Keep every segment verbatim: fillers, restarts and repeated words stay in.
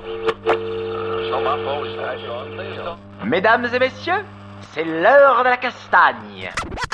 Mesdames et messieurs, c'est l'heure de la castagne.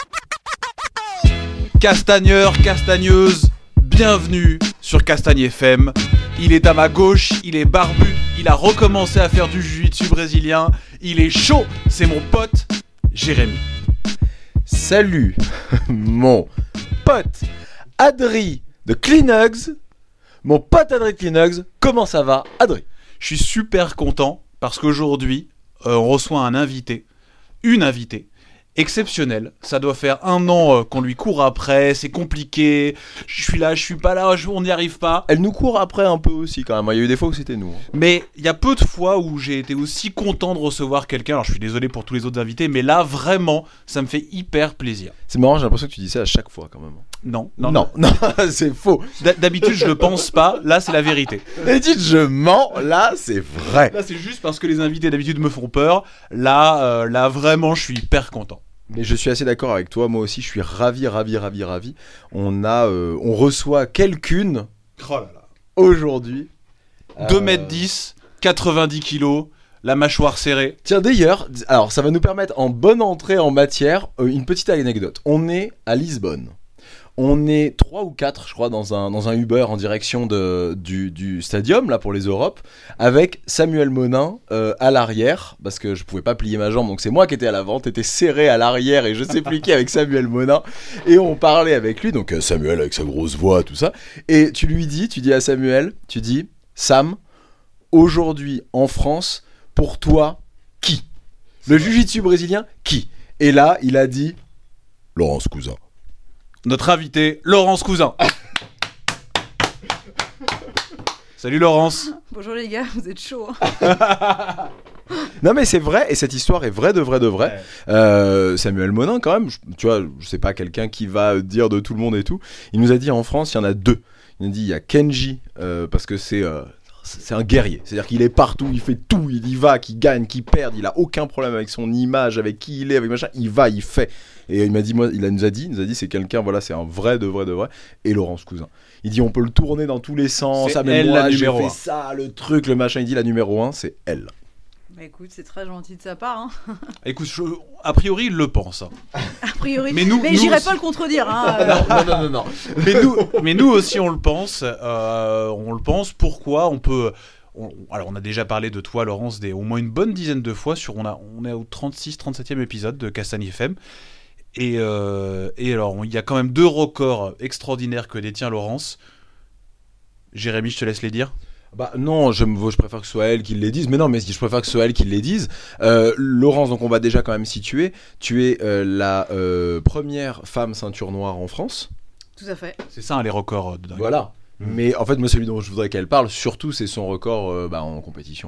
Castagneurs, castagneuses, bienvenue sur Castagne F M. Il est à ma gauche, il est barbu, il a recommencé à faire du jiu-jitsu brésilien, il est chaud, c'est mon pote, Jérémy. Salut, mon pote Adri de Cleanugs. Mon pote Adri de Cleanugs, comment ça va, Adri? Je suis super content parce qu'aujourd'hui, euh, on reçoit un invité, une invitée, exceptionnelle. Ça doit faire un an euh, qu'on lui court après, c'est compliqué, je suis là, je suis pas là, je, on n'y arrive pas. Elle nous court après un peu aussi quand même, il y a eu des fois où c'était nous. Hein. Mais il y a peu de fois où j'ai été aussi content de recevoir quelqu'un, alors je suis désolé pour tous les autres invités, mais là vraiment, ça me fait hyper plaisir. C'est marrant, j'ai l'impression que tu dis ça à chaque fois quand même. Non, non, non, non, non c'est faux. D'habitude je le pense pas, là c'est la vérité. D'habitude je mens, là c'est vrai. Là c'est juste parce que les invités d'habitude me font peur, là, euh, là vraiment je suis hyper content. Mais je suis assez d'accord avec toi, moi aussi je suis ravi, ravi, ravi, ravi. On a, euh, on reçoit quelqu'une oh là là. Aujourd'hui. deux mètres dix, quatre-vingt-dix kilos, la mâchoire serrée. Tiens d'ailleurs, alors ça va nous permettre en bonne entrée en matière, euh, une petite anecdote. On est à Lisbonne. On est trois ou quatre, je crois, dans un, dans un Uber en direction de, du, du stadium, là, pour les Europes, avec Samuel Monin euh, à l'arrière, parce que je pouvais pas plier ma jambe, donc c'est moi qui étais à l'avant, t'étais serré à l'arrière, et je sais plus qui avec Samuel Monin, et on parlait avec lui, donc euh, Samuel avec sa grosse voix, tout ça, et tu lui dis, tu dis à Samuel, tu dis, Sam, aujourd'hui, en France, pour toi, qui? Le jiu-jitsu brésilien, qui? Et là, il a dit, Laurence Cousin. Notre invité, Laurence Cousin. Salut Laurence. Bonjour les gars, vous êtes chauds. Hein. Non mais c'est vrai, et cette histoire est vraie de vrai de vrai. Ouais. Euh, Samuel Monin quand même, je, tu vois, je sais pas, quelqu'un qui va dire de tout le monde et tout. Il nous a dit en France, il y en a deux. Il nous a dit il y a Kenji, euh, parce que c'est... Euh, c'est un guerrier, c'est-à-dire qu'il est partout, il fait tout, il y va, qu'il gagne, qu'il perde, il a aucun problème avec son image, avec qui il est, avec machin, il va, il fait. Et il m'a dit, moi, il nous a dit, il nous a dit, c'est quelqu'un, voilà, c'est un vrai de vrai de vrai. Et Laurence Cousin, il dit, on peut le tourner dans tous les sens. C'est ah, mais elle moi, la j'ai numéro fait un. ça, le truc, le machin. Il dit la numéro un, c'est elle. Bah écoute, c'est très gentil de sa part. Hein. Écoute, je, a priori, il le pense. Hein. A priori. Mais nous, mais nous j'irai aussi... pas le contredire. Hein, euh... non, non, non, non, non. mais nous, mais nous aussi, on le pense. Euh, on le pense. Pourquoi on peut. On, alors on a déjà parlé de toi Laurence des, au moins une bonne dizaine de fois sur, on, a, on est au trente-six trente-septième épisode de Castagne F M et, euh, et alors il y a quand même deux records extraordinaires que détient Laurence. Jérémy, je te laisse les dire. Bah non, je, je préfère que ce soit elle qui les dise, mais non, mais je préfère que ce soit elle qui les dise. Euh, Laurence, donc on va déjà quand même situer, tu es euh, la euh, première femme ceinture noire en France. Tout à fait. C'est ça hein, les records de dingue. Voilà. Mmh. Mais en fait, moi, celui dont je voudrais qu'elle parle, surtout, c'est son record euh, bah, en compétition.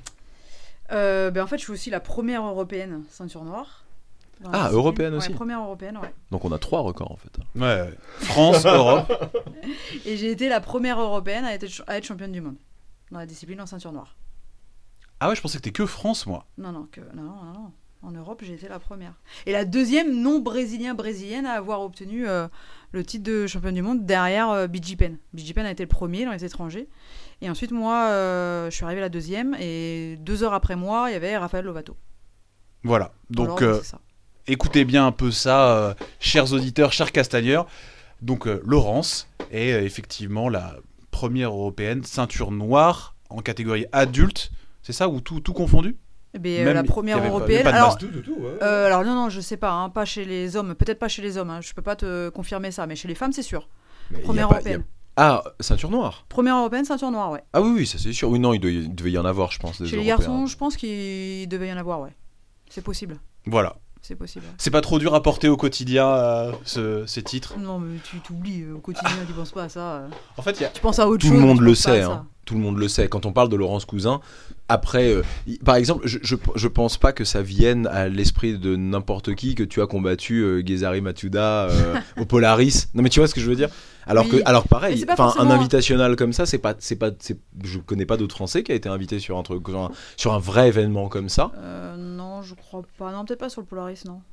Euh, bah, en fait, je suis aussi la première européenne ceinture noire. Ah, européenne aussi. Ouais, première européenne, ouais. Donc on a trois records en fait. Ouais, ouais. France, Europe. Et j'ai été la première européenne à être, à être championne du monde dans la discipline en ceinture noire. Ah ouais, je pensais que t'es que France, moi. Non, non, que, non, non, non. En Europe, j'ai été la première. Et la deuxième non-brésilien-brésilienne à avoir obtenu euh, le titre de championne du monde derrière euh, B J Penn. B J Penn a été le premier dans les étrangers. Et ensuite, moi, euh, je suis arrivée la deuxième. Et deux heures après moi, il y avait Raphaël Lovato. Voilà. Donc, Alors, euh, écoutez bien un peu ça, euh, chers auditeurs, chers castagneurs. Donc, euh, Laurence est euh, effectivement la première européenne ceinture noire en catégorie adulte. C'est ça, ou tout, tout confondu ? Eh bien, la première européenne. Pas, pas alors, tout, tout, ouais. euh, alors non, non, je sais pas, hein, pas chez les hommes, peut-être pas chez les hommes. Hein, je peux pas te confirmer ça, mais chez les femmes, c'est sûr. Mais première pas, européenne. A... Ah, ceinture noire. Première européenne, ceinture noire, ouais. Ah oui, oui, ça c'est sûr. Oui, non, il, doit, il devait y en avoir, je pense. Des chez les Européens. garçons, je pense qu'il devait y en avoir, ouais. C'est possible. Voilà. C'est possible. C'est pas trop dur à porter au quotidien, euh, ce, ces titres ? Non, mais tu t'oublies, au quotidien, tu penses pas à ça. Euh. En fait, y a... Tu penses à autre Tout chose. le monde le tu penses pas sait, à ça. hein. Tout le monde le sait. Quand on parle de Laurence Cousin, après, euh, y- par exemple, je, je, je pense pas que ça vienne à l'esprit de n'importe qui que tu as combattu euh, Gezari Matuda euh, au Polaris. Non, mais tu vois ce que je veux dire ? Alors Oui. que, alors Mais pareil, c'est pas enfin, forcément- un invitationnel comme ça, c'est pas, c'est pas, c'est, je connais pas d'autres Français qui a été invité sur un truc, sur un, sur un vrai événement comme ça. Euh, non, je crois pas. Non, peut-être pas sur le Polaris, non.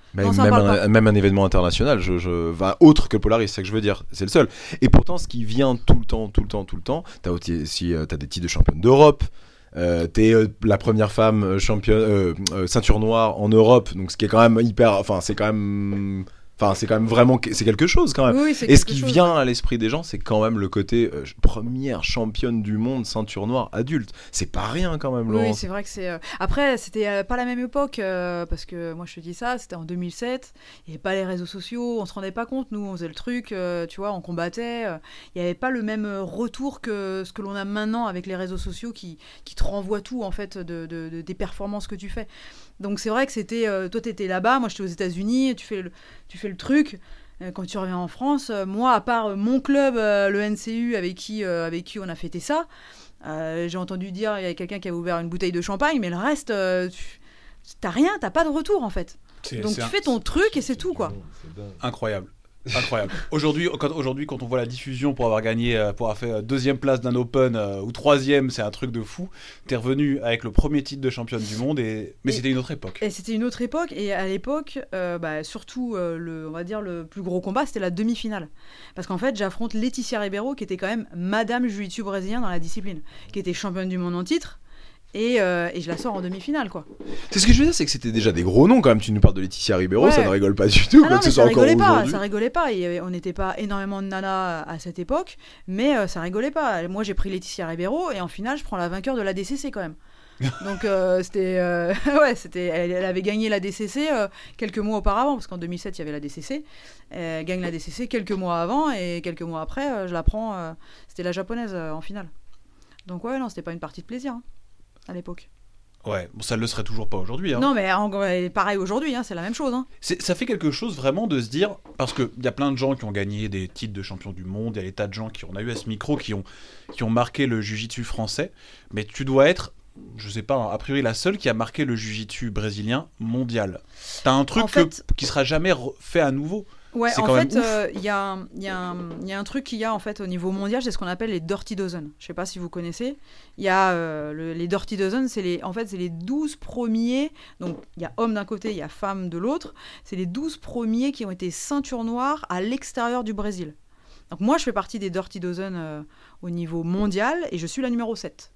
Mais Non, ça même, me parle un, même un événement international, je, je, va autre que Polaris, c'est ça que je veux dire, c'est le seul. Et pourtant, ce qui vient tout le temps, tout le temps, tout le temps, t'as aussi, euh, t'as des titres de championne d'Europe, euh, t'es euh, la première femme championne, euh, euh, ceinture noire en Europe, donc ce qui est quand même hyper, enfin c'est quand même, enfin c'est quand même vraiment, c'est quelque chose quand même. Oui, oui, c'est Et ce quelque qui chose. vient à l'esprit des gens, c'est quand même le côté euh, première championne du monde ceinture noire adulte. C'est pas rien quand même, Oui, Laurent. c'est vrai que c'est. euh, Après, c'était euh, pas la même époque, euh, parce que moi je te dis ça, c'était en deux mille sept, il n'y avait pas les réseaux sociaux, on se rendait pas compte, nous on faisait le truc, euh, tu vois, on combattait, euh, il n'y avait pas le même euh, retour que ce que l'on a maintenant avec les réseaux sociaux qui, qui te renvoient tout en fait de, de- de- des performances que tu fais. Donc c'est vrai que c'était. euh, toi t'étais là-bas, moi j'étais aux États-Unis, tu fais le, tu fais le truc. Euh, Quand tu reviens en France, euh, moi, à part euh, mon club, euh, le N C U, avec qui, euh, avec qui on a fêté ça, euh, j'ai entendu dire il y avait quelqu'un qui avait ouvert une bouteille de champagne, mais le reste, euh, tu- t'as rien, t'as pas de retour en fait. C'est Donc c'est tu un- fais ton truc et c'est tout quoi. incroyable. Incroyable. Aujourd'hui, quand, aujourd'hui, quand on voit la diffusion pour avoir gagné, euh, pour avoir fait euh, deuxième place d'un Open euh, ou troisième, c'est un truc de fou. T'es revenu avec le premier titre de championne du monde, et... mais Et- c'était une autre époque. Et c'était une autre époque, et à l'époque, euh, bah, surtout, euh, le, on va dire, le plus gros combat, c'était la demi-finale. Parce qu'en fait, j'affronte Laetitia Ribeiro, qui était quand même Madame Jiu-Jitsu brésilien dans la discipline, qui était championne du monde en titre, et, euh, et je la sors en demi-finale, quoi. C'est ce que je veux dire, c'est que c'était déjà des gros noms quand même. Tu nous parles de Laetitia Ribeiro, Ouais. ça ne rigole pas du tout, Ah quoi, non, que mais ce ça soit encore rigolait pas, aujourd'hui. ça rigolait pas. Il y avait- on n'était pas énormément de nanas à cette époque, mais euh, ça rigolait pas. Moi, j'ai pris Laetitia Ribeiro, et en finale, je prends la vainqueur de la D C C quand même. Donc euh, c'était, euh, ouais, c'était, elle, elle avait gagné la D C C euh, quelques mois auparavant, parce qu'en deux mille sept il y avait la D C C. Elle gagne la D C C quelques mois avant, et quelques mois après, euh, je la prends. euh, c'était la japonaise euh, en finale. Donc ouais, non, c'était pas une partie de plaisir hein, à l'époque. Ouais, bon, ça ne le serait toujours pas aujourd'hui. Hein. Non, mais en- ouais, pareil aujourd'hui, hein, c'est la même chose. Hein. C'est- ça fait quelque chose vraiment de se dire, parce qu'il y a plein de gens qui ont gagné des titres de champion du monde, il y a des tas de gens qui, on a eu à ce micro, qui ont, qui ont marqué le jiu-jitsu français, mais tu dois être, je sais pas, hein, a priori la seule qui a marqué le jiu-jitsu brésilien mondial. T'as un truc En que- fait- qui sera jamais re- fait à nouveau. Ouais, C'est en quand même fait, ouf. euh, il y, a un- il y, a un- il y a un truc qu'il y a en fait au niveau mondial, c'est ce qu'on appelle les Dirty Dozen. Je sais pas si vous connaissez. Il y a euh, le- les Dirty Dozen, c'est les, en fait, c'est les douze premiers. Donc, il y a hommes d'un côté, il y a femmes de l'autre. C'est les douze premiers qui ont été ceinture noire à l'extérieur du Brésil. Donc, moi, je fais partie des Dirty Dozen euh, au niveau mondial et je suis la numéro sept.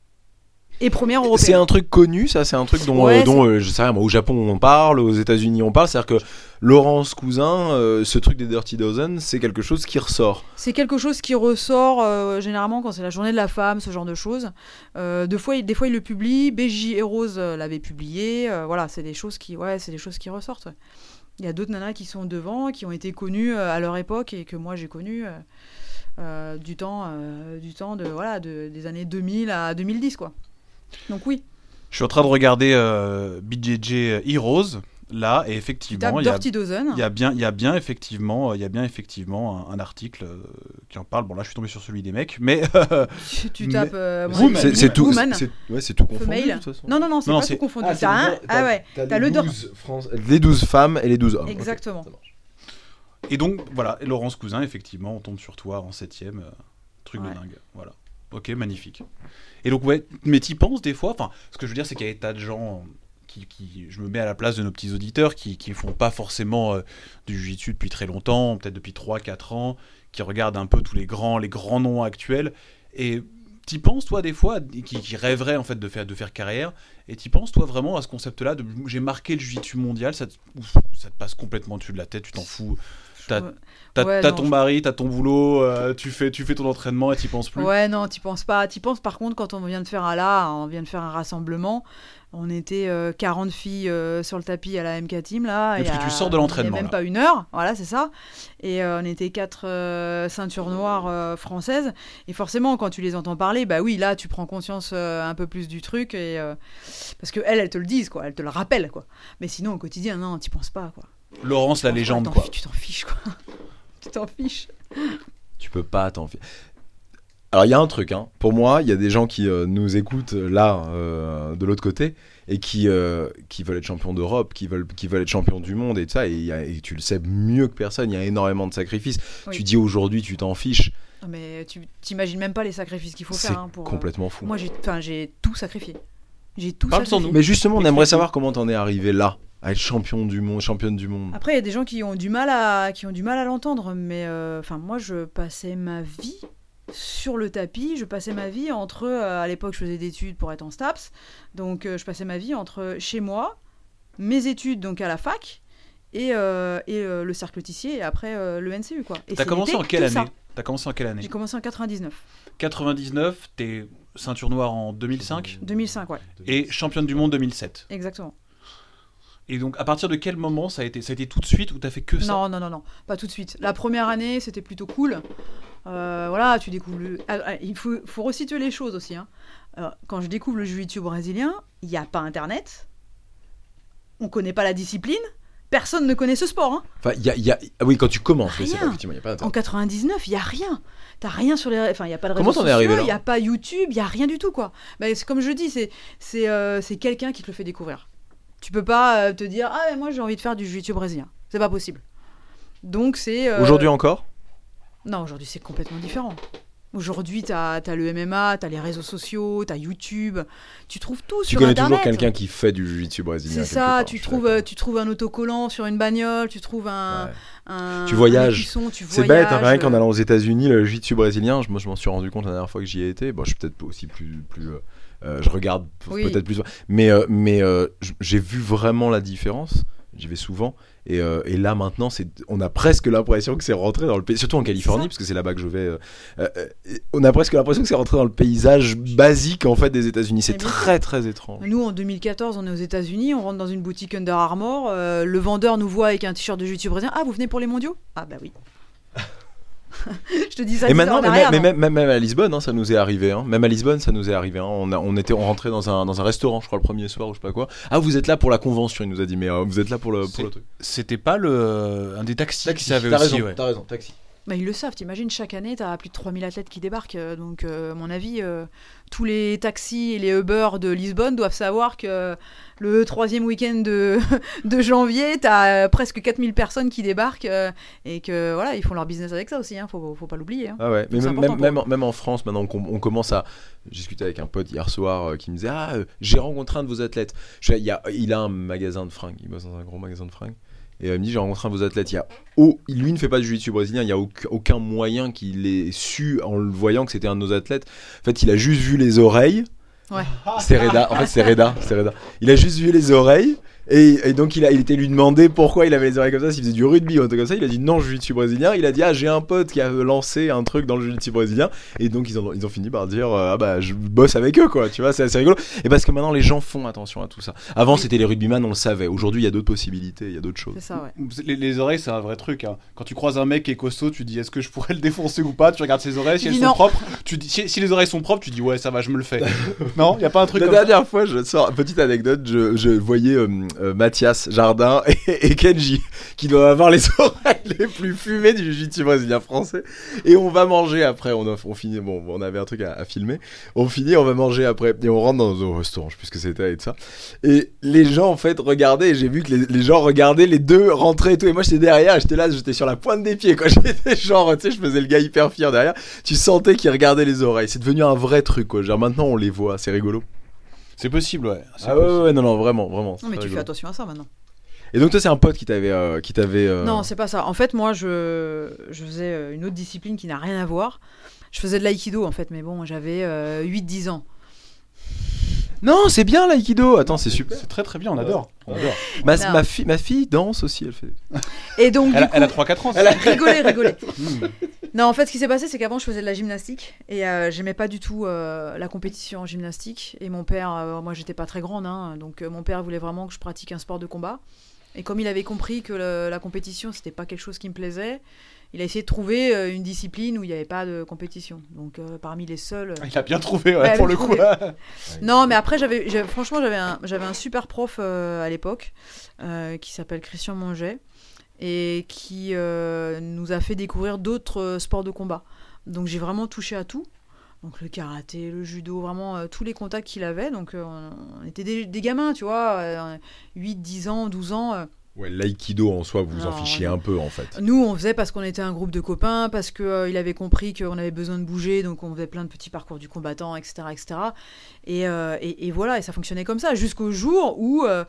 Et première C'est européenne. un truc connu, ça, c'est un truc dont, Ouais, euh, dont euh, je sais rien, moi, au Japon on parle, aux États-Unis on parle, c'est-à-dire que Laurence Cousin, euh, ce truc des Dirty Dozen, c'est quelque chose qui ressort. C'est quelque chose qui ressort euh, généralement quand c'est la journée de la femme, ce genre de choses. Euh, deux fois, il- des fois, il le publie. B J Heroes euh, l'avait publié. Euh, voilà, c'est des choses qui, ouais, c'est des choses qui ressortent. Ouais. Il y a d'autres nanas qui sont devant, qui ont été connues euh, à leur époque et que moi j'ai connues euh, euh, du temps, euh, du temps de voilà, de, des années deux mille à deux mille dix quoi. Donc oui, Je suis en train de regarder euh, B J J Heroes, là, et tu effectivement, tapes il y a... Dirty Dozen. Il y a bien, il y a bien effectivement, il y a bien effectivement un, un article euh, qui en parle. Bon là, je suis tombé sur celui des mecs, mais Tu, tu Mais- tapes. euh, Woman. moi, C'est c'est tout, Woman. c'est ouais, c'est tout confondu de Female. toute façon. Non non non, c'est Non, pas c'est- tout confondu. Ah, T'as un- ah ouais. t'as les le douze France- les douze femmes et les douze hommes. Ok, Exactement. ça marche. et donc voilà, et Laurence Cousin, effectivement, on tombe sur toi en septième, euh, truc Ouais. de dingue. Voilà. Ok, magnifique. Et donc ouais, mais t'y penses des fois. Enfin, ce que je veux dire, c'est qu'il y a des tas de gens qui, qui, je me mets à la place de nos petits auditeurs qui, qui font pas forcément euh, du jiu-jitsu depuis très longtemps, peut-être depuis trois quatre ans, qui regardent un peu tous les grands, les grands noms actuels. Et t'y penses toi des fois, qui, qui rêveraient en fait de faire, de faire carrière. Et t'y penses toi vraiment à ce concept-là de j'ai marqué le jiu-jitsu mondial, ça te, ouf, ça te passe complètement dessus de la tête, tu t'en fous. T'as, Ouais. t'as, Ouais, t'as non, ton je- mari, t'as ton boulot, euh, tu, fais, tu fais ton entraînement et t'y penses plus. Ouais, non, t'y penses pas. T'y penses par contre quand on vient de faire un là, on vient de faire un rassemblement. On était euh, quarante filles euh, sur le tapis à la M K Team là. Oui, il y parce que a- tu sors de l'entraînement, Il y a même là. pas une heure, voilà, c'est ça. Et euh, on était quatre euh, ceintures noires euh, françaises. Et forcément, quand tu les entends parler, bah oui, là, tu prends conscience euh, un peu plus du truc. Et, euh, parce que elles, elles te le disent, quoi. Elles te le rappellent, quoi. Mais sinon, au quotidien, non, t'y penses pas, quoi. Laurence, la Tu penses pas, légende, t'en quoi. fi- Tu t'en fiches, quoi. Tu t'en fiches. Tu peux pas t'en fier. Alors il y a un truc, hein. Pour moi, il y a des gens qui euh, nous écoutent euh, là, euh, de l'autre côté, et qui, euh, qui veulent être champions d'Europe, qui veulent, qui veulent être champions du monde et tout ça, et, il y a- et tu le sais mieux que personne, il y a énormément de sacrifices. Oui. Tu dis aujourd'hui, tu t'en fiches, Non, mais tu t'imagines même pas les sacrifices qu'il faut c'est faire hein, pour. euh, complètement fou. Moi, j'ai, enfin, j'ai tout sacrifié. J'ai tout Parle sans sacrifié. nous. Mais justement, on aimerait Explique-nous. savoir comment t'en es arrivé là. à être champion du monde, championne du monde. Après, il y a des gens qui ont du mal à, qui ont du mal à l'entendre, mais enfin, euh, moi, je passais ma vie sur le tapis. Je passais ma vie entre, euh, à l'époque, je faisais des études pour être en STAPS, donc euh, je passais ma vie entre chez moi, mes études donc à la fac et, euh, et euh, le cercle Tissier et après euh, le N C U quoi. Et T'as commencé en quelle année T'as commencé en quelle année J'ai commencé en quatre-vingt-dix-neuf. quatre-vingt-dix-neuf, t'es ceinture noire en deux mille cinq deux mille cinq, ouais. Et championne du monde deux mille sept. Exactement. Et donc, à partir de quel moment ça a été, ça a été tout de suite ou t'as fait que ça? Non, non, non, non, pas tout de suite. La première année, c'était plutôt cool. Euh, voilà, tu découvres. Le... Ah, ah, il faut, faut resituer les choses aussi. Hein. Euh, quand je découvre le jiu-jitsu brésilien, il n'y a pas Internet. On connaît pas la discipline. Personne ne connaît ce sport. Hein. Enfin, il y a, y a... Ah oui, quand tu commences, oui, Rien. c'est pas, effectivement, il y a pas Internet. En quatre-vingt-dix-neuf, il y a rien. T'as rien sur les. Enfin, il y a pas de réseaux Comment t'en es sociaux, arrivé là il y a pas YouTube, il y a rien du tout quoi. Bah, c'est comme je dis, c'est c'est euh, c'est quelqu'un qui te le fait découvrir. Tu peux pas euh, te dire ah mais moi j'ai envie de faire du jiu-jitsu brésilien. C'est pas possible. Donc c'est. Euh... Aujourd'hui encore? Non, aujourd'hui c'est complètement différent. Aujourd'hui, t'as, t'as le M M A, t'as les réseaux sociaux, t'as YouTube, tu trouves tout tu sur connais Internet. toujours quelqu'un qui fait du jiu-jitsu brésilien. C'est ça, part, tu trouves, euh, tu trouves un autocollant sur une bagnole, tu trouves un, Ouais. un Tu voyages. un écusson, tu C'est voyages, bête, hein, rien qu'en euh, allant aux États-Unis, le jiu-jitsu brésilien, je, moi je m'en suis rendu compte la dernière fois que j'y ai été. Bon, je suis peut-être aussi plus. plus euh, euh, je regarde Oui. peut-être plus. Mais, euh, mais euh, j- j'ai vu vraiment la différence. J'y vais souvent. Et, euh, et là maintenant, c'est, on a presque l'impression que c'est rentré dans le pays. Surtout en Californie, ça. parce que c'est là-bas que je vais. euh, euh, euh, on a presque l'impression que c'est rentré dans le paysage basique en fait des États-Unis. C'est Mais bien très très étrange. Nous, en deux mille quatorze, on est aux États-Unis, on rentre dans une boutique Under Armour, euh, le vendeur nous voit avec un t-shirt de jiu-jitsu brésilien. Ah, vous venez pour les mondiaux? Ah, bah oui. Je te dis ça. Et dix ans maintenant, en mais, arrière, mais non. même, même, même à Lisbonne, hein, ça nous est arrivé. Hein. Même à Lisbonne, ça nous est arrivé. Hein. On, a, on était, on rentrait dans un, dans un restaurant, je crois, le premier soir ou je sais pas quoi. Ah, vous êtes là pour la convention, il nous a dit, mais euh, vous êtes là pour le, pour C'est- le truc. C'était pas le un des taxis qui savait t'as aussi. raison, ouais. t'as raison, taxi. Bah, ils le savent, t'imagines, chaque année, t'as plus de trois mille athlètes qui débarquent. euh, Donc, euh, à mon avis, euh, tous les taxis et les Uber de Lisbonne doivent savoir que le troisième week-end de, de janvier, t'as euh, presque quatre mille personnes qui débarquent euh, et que voilà, ils font leur business avec ça aussi, hein, faut, faut pas l'oublier. Hein. Ah ouais, mais C'est même, important même, pour même, même en France, maintenant qu'on on commence à. J'ai discuté avec un pote hier soir euh, qui me disait ah, euh, j'ai rencontré un de vos athlètes. Je, il, y a, il a un magasin de fringues, il bosse dans un gros magasin de fringues. Et euh, il me dit j'ai rencontré un de vos athlètes. Il y a, oh, lui ne fait pas du jiu-jitsu brésilien, il n'y a aucun, aucun moyen qu'il ait su en le voyant que c'était un de nos athlètes. En fait, il a juste vu les oreilles. Ouais. C'est Reda, en fait c'est Reda, c'est Reda. Il a juste vu les oreilles et, et donc il a il était lui demandé pourquoi il avait les oreilles comme ça, s'il faisait du rugby ou un truc comme ça. Il a dit non, jiu-jitsu brésilien. Il a dit ah, j'ai un pote qui a lancé un truc dans le jiu-jitsu brésilien et donc ils ont ils ont fini par dire euh, ah bah je bosse avec eux quoi, tu vois, c'est assez rigolo. Et parce que maintenant les gens font attention à tout ça. Avant c'était les rugbyman, on le savait. Aujourd'hui il y a d'autres possibilités, il y a d'autres choses. C'est ça, ouais. Les, les oreilles, c'est un vrai truc. Hein. Quand tu croises un mec qui est costaud, tu dis est-ce que je pourrais le défoncer ou pas? Tu regardes ses oreilles, si Tu elles dis sont non. propres. Tu dis, si, si les oreilles sont propres, tu dis ouais, ça va, je me le fais. Non, y a pas un truc La comme ça. dernière fois, je sors petite anecdote, je, je voyais euh, euh, Mathias Jardin et, et Kenji qui doivent avoir les oreilles les plus fumées du jiu-jitsu brésilien français. Et on va manger après. On, a, on finit, bon, on avait un truc à, à filmer. On finit, on va manger après et on rentre dans un restaurant, je sais plus ce que c'était et tout ça. Et les gens en fait regardaient. Et j'ai vu que les, les gens regardaient les deux rentrer et tout. Et moi j'étais derrière, j'étais là, j'étais sur la pointe des pieds. Quoi, j'étais genre, tu sais, je faisais le gars hyper fier derrière. Tu sentais qu'ils regardaient les oreilles. C'est devenu un vrai truc. Quoi. Genre maintenant on les voit, c'est rigolo. C'est possible, ouais. C'est Ah ouais, possible. ouais, non, non, vraiment, vraiment. Non, mais c'est tu rigolo. fais attention à ça maintenant. Et donc toi, c'est un pote qui t'avait, euh, qui t'avait. euh, Non, c'est pas ça. En fait, moi, je, je faisais euh, une autre discipline qui n'a rien à voir. Je faisais de l'aïkido, en fait, mais bon, j'avais euh, huit dix ans. Non, c'est bien l'aïkido. Attends, c'est super. C'est très très bien, on adore. On adore. Ma, Non. ma fille, ma fille danse aussi. Elle fait. Et donc, Elle, du a- coup, elle a trois quatre ans. Elle a- rigolez, rigolez. Hmm. Non, en fait, ce qui s'est passé, c'est qu'avant, je faisais de la gymnastique et euh, j'aimais pas du tout euh, la compétition en gymnastique. Et mon père, euh, moi, j'étais pas très grande, hein, donc euh, mon père voulait vraiment que je pratique un sport de combat. Et comme il avait compris que le- la compétition, c'était pas quelque chose qui me plaisait, il a essayé de trouver euh, une discipline où il n'y avait pas de compétition. Donc, euh, parmi les seuls. euh, Il a bien trouvé, ouais, Ouais, pour elle le a coup. trouvé. Non, mais après, j'avais, j'avais- franchement, j'avais un, j'avais un super prof euh, à l'époque euh, qui s'appelle Christian Monget et qui euh, nous a fait découvrir d'autres euh, sports de combat. Donc, j'ai vraiment touché à tout. Donc, le karaté, le judo, vraiment euh, tous les contacts qu'il avait. Donc, euh, on, on était des, des gamins, tu vois, euh, huit, dix ans, douze ans. euh. Ouais, l'aïkido en soi, vous vous en Non, fichiez non. un peu en fait. Nous, on faisait parce qu'on était un groupe de copains, parce qu'il euh, il avait compris qu'on avait besoin de bouger, donc on faisait plein de petits parcours du combattant, et cetera, et cetera. Et, euh, et, et voilà, et ça fonctionnait comme ça, jusqu'au jour où, euh,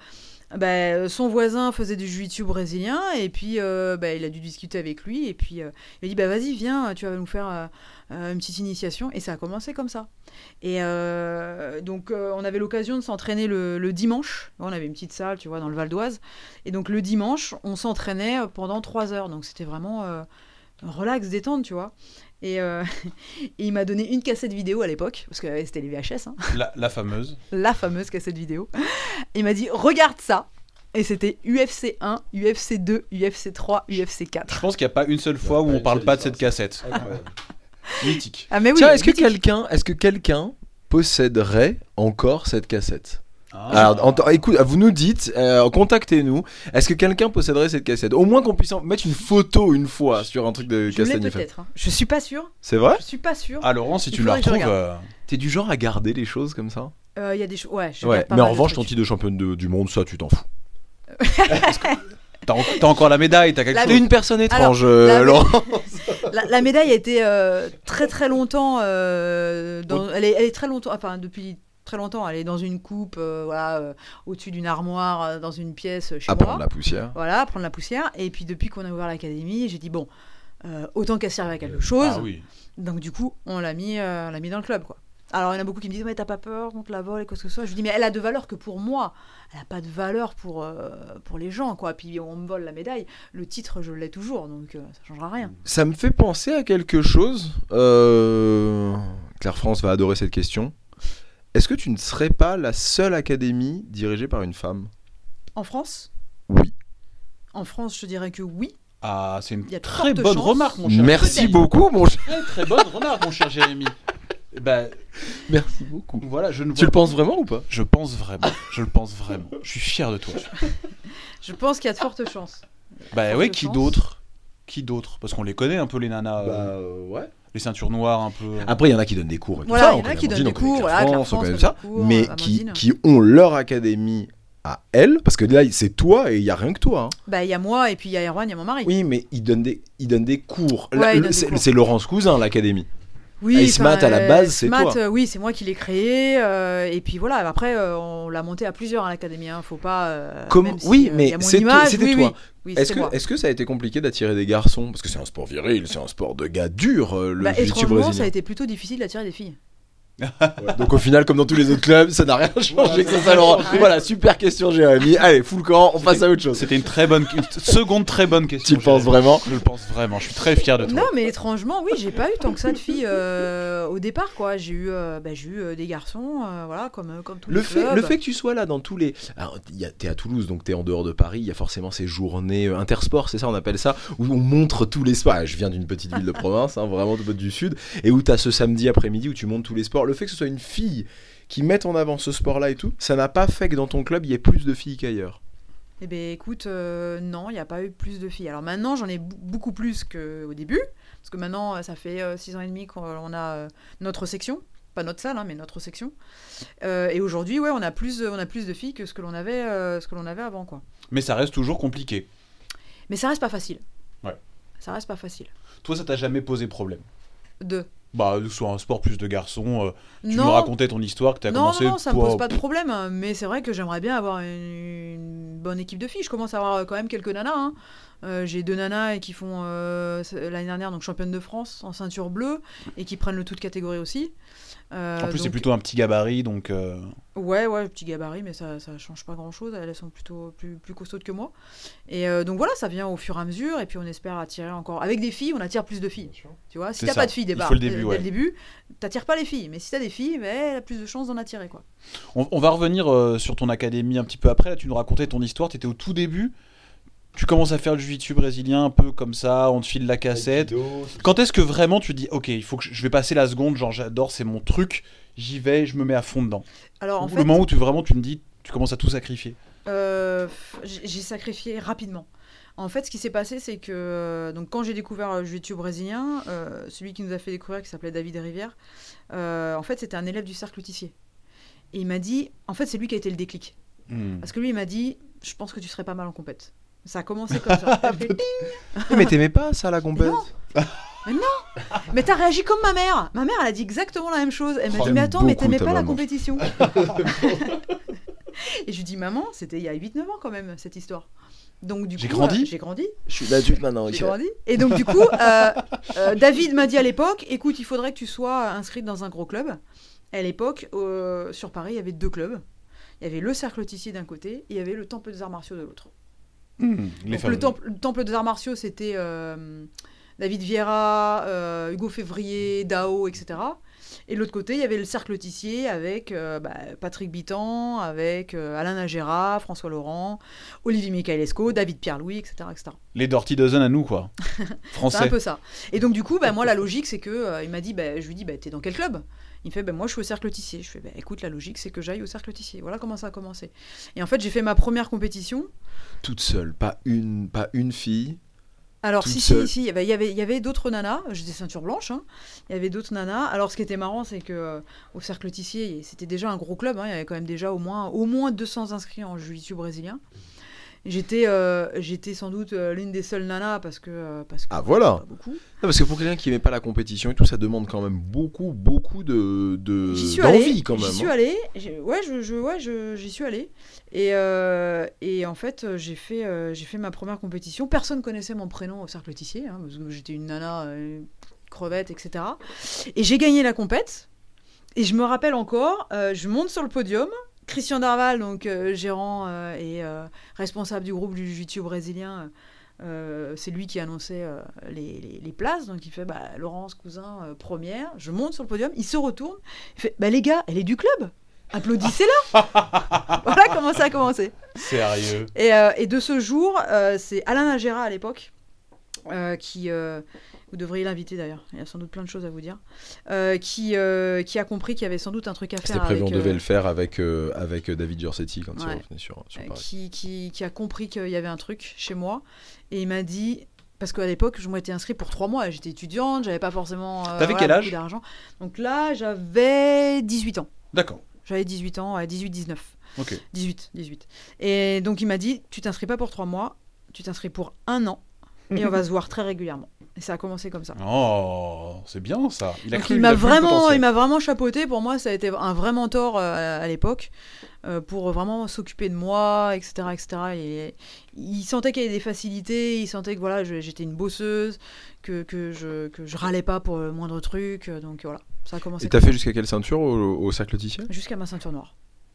bah, son voisin faisait du jiu-jitsu brésilien et puis euh, bah, il a dû discuter avec lui et puis euh, il a dit bah vas-y viens, tu vas nous faire euh, euh, une petite initiation et ça a commencé comme ça. Et euh, donc euh, on avait l'occasion de s'entraîner le, le dimanche. On avait une petite salle, tu vois, dans le Val d'Oise. Et donc le dimanche, on s'entraînait pendant trois heures. Donc c'était vraiment euh, relax, détente, tu vois. Et, euh, et il m'a donné une cassette vidéo à l'époque, parce que c'était les V H S, hein. La, la fameuse. La fameuse cassette vidéo. Il m'a dit regarde ça. Et c'était U F C un, U F C deux, U F C trois, U F C quatre. Je pense qu'il n'y a pas une seule fois où on parle pas de cette cassette. Mythique. Ah mais oui, Tiens, est-ce que mythique. quelqu'un, est-ce que quelqu'un posséderait encore cette cassette? Ah. Alors, en- écoute, vous nous dites, euh, contactez-nous. Est-ce que quelqu'un posséderait cette cassette? Au moins qu'on puisse en mettre une photo une fois sur un truc de Je l'ai Castagnefer. peut-être. Hein. Je suis pas sûre. C'est vrai? Je suis pas sûre. Ah Laurent, si Il tu la faudrait que je retrouves, regarde. euh, T'es du genre à garder les choses comme ça? Il euh, y a des choses. Ouais. Je Ouais. garde pas Mais en mal de revanche, ton trucs. titre de championne de- du monde, ça, tu t'en fous. t'as, en- t'as encore la médaille, t'as quelque La- chose. T'es une personne étrange, Alors, euh, la- Laurent. La, la médaille a été euh, très très longtemps. euh, dans, elle, est, elle est très longtemps. Enfin, depuis très longtemps, elle est dans une coupe, euh, voilà, euh, au-dessus d'une armoire, euh, dans une pièce chez À moi. prendre la poussière. Voilà, prendre la poussière. Et puis depuis qu'on a ouvert l'académie, j'ai dit bon, euh, autant qu'elle serve à quelque chose. Ah oui. Donc du coup, on l'a mis, euh, on l'a mis dans le club, quoi. Alors il y en a beaucoup qui me disent mais t'as pas peur qu'on te la vole et quoi que ce soit. Je lui dis mais elle a de valeur que pour moi. Elle a pas de valeur pour euh, pour les gens, quoi. Puis on me vole la médaille, le titre je l'ai toujours, donc euh, ça changera rien. Ça me fait penser à quelque chose. Euh... Claire France va adorer cette question. Est-ce que tu ne serais pas la seule académie dirigée par une femme? En France, Oui. en France, je te dirais que oui. Ah, c'est une Il y a de très fortes bonne chances. remarque, mon cher. Merci Jérémy. beaucoup, mon cher. Très très bonne remarque, mon cher Jérémy. Eh Ben, Merci beaucoup. voilà, je ne Tu vois- le penses vraiment ou pas? Je pense vraiment. Je le pense vraiment. Je suis fier de toi. Je pense qu'il y a de fortes chances. Bah Forte ouais, qui chance. d'autre Qui d'autre Parce qu'on les connaît un peu les nanas, euh, ouais. les ceintures noires un peu. Après, il y en a qui donnent des cours et tout Voilà, ça. il y on en a connaît qui donnent Amandine, des on connaît cours, Claire voilà, Claire France, on France connaît donne ça, des cours, mais euh, qui, Amandine. qui ont leur académie à elles, parce que là, c'est toi et il y a rien que toi. hein. Bah il y a moi et puis il y a Erwan, il y a mon mari. Oui, mais ils donnent des, ils donnent des cours. Ouais, Là, ils le- donnent des c'est, cours. c'est Laurence Cousin, l'académie. Oui, Ah, Ismat, enfin, à la base, c'est Ismat, toi. euh, oui, c'est moi qui l'ai créé. euh, et puis voilà, après, euh, on l'a monté à plusieurs à l'académie. Hein, faut pas. euh, Comment- même si, oui, euh, mais il y a mon c'est- image, c'était oui, toi. Oui, oui, Est-ce c'est que, moi. est-ce que ça a été compliqué d'attirer des garçons? Parce que c'est un sport viril, c'est un sport de gars dur, euh, le Bah, jiu-jitsu étrangement, ça a brésilien. été plutôt difficile d'attirer des filles. Ouais, donc au final, comme dans tous les autres clubs, ça n'a rien changé que ça, ça Laurent. Ouais. Voilà, super question, Jérémy. Allez, full camp, on passe à autre chose. C'était une très bonne, une seconde très bonne question. Tu le penses Jérémy. vraiment? Je le pense vraiment. Je suis très fier de toi. Non, mais étrangement, oui, j'ai pas eu tant que ça de filles euh, au départ, quoi. J'ai eu, euh, bah, j'ai eu euh, des garçons, euh, voilà, comme, euh, comme tous Le les fait, clubs. le fait que tu sois là dans tous les. Alors, il y a- t'es à Toulouse, donc t'es en dehors de Paris. Il y a forcément ces journées euh, intersports, c'est ça, on appelle ça, où on montre tous les sports. Ah, je viens d'une petite ville de province, hein, vraiment de du sud, et où t'as ce samedi après-midi où tu montes tous les sports. Le fait que ce soit une fille qui mette en avant ce sport-là et tout, ça n'a pas fait que dans ton club il y ait plus de filles qu'ailleurs. Eh ben écoute, euh, non, il n'y a pas eu plus de filles. Alors maintenant, j'en ai b- beaucoup plus qu'au début, parce que maintenant, euh, ça fait euh, six ans et demi qu'on on a euh, notre section, pas notre salle, hein, mais notre section. Euh, et aujourd'hui, ouais, on a plus, on a plus de filles que ce que l'on avait, euh, ce que l'on avait avant, quoi. Mais ça reste toujours compliqué. Mais ça reste pas facile. Ouais. Ça reste pas facile. Toi, ça t'a jamais posé problème? De. Bah, soit un sport plus de garçons. euh, tu non, nous racontais ton histoire que t'as non, commencé. non, non, ça me toi, pose pas de problème. Mais c'est vrai que j'aimerais bien avoir une, une bonne équipe de filles. Je commence à avoir quand même quelques nanas. Hein. Euh, j'ai deux nanas qui font euh, l'année dernière donc championne de France en ceinture bleue et qui prennent le tout de catégorie aussi. Euh, En plus, c'est donc- plutôt un petit gabarit, donc. euh, Ouais, ouais, petit gabarit, mais ça, ça change pas grand chose. Elles sont plutôt plus, plus costaudes que moi. Et euh, donc voilà, ça vient au fur et à mesure. Et puis on espère attirer encore. Avec des filles, on attire plus de filles. Tu vois, si C'est t'as ça. pas de filles dès, Il faut le début, dès ouais. le début, t'attires pas les filles. Mais si t'as des filles, ben, elle a plus de chances d'en attirer, quoi. On, on va revenir euh, sur ton académie un petit peu après. Là, tu nous racontais ton histoire. T'étais au tout début. Tu commences à faire le jiu-jitsu brésilien un peu comme ça. On te file la cassette. Quand est-ce que vraiment tu dis, ok, il faut que je, je vais passer la seconde. Genre, j'adore, c'est mon truc. J'y vais, je me mets à fond dedans. Alors en le fait, moment où tu vraiment tu me dis, tu commences à tout sacrifier. Euh, j'ai j'ai sacrifié rapidement. En fait, ce qui s'est passé, c'est que euh, donc quand j'ai découvert le jiu-jitsu brésilien, euh, celui qui nous a fait découvrir, qui s'appelait David Rivière, euh, en fait, c'était un élève du cercle Tissier. Et il m'a dit, en fait, c'est lui qui a été le déclic. Hmm. Parce que lui, il m'a dit, je pense que tu serais pas mal en compète. Ça a commencé comme ça. Ça fait ding. Mais t'aimais pas ça la compète? Non. Mais non. Mais t'as réagi comme ma mère. Ma mère, elle a dit exactement la même chose. Elle m'a Oh, dit, mais j'aime attends, mais beaucoup t'aimais ta pas la maman. compétition. Et je lui dis, maman, c'était il y a huit neuf ans quand même, cette histoire. Donc, du J'ai coup, grandi euh, J'ai grandi. Je suis l'adulte maintenant. J'ai ok. grandi. Et donc, du coup, euh, euh, David m'a dit à l'époque, écoute, il faudrait que tu sois inscrite dans un gros club. À l'époque, euh, sur Paris, il y avait deux clubs. Il y avait le Cercle Tissier d'un côté et il y avait le Temple des Arts Martiaux de l'autre. Mmh, les Donc, fameux. le, temple, le Temple des Arts Martiaux, c'était euh, David Vieira, euh, Hugo Février, Dao, et cetera. Et de l'autre côté, il y avait le Cercle Tissier avec euh, bah, Patrick Bitan, avec euh, Alain Nagera, François Laurent, Olivier Michaelesco, David Pierre-Louis, et cetera, et cetera. Les Dirty Dozen à nous, quoi. Français. C'est un peu ça. Et donc, du coup, bah, moi, la logique, c'est que euh, il m'a dit, bah, je lui dis, bah, t'es dans quel club ? Il me fait, bah, moi, je suis au Cercle Tissier. Je fais, bah, écoute, la logique, c'est que j'aille au Cercle Tissier. Voilà comment ça a commencé. Et en fait, j'ai fait ma première compétition. Toute seule, pas une, pas une fille. Alors, Toute si, seule. si, si, il y avait, il y avait, il y avait d'autres nanas. J'étais ceinture blanche. Hein. Il y avait d'autres nanas. Alors, ce qui était marrant, c'est que euh, au Cercle Tissier, c'était déjà un gros club. Hein. Il y avait quand même déjà au moins, au moins deux cents inscrits en jiu-jitsu brésilien. J'étais, euh, j'étais sans doute euh, l'une des seules nanas parce que, euh, parce que Ah, voilà. pas beaucoup. Non, parce que pour quelqu'un qui n'aimait pas la compétition et tout, ça demande quand même beaucoup, beaucoup de, de J'y suis d'envie allée. quand même. J'y suis hein. allée. J'ai- Ouais, je, je, ouais, je, j'y suis allée. Et, euh, et en fait, euh, j'ai fait, euh, j'ai fait ma première compétition. Personne connaissait mon prénom au Cercle Tissier, hein, parce que j'étais une nana euh, crevette, et cetera. Et j'ai gagné la compète. Et je me rappelle encore, euh, je monte sur le podium. Christian Darval, donc euh, gérant euh, et euh, responsable du groupe du jiu-jitsu brésilien, euh, c'est lui qui annonçait euh, les, les, les places. Donc il fait bah, Laurence Cousin euh, première. Je monte sur le podium, il se retourne, il fait bah les gars, elle est du club, applaudissez-la. Voilà comment ça a commencé. Sérieux. Et, euh, et de ce jour, euh, c'est Alain Nagera à l'époque euh, qui euh, vous devriez l'inviter d'ailleurs, il y a sans doute plein de choses à vous dire, euh, qui, euh, qui a compris qu'il y avait sans doute un truc à faire. C'était prévu, avec, on devait euh, le faire avec, euh, avec David Giorsetti quand il Ouais. revenait sur, sur euh, Paris. qui, qui, qui a compris qu'il y avait un truc chez moi et il m'a dit, parce qu'à l'époque je m'étais inscrite pour trois mois, j'étais étudiante, j'avais pas forcément euh, T'avais voilà, quel âge beaucoup d'argent, donc là j'avais dix-huit ans, D'accord. j'avais dix-huit ans, ouais, dix-huit dix-neuf, Ok. dix-huit dix-huit, et donc il m'a dit, tu t'inscris pas pour trois mois, tu t'inscris pour un an et on va se voir très régulièrement. Et ça a commencé comme ça. Oh, c'est bien ça. Il a Donc cru, il il m'a a vu le vraiment, potentiel. il m'a vraiment chapeauté. Pour moi, ça a été un vrai mentor euh, à l'époque euh, pour vraiment s'occuper de moi, et cetera, et cetera. Et il sentait qu'il y avait des facilités. Il sentait que voilà, je- j'étais une bosseuse, que que je que je râlais pas pour le moindre truc. Donc voilà, ça a commencé. Et t'as comme fait ça. jusqu'à quelle ceinture au, au Cercle Tissier? Jusqu'à ma ceinture noire.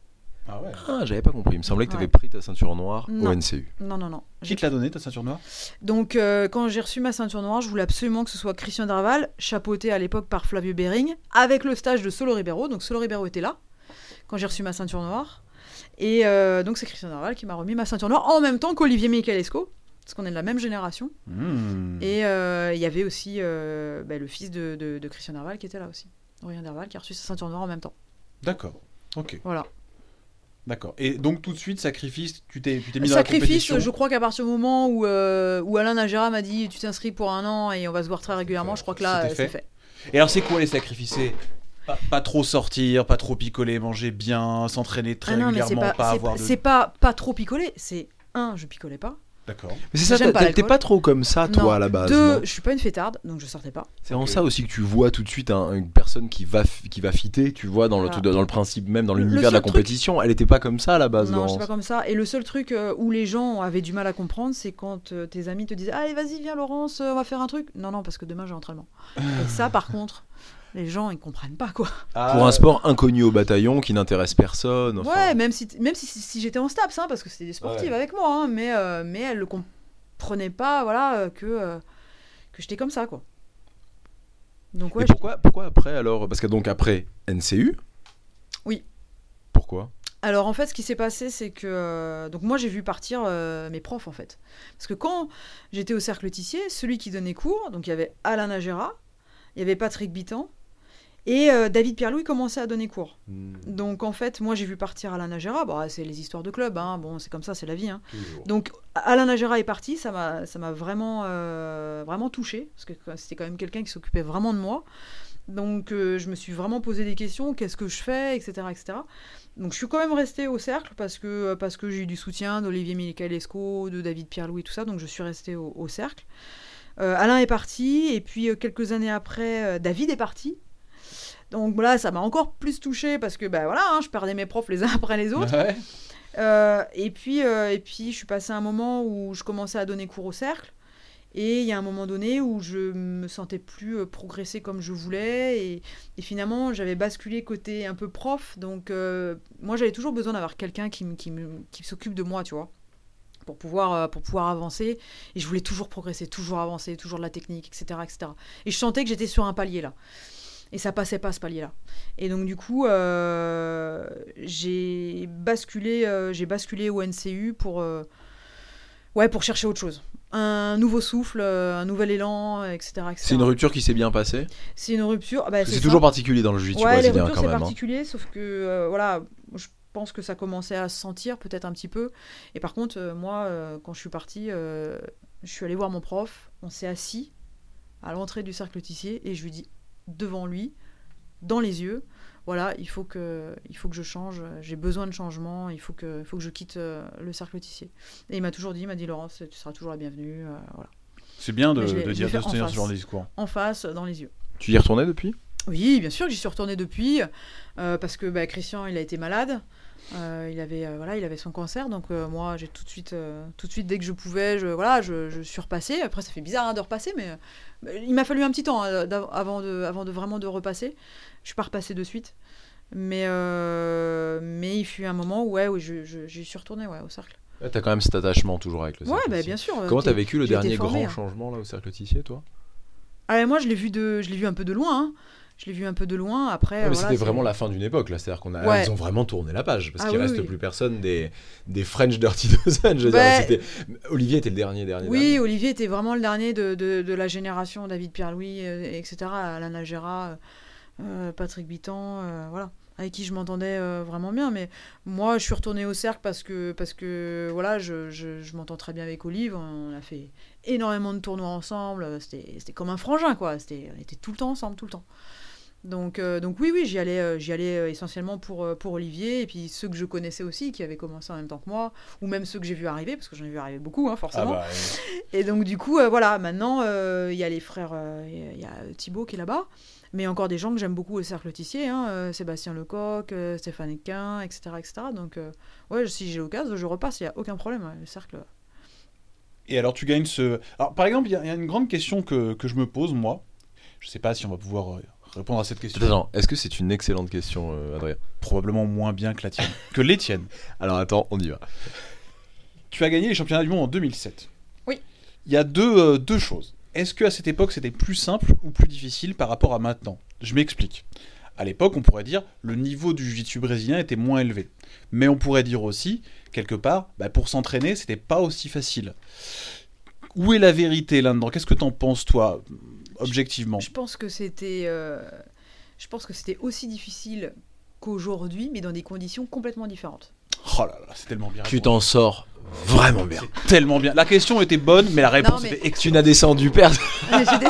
Ah ouais. Ah, j'avais pas compris. Il me semblait que t'avais Ouais. pris ta ceinture noire Non. au N C U. Non, non, non. Qui te l'a donné ta ceinture noire? Donc, euh, quand j'ai reçu ma ceinture noire, je voulais absolument que ce soit Christian Darval, chapeauté à l'époque par Flavio Bering, avec le stage de Solo Ribeiro. Donc, Solo Ribeiro était là quand j'ai reçu ma ceinture noire. Et euh, donc, c'est Christian Darval qui m'a remis ma ceinture noire en même temps qu'Olivier Michaelesco, parce qu'on est de la même génération. Mmh. Et euh, il y avait aussi euh, bah, le fils de, de, de Christian Darval qui était là aussi. Aurélien Darval qui a reçu sa ceinture noire en même temps. D'accord. Ok. Voilà. D'accord. Et donc tout de suite, sacrifice, tu t'es, tu t'es mis dans la Sacrifice, compétition. je crois qu'à partir du moment où, euh, où Alain Nagera m'a dit tu t'inscris pour un an et on va se voir très régulièrement, je crois que là, C'était euh, c'est fait. fait. Et alors c'est quoi les sacrifices? C'est pas, pas trop sortir, pas trop picoler, manger bien, s'entraîner très Ah non, mais c'est régulièrement, pas, pas c'est avoir pas, de... c'est pas, pas trop picoler. C'est un, je picolais pas. D'accord. Mais c'est ça, J'aime t'es pas t'es l'alcool. pas trop comme ça, toi, Non. à la base. Deux, non je suis pas une fêtarde, donc je sortais pas. C'est en Ok. ça aussi que tu vois tout de suite un- une personne qui va, f- qui va fitter, tu vois, dans le, Voilà. dans le principe même, dans Le- le l'univers de la seul truc- compétition. Elle était pas comme ça à la base, non, je Laurence. suis pas comme ça. Et le seul truc euh, où les gens avaient du mal à comprendre, c'est quand euh, tes amis te disaient allez, vas-y, viens, Laurence, euh, on va faire un truc. Non, non, parce que demain j'ai entraînement. Et ça, par contre, les gens ils comprennent pas quoi. Pour un sport inconnu au bataillon qui n'intéresse personne. enfin. Ouais, même si, même si, si, si j'étais en STAPS, hein, parce que c'était des sportives Ouais. avec moi, hein, mais, euh, mais elles le comprenaient pas, voilà, euh, que, euh, que j'étais comme ça, quoi. Donc, ouais, Et pourquoi, pourquoi après alors? Parce que donc après N C U. Oui. Pourquoi? Alors en fait, ce qui s'est passé, c'est que euh, donc moi j'ai vu partir euh, mes profs en fait, parce que quand j'étais au Cercle Tissier, celui qui donnait cours, donc il y avait Alain Nagera, il y avait Patrick Bitan et euh, David Pierre-Louis commençait à donner cours. Donc en fait, moi j'ai vu partir Alain Nagera. Bon, c'est les histoires de club, hein. Bon, c'est comme ça, c'est la vie. Hein. Donc Alain Nagera est parti, ça m'a, ça m'a vraiment, euh, vraiment touchée parce que c'était quand même quelqu'un qui s'occupait vraiment de moi. Donc euh, je me suis vraiment posé des questions, qu'est-ce que je fais, et cetera, et cetera. Donc je suis quand même restée au cercle parce que parce que j'ai eu du soutien d'Olivier Michaelesco, de David Pierre-Louis, tout ça. Donc je suis restée au, au cercle. Euh, Alain est parti et puis euh, quelques années après, euh, David est parti. Donc là, ça m'a encore plus touchée parce que bah voilà, hein, je perdais mes profs les uns après les autres. Ouais. Euh, et, puis, euh, et puis, je suis passée à un moment où je commençais à donner cours au cercle. Et il y a un moment donné où je me sentais plus euh, progresser comme je voulais. Et, et finalement, j'avais basculé côté un peu prof. Donc, euh, moi, j'avais toujours besoin d'avoir quelqu'un qui, m- qui, me- qui s'occupe de moi, tu vois, pour pouvoir, euh, pour pouvoir avancer. Et je voulais toujours progresser, toujours avancer, toujours de la technique, et cetera, et cetera. Et je sentais que j'étais sur un palier, là. Et ça passait pas, ce palier-là. Et donc, du coup, euh, j'ai basculé, euh, j'ai basculé au N C U pour... euh, Ouais, pour chercher autre chose. Un nouveau souffle, euh, un nouvel élan, et cetera, et cetera. C'est une rupture qui s'est bien passée. C'est une rupture. Bah, Parce que c'est c'est ça. toujours particulier dans le jiu-jitsu Ouais, les brésilien ruptures, quand c'est même. hein. particulier, sauf que, euh, voilà, je pense que ça commençait à se sentir, peut-être un petit peu. Et par contre, euh, moi, euh, quand je suis partie, euh, je suis allée voir mon prof, on s'est assis à l'entrée du cercle Tissier, et je lui dis, devant lui, dans les yeux, voilà, il faut que, il faut que je change, j'ai besoin de changement, il faut que, il faut que je quitte euh, le cercle Tissier. Et il m'a toujours dit, il m'a dit, Laurence, tu seras toujours la bienvenue, euh, voilà. C'est bien de, Mais je l'ai- de je dire l'ai fait de se en tenir face. ce genre de discours. En face, dans les yeux. Tu y es retourné depuis ? Oui, bien sûr que j'y suis retournée depuis, euh, parce que bah, Christian, il a été malade. Euh, il avait, euh, voilà, il avait son cancer, donc euh, moi, j'ai tout de suite, euh, tout de suite, dès que je pouvais, je, voilà, je, je suis repassée. Après, ça fait bizarre hein, de repasser, mais euh, il m'a fallu un petit temps hein, d'av- avant de, avant de vraiment de repasser. Je suis pas repassée de suite, mais, euh, mais il fut un moment où, ouais, où je, je, j'y suis retournée, ouais, au cercle. Ouais, T'as quand même cet attachement toujours avec le Ouais, cercle bah, Tissier. bien sûr. euh, Comment t'es- t'as vécu le j'ai été dernier formée, grand hein. changement là au cercle Tissier, toi ? Ah, et moi, je l'ai vu de, je l'ai vu un peu de loin. Hein. Je l'ai vu un peu de loin. Après, Ouais, mais voilà, c'était c'est- vraiment la fin d'une époque là, c'est-à-dire qu'on a, Ouais. ils ont vraiment tourné la page parce Ah qu'il oui, reste oui. plus personne des des French Dirty Dozen. Je veux Ouais. dire, c'était... Olivier était le dernier, dernier. Oui, dernier. Olivier était vraiment le dernier de, de, de la génération David Pierre-Louis, euh, et cetera. Alain Nagera, euh, Patrick Bitan, euh, voilà, avec qui je m'entendais euh, vraiment bien. Mais moi, je suis retournée au cercle parce que, parce que voilà, je, je, je m'entends très bien avec Olive. On a fait énormément de tournois ensemble. C'était, c'était comme un frangin, quoi. C'était, on était tout le temps ensemble, tout le temps. Donc, euh, donc oui, oui, j'y allais, euh, j'y allais euh, essentiellement pour, euh, pour Olivier, et puis ceux que je connaissais aussi, qui avaient commencé en même temps que moi, ou même ceux que j'ai vu arriver, parce que j'en ai vu arriver beaucoup, hein, Ah forcément. bah, euh, Et donc du coup, euh, voilà, maintenant, euh, il y a les frères, euh, il y a Thibaut qui est là-bas, mais encore des gens que j'aime beaucoup au cercle Tissier, hein, euh, Sébastien Lecoq, euh, Stéphane Equin, et cetera, et cetera. Donc, euh, ouais, si j'ai l'occasion, je repasse, il n'y a aucun problème, ouais, le cercle. Et alors tu gagnes ce... Alors par exemple, il y, a- il y a une grande question que, que je me pose, moi. Je sais pas si on va pouvoir euh, répondre à cette question. Attends, est-ce que c'est une excellente question, euh, Adrien ? Probablement moins bien que la tienne. que les tiennes. Alors attends, on y va. Tu as gagné les championnats du monde en deux mille sept. Oui. Il y a deux, euh, deux choses. Est-ce qu'à cette époque, c'était plus simple ou plus difficile par rapport à maintenant ? Je m'explique. À l'époque, on pourrait dire le niveau du jiu-jitsu brésilien était moins élevé. Mais on pourrait dire aussi, quelque part, bah, pour s'entraîner, c'était pas aussi facile. Où est la vérité là-dedans ? Qu'est-ce que t'en penses, toi, objectivement ? Je pense que c'était, euh, je pense que c'était aussi difficile qu'aujourd'hui, mais dans des conditions complètement différentes. Oh là là, c'est tellement bien. Tu répondu. t'en sors vraiment bien. C'est tellement bien. La question était bonne, mais la réponse mais- était Tu excellente. n'as descendu perdre. Mais j'ai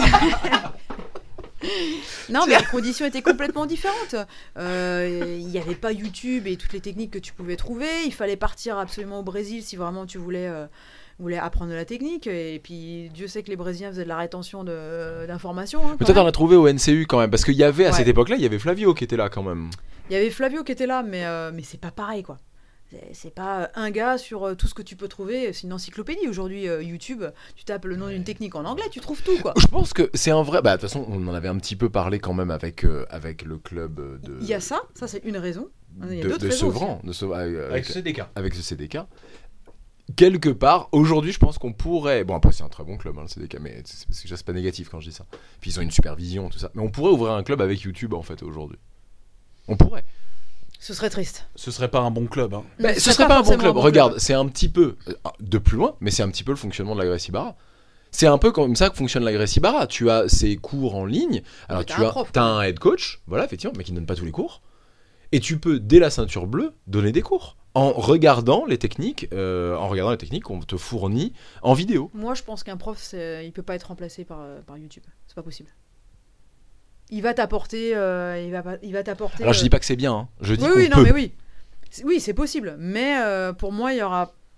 des- Non, mais les conditions étaient complètement différentes. Euh, Il n'y avait pas YouTube et toutes les techniques que tu pouvais trouver. Il fallait partir absolument au Brésil si vraiment tu voulais, euh, voulais apprendre de la technique. Et puis, Dieu sait que les Brésiliens faisaient de la rétention de- d'informations. Hein, quand Peut-être on même. a trouvé au N C U quand même, parce qu'il y avait à Ouais. cette époque-là, il y avait Flavio qui était là quand même. Il y avait Flavio qui était là, mais, euh, mais c'est pas pareil, quoi. C'est- C'est pas un gars sur euh, tout ce que tu peux trouver. C'est une encyclopédie. Aujourd'hui, euh, YouTube, tu tapes le nom d'une technique en anglais, tu trouves tout, quoi. Je pense que c'est un vrai. Bah de toute façon, on en avait un petit peu parlé quand même avec euh, avec le club de. Il y a ça, ça c'est une raison. Il y a de, d'autres de raisons Sevran, de Sevran, avec, Avec avec, ce C D K. avec ce C D K. Quelque part, aujourd'hui, je pense qu'on pourrait. Bon, après, c'est un très bon club, hein, le C D K, mais c'est c'est- c'est pas négatif quand je dis ça. Puis ils ont une supervision, tout ça. Mais on pourrait ouvrir un club avec YouTube, en fait, aujourd'hui. On pourrait. Ce serait triste. Ce serait pas un bon club. Hein. Bah, Mais ce serait serait pas un bon forcément club. un bon Regarde, club. c'est un petit peu euh, de plus loin, mais c'est un petit peu le fonctionnement de la Gracie Barra. C'est un peu comme ça que fonctionne la Gracie Barra. Tu as ces cours en ligne. Alors Mais t'as tu un as, prof, t'as quand un head coach, voilà, effectivement, mais qui ne donne pas tous les cours. Et tu peux, dès la ceinture bleue, donner des cours en regardant les techniques, euh, en regardant les techniques qu'on te fournit en vidéo. Moi, je pense qu'un prof, c'est- il peut pas être remplacé par, euh, par YouTube. C'est pas possible. Il va t'apporter, euh, il va, pas- il va t'apporter. Alors je euh, dis pas que c'est bien, hein. Je dis Oui, qu'on oui, non, peut. mais oui. C'est- Oui, c'est possible. Mais euh, pour moi, il y aura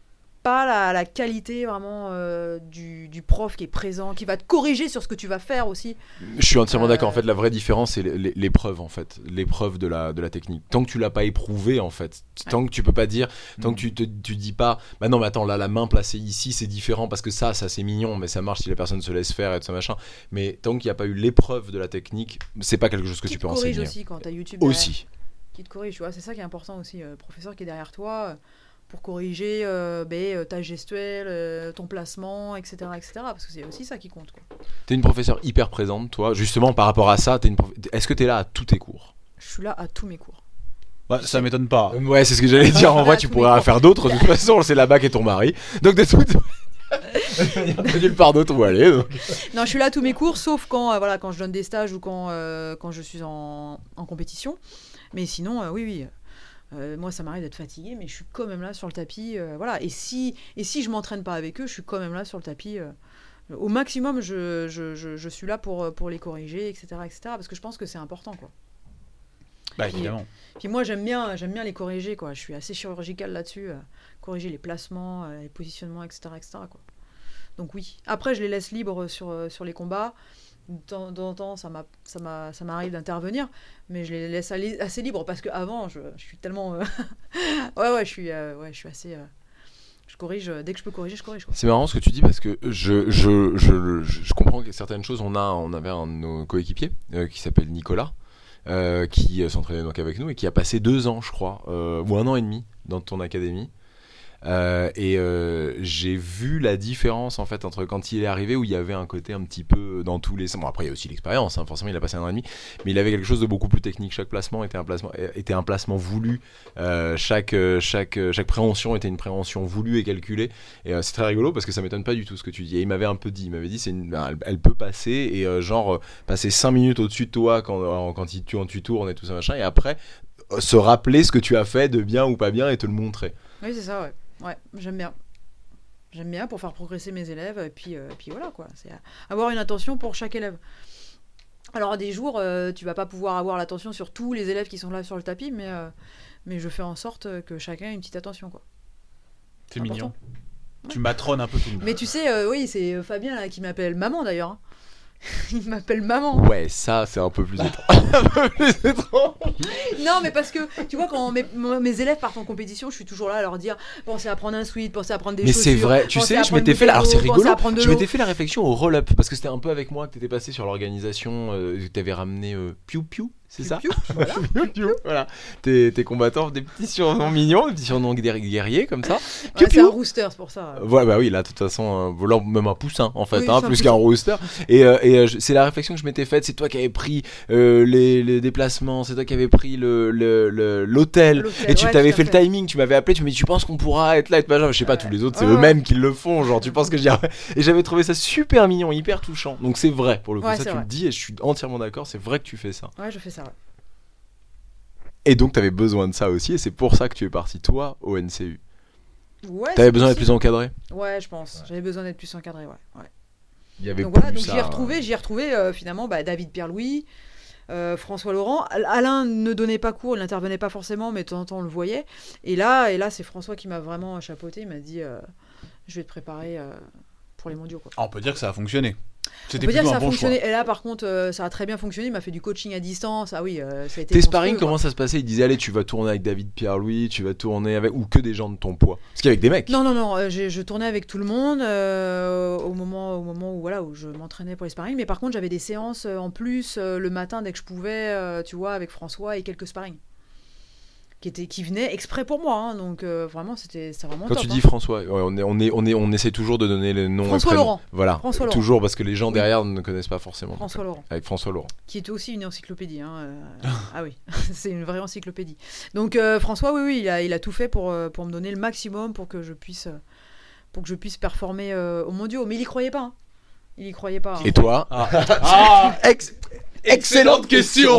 pas la, la qualité vraiment euh, du, du prof qui est présent, qui va te corriger sur ce que tu vas faire aussi. Je suis entièrement Euh, d'accord. En fait, la vraie différence, c'est l'é- l'épreuve, en fait. L'épreuve de la, de la technique. Tant que tu l'as pas éprouvé, en fait. Tant que tu peux pas dire, tant que tu te tu dis pas, bah non, mais attends, là, la main placée ici, c'est différent parce que ça, ça c'est mignon, mais ça marche si la personne se laisse faire et tout ça, machin. Mais tant qu'il n'y a pas eu l'épreuve de la technique, c'est pas quelque chose que qui tu te peux corrige enseigner. aussi quand t'as YouTube derrière, Aussi. qui te corrige, tu vois, c'est ça qui est important aussi, euh, le professeur qui est derrière toi euh, pour corriger euh, ben, euh, ta gestuelle, euh, ton placement, et cetera, et cetera. Parce que c'est aussi ça qui compte, quoi. T'es une professeure hyper présente, toi. Justement, par rapport à ça, t'es une prof... est-ce que t'es là à tous tes cours? Je suis là à tous mes cours. Bah, ça m'étonne pas. Ouais, c'est ce que j'allais dire. En Ah, vrai, tous tu mes pourrais en cours. faire d'autres. De toute façon, c'est là-bas qu'est ton mari. Donc, de toute. T'as nulle part d'autre où aller. Donc. Non, je suis là à tous mes cours, sauf quand, euh, voilà, quand je donne des stages ou quand, euh, quand je suis en, en compétition. Mais sinon, euh, oui, oui. Euh, moi, ça m'arrive d'être fatiguée, mais je suis quand même là sur le tapis. Euh, voilà. Et si, et si je m'entraîne pas avec eux, je suis quand même là sur le tapis. Euh, au maximum, je, je, je, je suis là pour, pour les corriger, et cetera, et cetera. Parce que je pense que c'est important, quoi. Bah, Puis, évidemment. Puis moi, j'aime bien, j'aime bien les corriger, quoi. Je suis assez chirurgicale là-dessus. Euh, corriger les placements, euh, les positionnements, et cetera, et cetera, quoi. Donc oui. Après, je les laisse libres sur, euh, sur les combats. De temps en temps, ça, m'a, ça, m'a, ça m'arrive d'intervenir, mais je les laisse aller assez libres parce qu'avant, je, je suis tellement... euh, ouais, ouais, je suis, euh, ouais, je suis assez... euh, Je corrige, euh, dès que je peux corriger, je corrige, quoi. C'est marrant ce que tu dis parce que je, je, je, je, je comprends que certaines choses. On, a, on avait un de nos coéquipiers euh, qui s'appelle Nicolas, euh, qui euh, s'entraînait donc avec nous et qui a passé deux ans, je crois, euh, ou un an et demi dans ton académie. Euh, et euh, j'ai vu la différence en fait entre quand il est arrivé où il y avait un côté un petit peu dans tous les sens. Bon, après il y a aussi l'expérience, hein, forcément il a passé un an et demi, mais il avait quelque chose de beaucoup plus technique. Chaque placement était un placement, était un placement voulu. Euh, chaque, chaque, chaque préhension était une préhension voulue et calculée. Et euh, c'est très rigolo parce que ça m'étonne pas du tout ce que tu dis. Et il m'avait un peu dit, il m'avait dit, c'est une, elle, elle peut passer et euh, genre passer cinq minutes au-dessus de toi quand, quand il, tu, quand tu tournes et tout ça machin, et après euh, se rappeler ce que tu as fait de bien ou pas bien et te le montrer. Oui, c'est ça, ouais. Ouais, j'aime bien. J'aime bien pour faire progresser mes élèves, et puis, euh, puis voilà, quoi. C'est avoir une attention pour chaque élève. Alors, à des jours, euh, tu vas pas pouvoir avoir l'attention sur tous les élèves qui sont là sur le tapis, mais, euh, mais je fais en sorte que chacun ait une petite attention, quoi. C'est important. mignon. Ouais. Tu matrones un peu tout le monde. Mais tu sais, euh, oui, c'est Fabien là, qui m'appelle maman d'ailleurs. hein. Il m'appelle maman. Ouais, ça c'est un peu plus étrange. un peu plus étrange. Non, mais parce que tu vois, quand mes, mes élèves partent en compétition, je suis toujours là à leur dire pensez à prendre un sweat, pensez à prendre des Mais chaussures. c'est vrai, tu pensez sais, à je prendre m'étais une fait la... alors c'est bouteille d'eau, pensez rigolo, à prendre de je l'eau. m'étais fait la réflexion au roll-up parce que c'était un peu avec moi que t'étais passé sur l'organisation, euh, que t'avais ramené euh, Piu Piu, c'est ça? Piou, piou, voilà. Piu Piu, voilà. Tes, tes combattants, des petits surnoms mignons, des petits surnoms guer- guerriers comme ça. Piu Ouais, c'est Piu. un rooster, c'est pour ça. Ouais, bah oui, là, de toute façon, euh, là, même un poussin, en fait, Oui, hein, c'est un plus poussin. qu'un rooster. Et, euh, et euh, je- c'est la réflexion que je m'étais faite, c'est toi qui avais pris euh, les, les déplacements, c'est toi qui avais pris le, le, le- l'hôtel, L'hôtel, et tu ouais, t'avais tout à fait le fait. timing, tu m'avais appelé, tu me dis, tu penses qu'on pourra être là, et tout, machin. Je sais pas, Ouais. tous les autres, c'est Ouais, eux-mêmes ouais. qui le font, genre, tu penses que je dirais. Et j'avais trouvé ça super mignon, hyper touchant. Donc c'est vrai, pour le coup, Ouais, ça c'est tu vrai. le dis, et je suis entièrement d'accord, c'est vrai que tu fais ça. Ouais, je fais ça. Ouais. Et donc t'avais besoin de ça aussi, et c'est pour ça que tu es parti, toi, au N C U. Ouais, T'avais c'est besoin d'être possible. plus encadré? Ouais, je pense. J'avais besoin d'être plus encadré, ouais. ouais. Il y avait Donc plus voilà, donc ça, j'y ai retrouvé, j'y ai retrouvé euh, finalement bah, David Pierre-Louis, euh, François Laurent. Al- Alain ne donnait pas cours, il n'intervenait pas forcément, mais de temps en temps on le voyait. Et là, et là c'est François qui m'a vraiment chapeauté, il m'a dit euh, je vais te préparer euh, pour les mondiaux, quoi. Ah, on peut dire que ça a fonctionné. On C'était peut dire que plutôt ça un a bon choix. fonctionné. Et là, par contre, euh, ça a très bien fonctionné. Il m'a fait du coaching à distance. Ah oui, euh, ça a été. Tes monstrueux, sparring, quoi. comment ça se passait? Il disait allez, tu vas tourner avec David Pierre-Louis, tu vas tourner avec ou que des gens de ton poids. Parce qu'avec des mecs. Non, non, non. euh, j'ai- je tournais avec tout le monde euh, au moment, au moment où voilà où je m'entraînais pour les sparring. Mais par contre, j'avais des séances euh, en plus euh, le matin dès que je pouvais, euh, tu vois, avec François et quelques sparring qui étaient qui venaient exprès pour moi. hein. donc euh, vraiment, c'était c'était vraiment Quand top. tu hein. dis François, ouais, on, est, on, est, on, est, on essaie toujours de donner le nom. et François prénom. Laurent. Voilà, François Laurent. toujours parce que les gens Oui. derrière ne connaissent pas forcément. François Laurent. Avec François Laurent. Qui était aussi une encyclopédie. hein, euh, ah oui, c'est une vraie encyclopédie. Donc euh, François, oui, oui, il a, il a tout fait pour, euh, pour me donner le maximum pour que je puisse, euh, pour que je puisse performer euh, aux mondiaux. Mais il y croyait pas. hein. Il y croyait pas. hein. Et toi? Ah, Ah, Ex- Excellente question.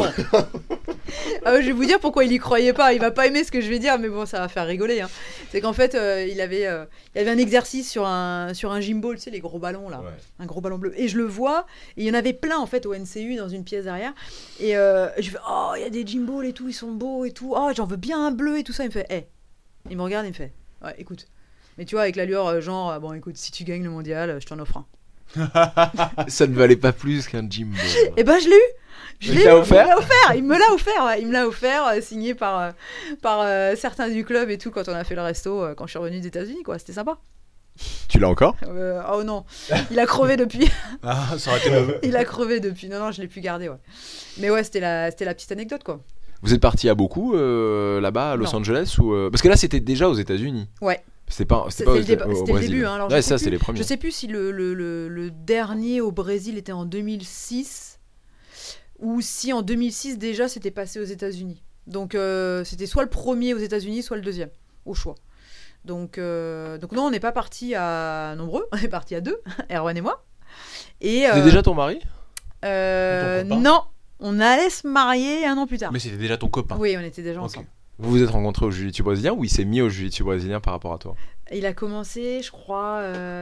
Ah ouais, je vais vous dire pourquoi il y croyait pas. Il va pas aimer ce que je vais dire, mais bon, ça va faire rigoler. hein. C'est qu'en fait, euh, il avait, euh, il y avait un exercice sur un, sur un gym ball, tu sais, les gros ballons là. Ouais. Un gros ballon bleu. Et je le vois, et il y en avait plein en fait au N C U dans une pièce derrière. Et euh, je fais, oh, il y a des gym balls et tout, ils sont beaux et tout. Oh, j'en veux bien un bleu et tout ça. Il me fait, hé. Il me regarde, il me fait, ouais, écoute, Mais tu vois, avec l'allure, euh, genre, euh, bon, écoute, si tu gagnes le mondial, euh, je t'en offre un. Ça ne valait pas plus qu'un Jimbo. Et ben, je l'ai eu. Je Il l'ai t'a eu, offert il me l'a offert, il me l'a offert, ouais, il me l'a offert, euh, signé par, euh, par euh, certains du club et tout, quand on a fait le resto, euh, quand je suis revenue des États-Unis, quoi, c'était sympa. Tu l'as encore? Euh, oh non, il a crevé depuis. Ah, ça aurait été le... Il a crevé depuis. Non, non, je l'ai plus gardé, ouais. Mais ouais, c'était la, c'était la petite anecdote, quoi. Vous êtes parti à beaucoup euh, là-bas à Los Non. Angeles ou euh, parce que là c'était déjà aux États-Unis. Ouais. C'était pas, C'était pas le, aux- déba- au c'était le Brésil. début, hein. Alors, ouais, je sais ça plus- c'est les premiers. Je sais plus si le, le, le, le dernier au Brésil était en deux mille six ou si en deux mille six déjà c'était passé aux États-Unis. Donc euh, c'était soit le premier aux États-Unis, soit le deuxième, au choix. Donc, euh, donc non, on n'est pas parti à nombreux, on est parti à deux, Erwan et moi. Et C'était euh, déjà ton mari? euh, Ton copain. non, on allait se marier un an plus tard. Mais c'était déjà ton copain. Oui, on était déjà Ok. ensemble. Vous vous êtes rencontrés au jiu-jitsu brésilien ou il s'est mis au jiu-jitsu brésilien par rapport à toi? Il a commencé, je crois,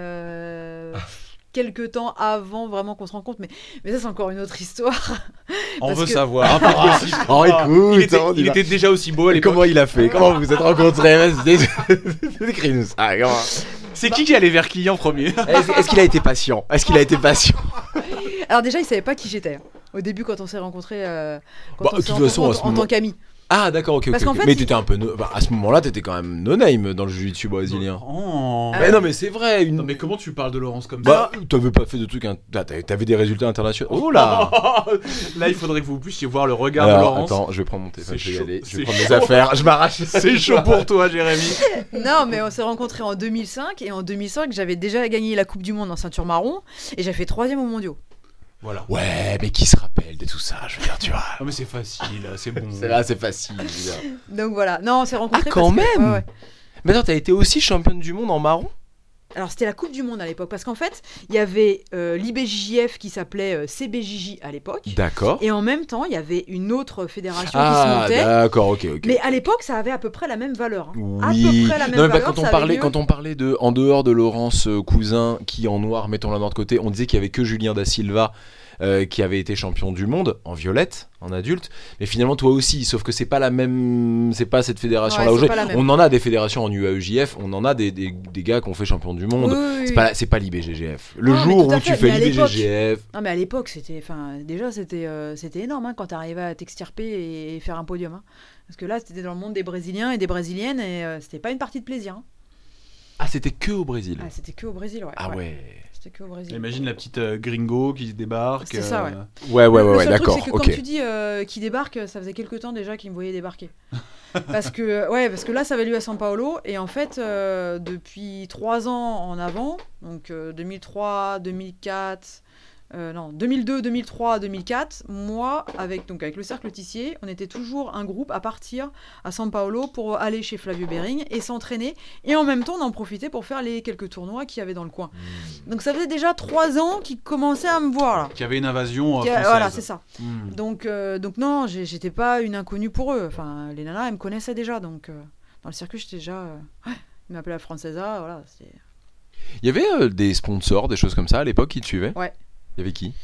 euh, quelques temps avant vraiment qu'on se rencontre, mais, mais ça c'est encore une autre histre. On Parce veut que- savoir. Pas possible. Oh, Ah, écoute, il était, on y il va. était déjà aussi beau à Et l'époque. comment il a fait? Comment vous vous êtes rencontrés? Vas-y, décris-nous ça. Comment- C'est qui qui allait vers qui en premier? Est-ce, est-ce qu'il a été patient? Est-ce qu'il a été patient? Alors déjà, il savait pas qui j'étais. hein. Au début, quand on s'est rencontrés, euh, quand Bah, on de s'est toute rencontrés façon, à en, ce en moment- tant qu'amis. Ah d'accord, ok, ok. Parce qu'en ok. fait, mais il- t'étais un peu, no- bah, à ce moment-là, t'étais quand même no name dans le jiu-jitsu brésilien. Oh. Ah. Mais non, mais c'est vrai. Une... Non, mais comment tu parles de Laurence comme Bah, t'avais pas fait de trucs. Hein... ah, T'avais t'avais des résultats internationaux. Oh là. ça? Là, il faudrait que vous puissiez voir le regard de Alors, Laurence. attends, je vais prendre mon téléphone. C'est Je vais y chaud, aller. Je c'est vais prendre mes chaud. affaires. Je m'arrache. C'est chaud pour toi, Jérémy. Non, mais on s'est rencontrés en deux mille cinq et en deux mille cinq, j'avais déjà gagné la Coupe du Monde en ceinture marron et j'ai fait troisième aux mondiaux. Voilà. Ouais, mais qui se rappelle de tout ça? Je veux dire, tu vois. Non, mais c'est facile, c'est bon. C'est là, c'est facile. je veux dire. Donc voilà. Non, on s'est rencontrés. Ah, quand parce que- même. ouais, ouais. Mais attends, t'as été aussi championne du monde en marron? Alors c'était la Coupe du Monde à l'époque parce qu'en fait, il y avait euh, l'I B J J F qui s'appelait euh, C B J J à l'époque. D'accord. Et en même temps, il y avait une autre fédération qui se Ah, montait. d'accord, ok, ok. Mais à l'époque, ça avait à peu près la même valeur. hein. À Oui. peu près la même Non, mais bah, valeur. quand, ça on avait parlait, lieu. quand on parlait de, en dehors de Laurence euh, Cousin, qui en noir, mettons-la de notre côté, on disait qu'il y avait que Julien da Silva euh, qui avait été champion du monde en violette, en adulte. Mais finalement, toi aussi, sauf que c'est pas la même, c'est pas cette fédération-là. Ouais, c'est aujourd'hui. pas la même. On en a des fédérations en U A E J F, on en a des, des, des gars qui ont fait champion du monde. Oui, oui, oui. C'est pas, c'est pas l'I B G G F. Le Non, mais jour tout à où tu fait, fais mais à l'I B G G F, Non, mais à l'époque, c'était, enfin, déjà, c'était, euh, c'était énorme hein, quand t'arrivais à t'extirper et faire un podium. hein. Parce que là, c'était dans le monde des Brésiliens et des Brésiliennes et euh, c'était pas une partie de plaisir. hein. ah, c'était que au Brésil. Ah, c'était que au Brésil, ouais. Ah ouais. C'était que au Brésil. Imagine la petite euh, gringo qui se débarque. C'est ça, ouais. Ouais, ouais, Le- ouais, le ouais, seul d'accord. truc, c'est que Ok. quand tu dis euh, qu'il débarque, ça faisait quelques temps déjà qu'il me voyait débarquer. parce que ouais, parce que là, ça avait lieu à São Paulo et en fait, euh, depuis trois ans en avant, donc euh, deux mille trois, deux mille quatre, euh, non, deux mille deux, deux mille trois, deux mille quatre, moi, avec donc avec le cercle Tissier, on était toujours un groupe à partir à São Paulo pour aller chez Flavio Bering et s'entraîner et en même temps, on en profitait pour faire les quelques tournois qu'il y avait dans le coin. Donc ça faisait déjà trois ans qu'ils commençaient à me voir là. Qu'il y avait une invasion euh, Qui a- française. Voilà, c'est ça. Hmm. Donc, euh, donc non, j'ai- j'étais pas une inconnue pour eux. Enfin, les nanas, elles me connaissaient déjà. Donc, euh, dans le circuit, j'étais déjà. euh, ouais, ils m'appelaient la Francesa. Voilà, c'était- Il y avait euh, des sponsors, des choses comme ça à l'époque qui te suivaient? Ouais. Il y avait qui?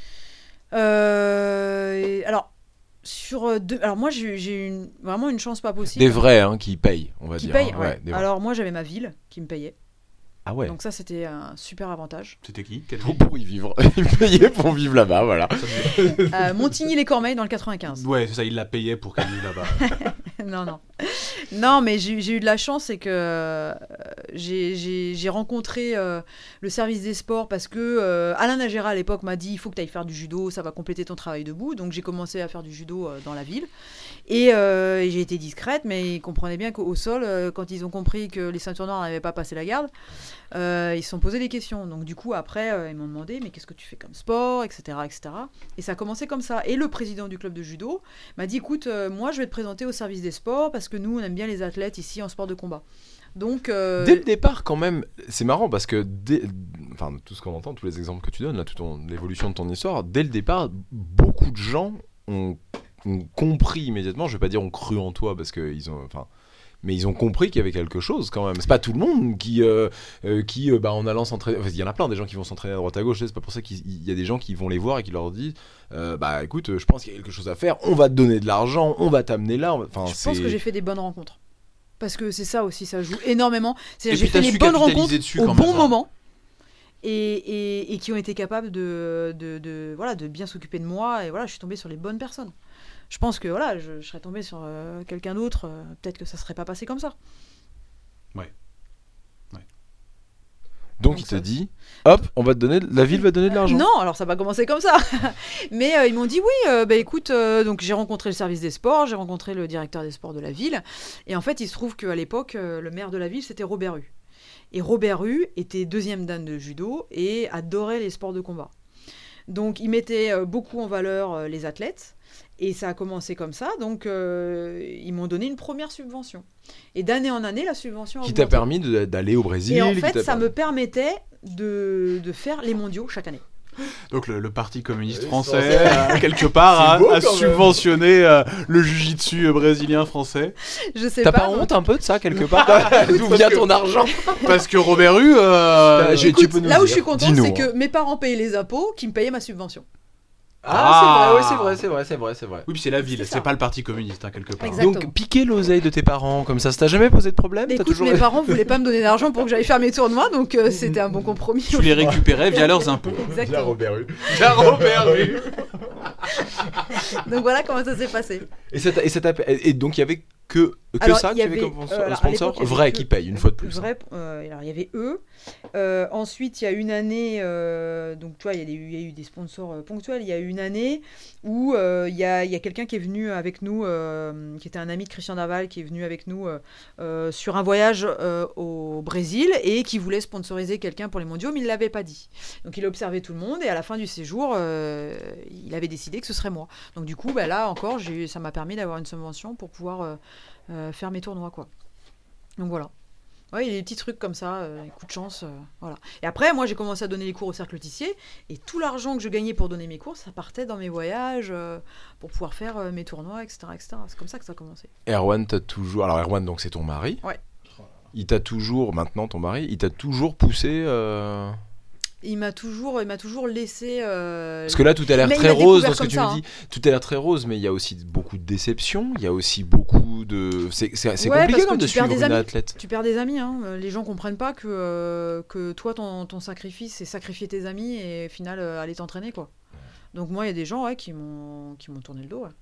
Euh, et- alors, sur euh, deux. Alors, moi, j'ai j'ai eu une- vraiment une chance pas possible. Des vrais hein, qui payent, on va Qui dire. payent, hein. ouais. des vrais. Alors, moi, j'avais ma ville qui me payait. Ah ouais. Donc, ça, c'était un super avantage. C'était qui? Quel Pour, pour y vivre. Ils payaient pour vivre là-bas, voilà. Euh, Montigny-les-Cormeilles dans le quatre-vingt-quinze. Ouais, c'est ça, il la payait pour qu'elle vive là-bas. non, non. Non, mais j'ai j'ai eu de la chance, c'est que euh, j'ai- j'ai j'ai rencontré euh, le service des sports parce que euh, Alain Nagera à l'époque m'a dit il faut que tu ailles faire du judo, ça va compléter ton travail debout. Donc j'ai commencé à faire du judo euh, dans la ville. Et, euh, et j'ai été discrète, mais ils comprenaient bien qu'au sol, euh, quand ils ont compris que les ceintures noires n'avaient pas passé la garde, euh, ils se sont posés des questions. Donc du coup, après, euh, ils m'ont demandé mais qu'est-ce que tu fais comme sport, et cetera, et cetera. Et ça a commencé comme ça. Et le président du club de judo m'a dit écoute, euh, moi je vais te présenter au service des sports parce que nous on aime bien les athlètes ici en sport de combat. Donc euh, Dès le départ, quand même, c'est marrant parce que, dès, enfin, tout ce qu'on entend, tous les exemples que tu donnes, là, toute ton- l'évolution de ton histoire, dès le départ, beaucoup de gens ont, ont compris immédiatement, je vais pas dire ont cru en toi parce qu'ils ont, enfin, mais ils ont compris qu'il y avait quelque chose quand même. C'est pas tout le monde qui, euh, euh, qui euh, bah, en allant s'entraîner, enfin, il y en a plein des gens qui vont s'entraîner à droite à gauche, c'est pas pour ça qu'il il y a des gens qui vont les voir et qui leur disent, euh, bah écoute, je pense qu'il y a quelque chose à faire, on va te donner de l'argent, on va t'amener là, on va- enfin, je c'est... pense que j'ai fait des bonnes rencontres. Parce que c'est ça aussi, ça joue énormément. C'est Et j'ai puis, fait t'as les su bonnes capitaliser rencontres dessus au quand bon même, hein. moment. Et, et, et qui ont été capables de, de, de, voilà, de bien s'occuper de moi. Et voilà, je suis tombée sur les bonnes personnes. Je pense que voilà, je, je serais tombée sur euh, quelqu'un d'autre, euh, peut-être que ça serait pas passé comme ça. Donc, Donc il te ça- dit, hop, on va te donner, la ville va te donner de l'argent. Non, alors ça va commencer comme ça. Mais euh, ils m'ont dit oui, euh, bah écoute, euh, donc j'ai rencontré le service des sports, j'ai rencontré le directeur des sports de la ville. Et en fait, il se trouve qu'à l'époque, euh, le maire de la ville, c'était Robert Hue. Et Robert Hue était deuxième dan de judo et adorait les sports de combat. Donc il mettait euh, beaucoup en valeur euh, les athlètes. Et ça a commencé comme ça, donc euh, ils m'ont donné une première subvention. Et d'année en année, la subvention a Qui t'a augmenté. permis de- d'aller au Brésil. Et en qui fait, t'a ça permis- me permettait de, de faire les mondiaux chaque année. Donc le, le Parti communiste Oui, français, français. euh, quelque part, C'est a, beau, a quand même. subventionné euh, le jujitsu euh, brésilien français. Je sais T'as pas. pas non. honte un peu de ça quelque part? D'où parce vient que- ton argent? Parce que Robert Hue... euh, J'ai- Écoute, tu peux nous là où dire. je suis contente, Dis-nous, c'est hein. que mes parents payaient les impôts, qui me payaient ma subvention. Ah, c'est vrai, oui, c'est vrai, c'est vrai, c'est vrai. Oui, puis c'est la ville, C'est c'est ça. pas le Parti communiste, hein, quelque part. Exactement. Donc, piquer l'oseille de tes parents, comme ça, ça t'a jamais posé de problème? Mais T'as écoute, toujours... mes parents voulaient pas me donner d'argent pour que j'aille faire mes tournois, donc euh, c'était un bon compromis. Tu les récupérais via leurs impôts. Exactement. Hue. Via Robert Hue. Donc voilà comment ça s'est passé. Et, ça t'a- et, ça t'a- et donc, il y avait que, que Alors, ça il que y tu avais avait, comme euh, sponsor, alors, à sponsor l'époque, il y avait vrai que- qui paye une fois de plus. hein. Vrai, euh, alors il y avait eux. Euh, ensuite, il y a une année, euh, donc tu vois, il y, a des- il y a eu des sponsors euh, ponctuels. Il y a eu une année où euh, il y a, il y a quelqu'un qui est venu avec nous, euh, qui était un ami de Christian Daval, qui est venu avec nous euh, euh, sur un voyage euh, au Brésil et qui voulait sponsoriser quelqu'un pour les mondiaux, mais il ne l'avait pas dit. Donc il a observé tout le monde et à la fin du séjour, euh, il avait décidé que ce serait moi. Donc du coup, bah, là encore, j'ai eu- ça m'a permis d'avoir une subvention pour pouvoir euh, euh, faire mes tournois, quoi. Donc voilà. Ouais, il y a des petits trucs comme ça, euh, des coups de chance, euh, voilà. Et après, moi, j'ai commencé à donner les cours au Cercle Tissier, et tout l'argent que je gagnais pour donner mes cours, ça partait dans mes voyages, euh, pour pouvoir faire euh, mes tournois, et cetera, et cetera. C'est comme ça que ça a commencé. Erwan t'a toujours... Alors, Erwan, donc, c'est ton mari. Ouais. Il t'a toujours, maintenant ton mari, il t'a toujours poussé... euh, Il m'a toujours, il m'a toujours laissé... euh, Parce que là, tout a l'air Mais il très m'a rose découvert dans ce que comme tu ça, me dis. Tout a l'air très rose, mais il y a aussi beaucoup de déceptions. Il y a aussi beaucoup de. C'est c'est- c'est Ouais, compliqué parce quand même que de tu perds suivre des une amis. athlète. Tu perds des amis, hein. Euh, Les gens comprennent pas que, euh, que toi, ton, ton sacrifice, c'est sacrifier tes amis et au final, euh, aller t'entraîner, quoi. Donc moi, il y a des gens ouais, qui m'ont qui m'ont tourné le dos, ouais.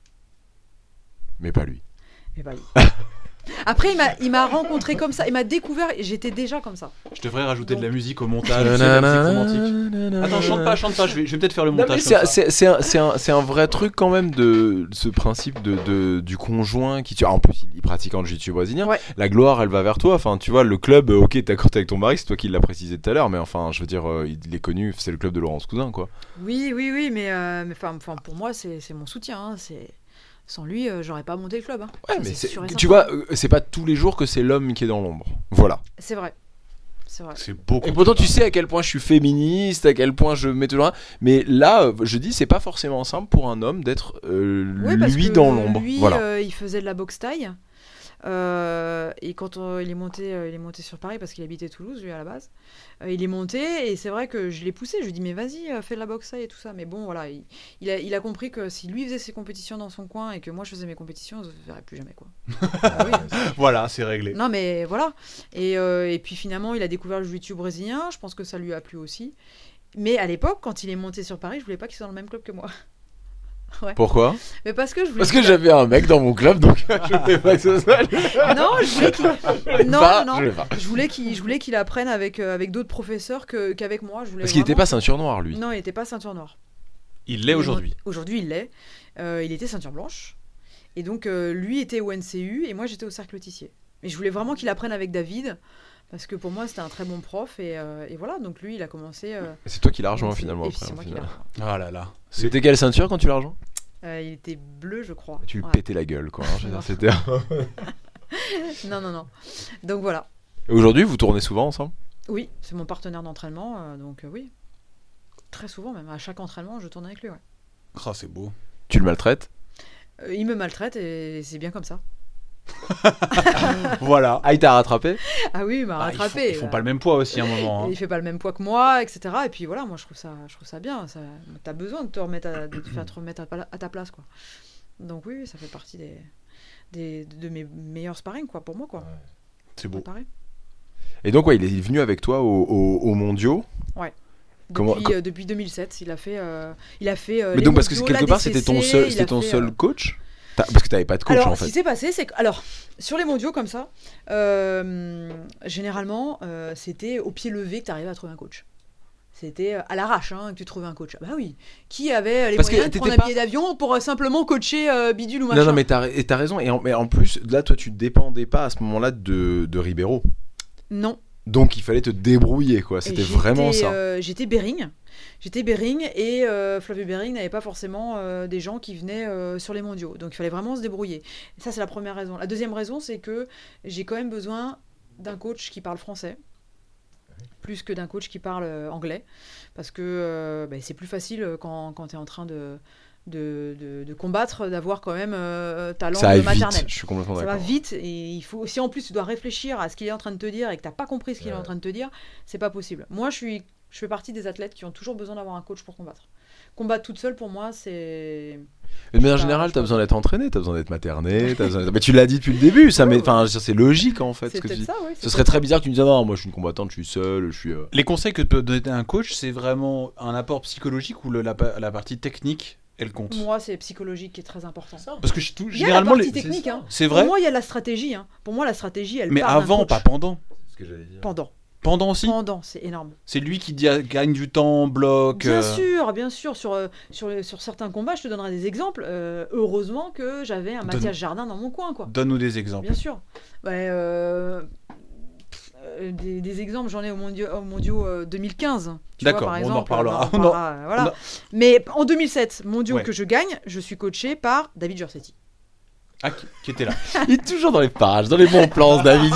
Mais pas lui. Mais bah, oui. Après, il m'a, il m'a rencontré comme ça, il m'a découvert, et j'étais déjà comme ça. Je devrais rajouter de la Donc- musique au montage, tu sais, la musique romantique. Attends, chante pas, chante pas, je vais, je vais peut-être faire le Non, mais montage c'est comme ça. c'est- c'est un, c'est un- c'est un vrai truc quand même de ce principe de, de- du conjoint qui tu en plus il pratique en jiu-jitsu brésilien. Ouais. La gloire elle va vers toi. Enfin tu vois le club euh, ok t'es d'accord avec ton mari c'est toi qui l'as précisé tout à l'heure mais enfin je veux dire euh, il est connu c'est le club de Laurence Cousin quoi. Oui, oui, oui, mais, euh, mais 'fin, 'fin, pour moi, c'est, c'est mon soutien. Hein, c'est... Sans lui, euh, j'aurais pas monté le club. Hein. Ouais Ça, mais c'est c'est- sûr et tu certain. vois euh, c'est pas tous les jours que c'est l'homme qui est dans l'ombre. Voilà. C'est vrai. C'est vrai. C'est beaucoup. Et pourtant tu sais à quel point je suis féministe, à quel point je mets toujours un... Mais là, euh, je dis, c'est pas forcément simple pour un homme d'être euh, Oui, parce lui que dans l'ombre. Lui, Voilà. euh, il faisait de la boxe taille. Euh, et quand euh, il est monté, euh, il est monté sur Paris parce qu'il habitait Toulouse lui à la base. Euh, il est monté et c'est vrai que je l'ai poussé. Je lui ai dit mais vas-y, euh, fais de la boxe taille et tout ça. Mais bon voilà, il, il a, il a compris que si lui faisait ses compétitions dans son coin et que moi je faisais mes compétitions, on se verrait plus jamais quoi. Ah oui. Voilà, c'est réglé. Non mais voilà. Et, euh, et puis finalement il a découvert le jiu-jitsu brésilien. Je pense que ça lui a plu aussi. Mais à l'époque, quand il est monté sur Paris, je voulais pas qu'il soit dans le même club que moi. Pourquoi? Mais parce que je voulais. Parce que j'avais un mec dans mon club, donc je voulais pas que ce soit lui. Non, je voulais qu'il. Non, Pas, non. je voulais pas. Je voulais qu'il, je voulais qu'il apprenne avec, euh, avec d'autres professeurs que, qu'avec moi. Je voulais Parce qu'il était vraiment- pas ceinture noire, lui. Non, il n'était pas ceinture noire. Il l'est Il est aujourd'hui. mon- Aujourd'hui, il l'est. Euh, il était ceinture blanche. Et donc, euh, lui était au N C U et moi, j'étais au Cercle Tissier. Mais je voulais vraiment qu'il apprenne avec David. Parce que pour moi, c'était un très bon prof. Et, euh, et voilà, donc lui, il a commencé. euh, C'est toi qui l'as rejoint au N C U. finalement. Et puis, après, c'est au moi qui l'ai final. rejoint. Ah là là. C'était quelle ceinture quand tu l'as rejoint? Euh, il était bleu, je crois. Tu lui Ouais. pétais la gueule, quoi. hein, je veux dire, Non. c'était- Non, non, non. Donc voilà. Et aujourd'hui, vous tournez souvent ensemble? Oui, c'est mon partenaire d'entraînement. euh, donc euh, oui. Très souvent, même. À chaque entraînement, je tourne avec lui, ouais. Ah, c'est beau. Tu le maltraites? Euh, il me maltraite et c'est bien comme ça. Voilà. Ah, il t'a rattrapé? Ah oui, il m'a Ah, ils, font, rattrapé. ils font bah. pas le même poids aussi à un moment. hein. Il fait pas le même poids que moi, et cetera. Et puis voilà, moi je trouve ça, je trouve ça bien. Ça, t'as besoin de te remettre à, de te faire te remettre à, à ta place, quoi. Donc oui, oui, ça fait partie des, des, de mes meilleurs sparring, quoi, pour moi, quoi. C'est beau. Préparé. Et donc, ouais, il est venu avec toi aux au, au mondiaux. Comment- Depuis, euh, depuis deux mille sept, il a fait, euh, il a fait. euh, Mais les donc, parce que mondiaux, quelque la part, c'était ton D C C, seul, il c'était a ton fait, seul euh, coach. T'as- Parce que t'avais pas de coach Alors, en ce qui fait. s'est passé, c'est que, alors, sur les mondiaux comme ça, euh, généralement, euh, c'était au pied levé que tu arrivais à trouver un coach. C'était euh, à l'arrache hein, que tu trouvais un coach. Ah bah oui. Qui avait les Parce que moyens de t'étais prendre un pas- billet d'avion pour euh, simplement coacher euh, bidule ou machin. Non, non, mais t'as, et t'as raison. Et en, mais en plus, là, toi, tu dépendais pas à ce moment-là de, de Ribeiro. Non. Donc, il fallait te débrouiller, quoi. Et C'était j'étais, vraiment ça. euh, j'étais Bering. J'étais Bering et euh, Flavio Bering n'avait pas forcément euh, des gens qui venaient euh, sur les mondiaux. Donc il fallait vraiment se débrouiller. Et ça, c'est la première raison. La deuxième raison, c'est que j'ai quand même besoin d'un coach qui parle français, plus que d'un coach qui parle euh, anglais. Parce que euh, bah, c'est plus facile quand, quand tu es en train de, de, de, de combattre, d'avoir quand même euh, ta langue Ça va maternelle. vite. Je suis complètement Ça d'accord. va vite et il faut si en plus tu dois réfléchir à ce qu'il est en train de te dire et que t'as pas compris ce qu'il est en train de te dire, c'est pas possible. Moi, je suis, je fais partie des athlètes qui ont toujours besoin d'avoir un coach pour combattre. Combattre toute seule, pour moi, c'est. Mais de manière Je sais pas, générale, je t'as sais besoin d'être entraîné, t'as besoin d'être materné, t'as besoin d'être- Mais tu l'as dit depuis le début, ça mais enfin, je veux dire, c'est logique en fait. C'est Ce, que tu peut-être dis. ça, oui. Ce serait très bizarre que tu me dises ah non, moi je suis une combattante, je suis seule, je suis. euh, Les conseils que peut donner un coach, c'est vraiment un apport psychologique ou le- la, pa- la partie technique, elle compte. Moi, c'est psychologique qui est très important. Parce que je- tout, Il y a la généralement, partie les... technique, hein. c'est Pour vrai. moi, il y a la stratégie. Hein. Pour moi, la stratégie, elle Mais part d'un avant, coach. pas pendant. ce que j'allais dire. Pendant. Pendant aussi. Pendant, c'est énorme. C'est lui qui dit- gagne du temps, bloque. Bien euh, sûr, bien sûr. Sur, euh, sur, les- sur certains combats, je te donnerai des exemples. Euh, heureusement que j'avais un Donne- Mathias Jardin dans mon coin, quoi. Donne-nous des exemples. Bien sûr. Ouais, euh, euh, des, des exemples, j'en ai au mondiaux, au mondiaux euh, deux mille quinze. Tu D'accord, vois, par on en exemple, reparlera. on en On en- reparlera, euh, voilà. on a- Mais en deux mille sept, mondiaux Ouais. que je gagne, je suis coaché par David Giorsetti. Ah, qui, qui était là. Il est toujours dans les parages, dans les bons plans, ce David.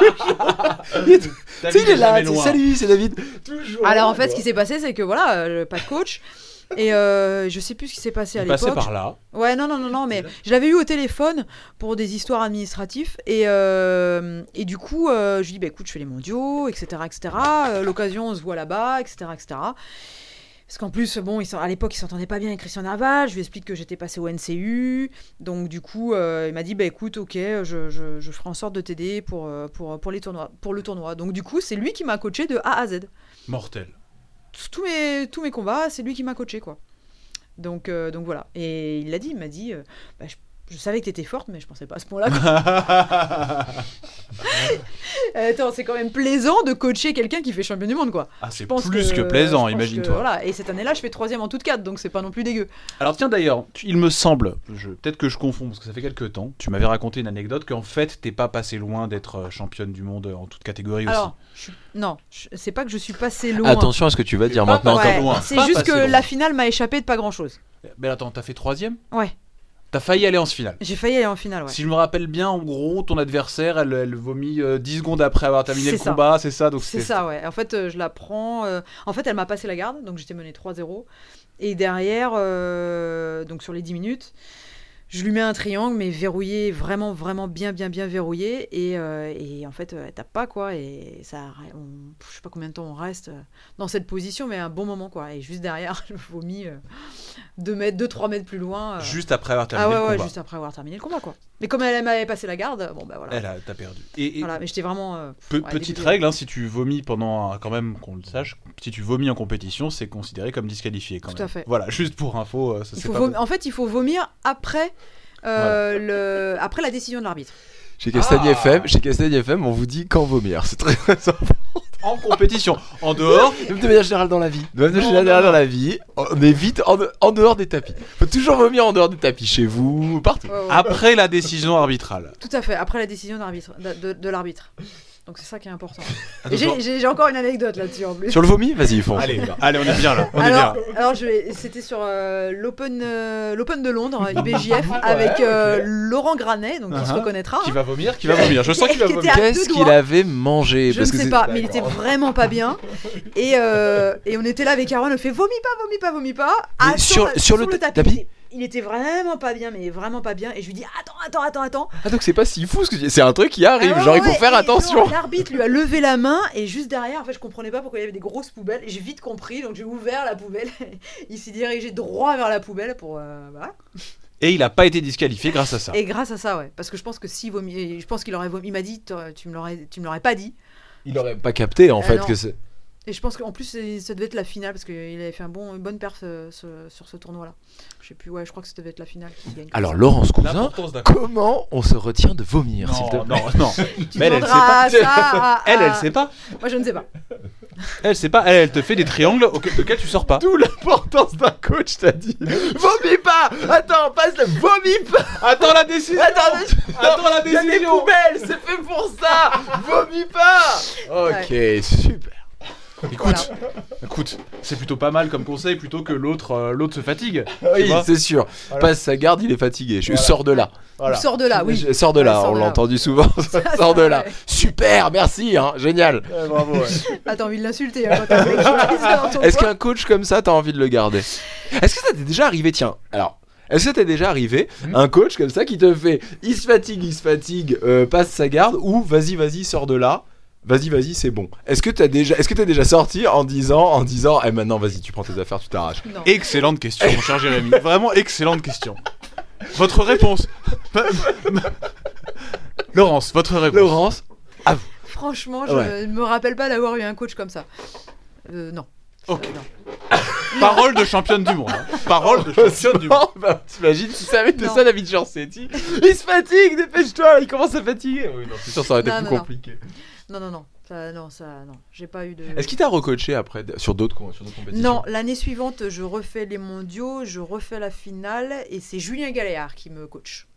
Il est toujours- Tu sais, il est là, tu sais, salut, c'est David. Toujours. Alors en fait, ce qui s'est passé, c'est que voilà, euh, pas de coach. Et euh, je sais plus ce qui s'est passé à Il passait l'époque. par là. Ouais, non, non, non, non, mais je l'avais eu au téléphone pour des histoires administratives. Et, euh, et du coup, euh, je lui dis, bah, écoute, je fais les mondiaux, et cetera, et cetera. Euh, L'occasion, on se voit là-bas, et cetera, et cetera. Parce qu'en plus, bon, ils sont- à l'époque, il s'entendait pas bien avec Christian Narval. Je lui explique que j'étais passé au N C U. Donc, du coup, euh, il m'a dit, bah écoute, ok, je, je, je ferai en sorte de t'aider pour, euh, pour, pour, les tournois, pour le tournoi. Donc, du coup, c'est lui qui m'a coaché de A à Z. Mortel. Tous mes, tous mes combats, c'est lui qui m'a coaché, quoi. Donc, euh, donc voilà. Et il l'a dit, il m'a dit, euh, bah, je, je savais que t'étais forte, mais je pensais pas à ce point-là. quoi. Euh, Attends, c'est quand même plaisant de coacher quelqu'un qui fait champion du monde, quoi. Ah, c'est Je pense plus que, je plaisant, pense imagine-toi. que, Voilà. Et cette année-là, je fais troisième en toutes quatre, donc c'est pas non plus dégueu. Alors tiens d'ailleurs, tu- il me semble, je- peut-être que je confonds parce que ça fait quelques temps, tu m'avais raconté une anecdote qu'en fait t'es pas passé loin d'être euh, championne du monde en toute catégorie Alors, aussi. je- non, je- c'est pas que je suis passé loin. Attention à ce que tu vas dire Pas maintenant. passé Ouais, loin. c'est Pas juste passé que loin. la finale m'a échappé de pas grand-chose. Mais attends, t'as fait troisième? Ouais, T'as failli aller en finale. j'ai failli aller en finale, ouais. Si je me rappelle bien, en gros, ton adversaire, elle, elle vomit euh, dix secondes après avoir terminé C'est le ça. combat, c'est ça donc C'est c'était- ça, ouais. En fait, euh, je la prends. euh, En fait, elle m'a passé la garde, donc j'étais menée trois zéro. Et derrière, euh, donc sur les dix minutes, je lui mets un triangle, mais verrouillé, vraiment, vraiment bien, bien, bien verrouillé. Et, euh, et en fait, euh, elle tape pas, quoi. Et ça, on, je sais pas combien de temps on reste euh, dans cette position, mais un bon moment, quoi. Et juste derrière, je vomis euh, deux mètres, deux, trois mètres plus loin. euh. Juste après avoir Ah terminé ouais, le ouais, combat. juste après avoir terminé le combat, quoi. Mais comme elle, elle m'avait passé la garde, bon, bah voilà. Elle a, t'as perdu. Et, et Voilà, mais j'étais vraiment. euh, pe- ouais, petite dégoûtée. règle, hein, si tu vomis pendant, un- quand même qu'on le sache, si tu vomis en compétition, c'est considéré comme disqualifié quand Tout même. à fait. Voilà, juste pour info, euh, ça Il c'est faut pas. vom- En fait, il faut vomir après, euh, le... après la décision de l'arbitre. Chez Castagne Ah. F M, chez Castagne F M, on vous dit quand vomir. C'est très très important. En compétition, en dehors. Même de manière générale dans la vie. De manière Non, générale non, dans la vie, on évite en, en dehors des tapis. Faut toujours vomir en dehors des tapis, chez vous, partout. Ouais, ouais. Après la décision arbitrale. Tout à fait, après la décision d'arbitre, de, de- de l'arbitre. Donc c'est ça qui est important. Et Attention. j'ai- J'ai j'ai encore une anecdote là-dessus en plus. Sur le vomi, vas-y, fonce. Allez, allez, on est bien là. On est alors, bien. alors je vais- c'était sur euh, l'Open euh, l'Open de Londres, I B J F, avec euh, Laurent Granet, donc il se Uh-huh. reconnaîtra. Qui hein. va vomir, qui va vomir. Je sens qu'il va Qui était vomir. à Qu'est-ce deux qu'il doigts. avait mangé? Je Parce ne que sais c'est- pas, mais il était vraiment pas bien. Et, euh, et on était là avec Aaron, on fait vomis pas, vomis pas, vomis pas. Mais Attends, sur- sur le ta- tapis Il était vraiment pas bien, mais vraiment pas bien. Et je lui dis attends, attends, attends, attends. Ah, donc c'est pas si fou ce que tu dis. C'est un truc qui arrive, Alors, genre il faut ouais, faire et attention. genre, L'arbitre lui a levé la main et juste derrière, en fait, je comprenais pas pourquoi il y avait des grosses poubelles. Et j'ai vite compris, donc j'ai ouvert la poubelle. Il s'est dirigé droit vers la poubelle pour. euh, voilà. Et il a pas été disqualifié grâce à ça. Et grâce à ça, ouais. Parce que je pense que si vomi, je pense qu'il aurait vomi. Il m'a dit, tu me l'aurais, tu me l'aurais pas dit. Il aurait pas capté en Euh, fait non. que c'est. Et je pense qu'en plus, c'est- ça devait être la finale parce qu'il avait fait un bon, une bonne perf euh, ce- sur ce tournoi-là. Je sais plus, ouais, je crois que ça devait être la finale qui gagne. Alors Laurence Cousin, L'importance d'un comment on se retient de vomir, s'il te Non, plaît non, non. tu Mais elle, elle sait demanderas pas. ça à- Elle, elle à- sait pas. Moi, je ne sais pas. Elle sait pas. Elle, elle te fait des triangles auxquels desquels tu sors pas. D'où l'importance d'un coach, t'as dit. Vomis pas. Attends, passe le vomis pas. Attends la décision. Attends, Attends la il y a des décision. poubelles, c'est fait pour ça. Vomis pas. Ok, super. Écoute, écoute, c'est plutôt pas mal comme conseil plutôt que l'autre, euh, l'autre se fatigue. tu Oui, vois. c'est sûr. Voilà. Passe sa garde, il est fatigué. Je Voilà. sors de là. Voilà. Sors de là, oui. Je- Sors de Ouais, là, sors on de l'a là. entendu souvent. Sors de là. ouais. Super, merci, hein, génial. Ouais, bravo. Ouais. Ah, t'as envie de l'insulter hein, quand t'as un mec qui fait ça dans ton Est-ce coin. qu'un coach comme ça, t'as envie de le garder? Est-ce que ça t'est déjà arrivé? Tiens, alors. Est-ce que t'es déjà arrivé Hmm. un coach comme ça qui te fait il se fatigue, il se fatigue, euh, passe sa garde ou vas-y, vas-y, sors de là, vas-y, vas-y, c'est bon. Est-ce que t'as déjà, est-ce que t'es déjà sorti en disant, en disant, eh maintenant, vas-y, tu prends tes affaires, tu t'arraches. Non. Excellente question, mon cher Jérémy. Vraiment excellente question. Votre réponse. Laurence, votre réponse. Laurence, Franchement, je Ouais. ne me rappelle pas d'avoir eu un coach comme ça. Euh, non. Ok. Euh, non. Parole de championne du monde. hein. Parole de championne du monde. bah, t'imagines si ça avait été Non. ça, David Giorgetti. Il se fatigue, dépêche-toi, il commence à fatiguer. Oui, non, c'est sûr, ça aurait été Non, plus non, non. compliqué. Non, non, non. Ça, non, ça, non. J'ai pas eu de. Est-ce qu'il t'a recoaché après d- sur d'autres con- sur d'autres compétitions? Non, l'année suivante, je refais les mondiaux, je refais la finale et c'est Julien Galéard qui me coach.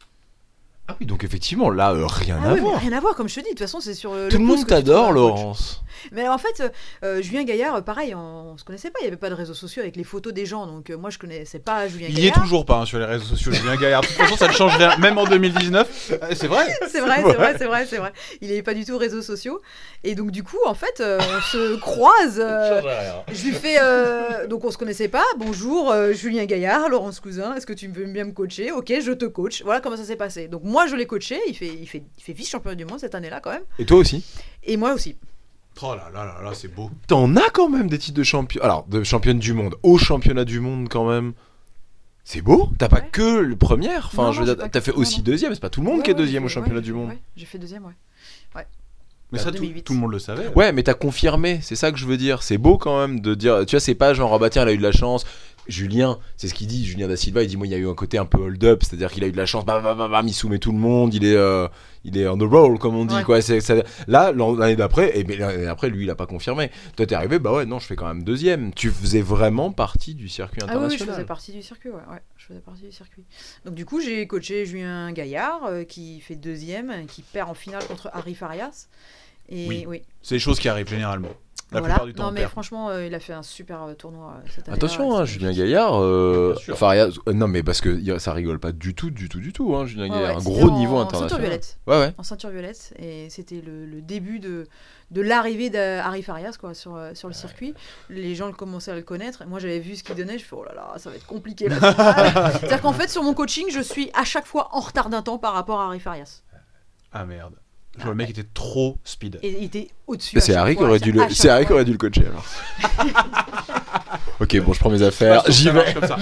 Ah oui, donc effectivement, là, euh, rien Ah à oui, mais voir. rien à voir, comme je te dis. De toute façon, c'est sur euh, Tout le pouce monde que tu t'adore, trouves un coach. Laurence. Mais en fait, euh, Julien Gaillard, euh, pareil, on, on se connaissait pas. Il y avait pas de réseaux sociaux avec les photos des gens, donc euh, moi je connaissais pas Julien Il y est Gaillard. toujours pas hein, sur les réseaux sociaux, Julien Gaillard. De toute façon, ça ne change rien, même en deux mille dix-neuf. Euh, C'est vrai. C'est vrai, c'est vrai, c'est vrai, c'est vrai. Il n'avait pas du tout réseaux sociaux. Et donc, du coup, en fait, euh, on se croise. euh, je lui fais. euh, donc, on se connaissait pas. Bonjour, euh, Julien Gaillard, Laurence Cousin, est-ce que tu veux bien me coacher? Ok, je te coach. Voilà comment ça s'est passé. Donc, moi, je l'ai coaché. Il fait, il fait, il fait vice-champion du monde cette année-là, quand même. Et toi aussi? Et moi aussi. Oh là là là là, c'est beau. T'en as quand même des titres de champion. Alors, de championne du monde, au championnat du monde quand même. C'est beau. T'as pas Ouais. que le première. Enfin, Non, je non, veux j'ai dire, pas t'as que- fait non, aussi non. deuxième. C'est pas tout le monde Ouais, qui est ouais, deuxième j'ai au fait- championnat ouais, du monde. ouais, j'ai fait deuxième, ouais. Mais En ça, deux tout, mille huit. tout le monde le savait. Ouais, mais t'as confirmé. C'est ça que je veux dire. C'est beau quand même de dire. Tu vois, c'est pas genre, ah bah tiens, elle a eu de la chance. Julien, c'est ce qu'il dit. Julien da Silva, il dit, moi, il y a eu un côté un peu hold-up. C'est-à-dire qu'il a eu de la chance. Bam, bam, bam, bam, il soumet tout le monde. Il est, euh, il est on the roll, comme on dit. Ouais. Quoi. C'est, ça- là, l'année d'après, et mais l'année d'après, lui, il a pas confirmé. Toi, t'es arrivé, bah ouais, non, je fais quand même deuxième. Tu faisais vraiment partie du circuit Ah oui, oui, je international. faisais partie du circuit, ouais, ouais, je faisais partie du circuit. Donc du coup, j'ai coaché Julien Gaillard, euh, qui fait deuxième, qui perd en finale contre Harry Farias. Et Oui. oui, C'est des choses qui arrivent généralement. La voilà. plupart du temps. Non on mais perd. franchement, euh, il a fait un super euh, tournoi euh, cette année. Attention, hein, Julien Gaillard, euh, Bien sûr. Farias- euh, non mais parce que y- ça rigole pas du tout, du tout, du tout, hein, Julien Ouais, Gaillard, ouais, un c'était gros en- niveau en international. ceinture violette. Ouais, ouais. En ceinture violette, et c'était le, le début de, de l'arrivée d'Harry Farias quoi, sur, euh, sur le circuit. Les gens commençaient à le connaître. Et moi, j'avais vu ce qu'il donnait. Je fais, oh là là, ça va être compliqué. La finale. C'est-à-dire qu'en fait, sur mon coaching, je suis à chaque fois en retard d'un temps par rapport à Harry Farias. Ah merde. Je vois, le mec était trop speed. Et il était au-dessus. C'est à chaque Harry qui fois, aurait dû à le, chaque c'est Harry qui fois. aurait dû le coacher alors. Ok, bon, je prends mes affaires, Pas sûr que j'y ça vais. marche comme ça.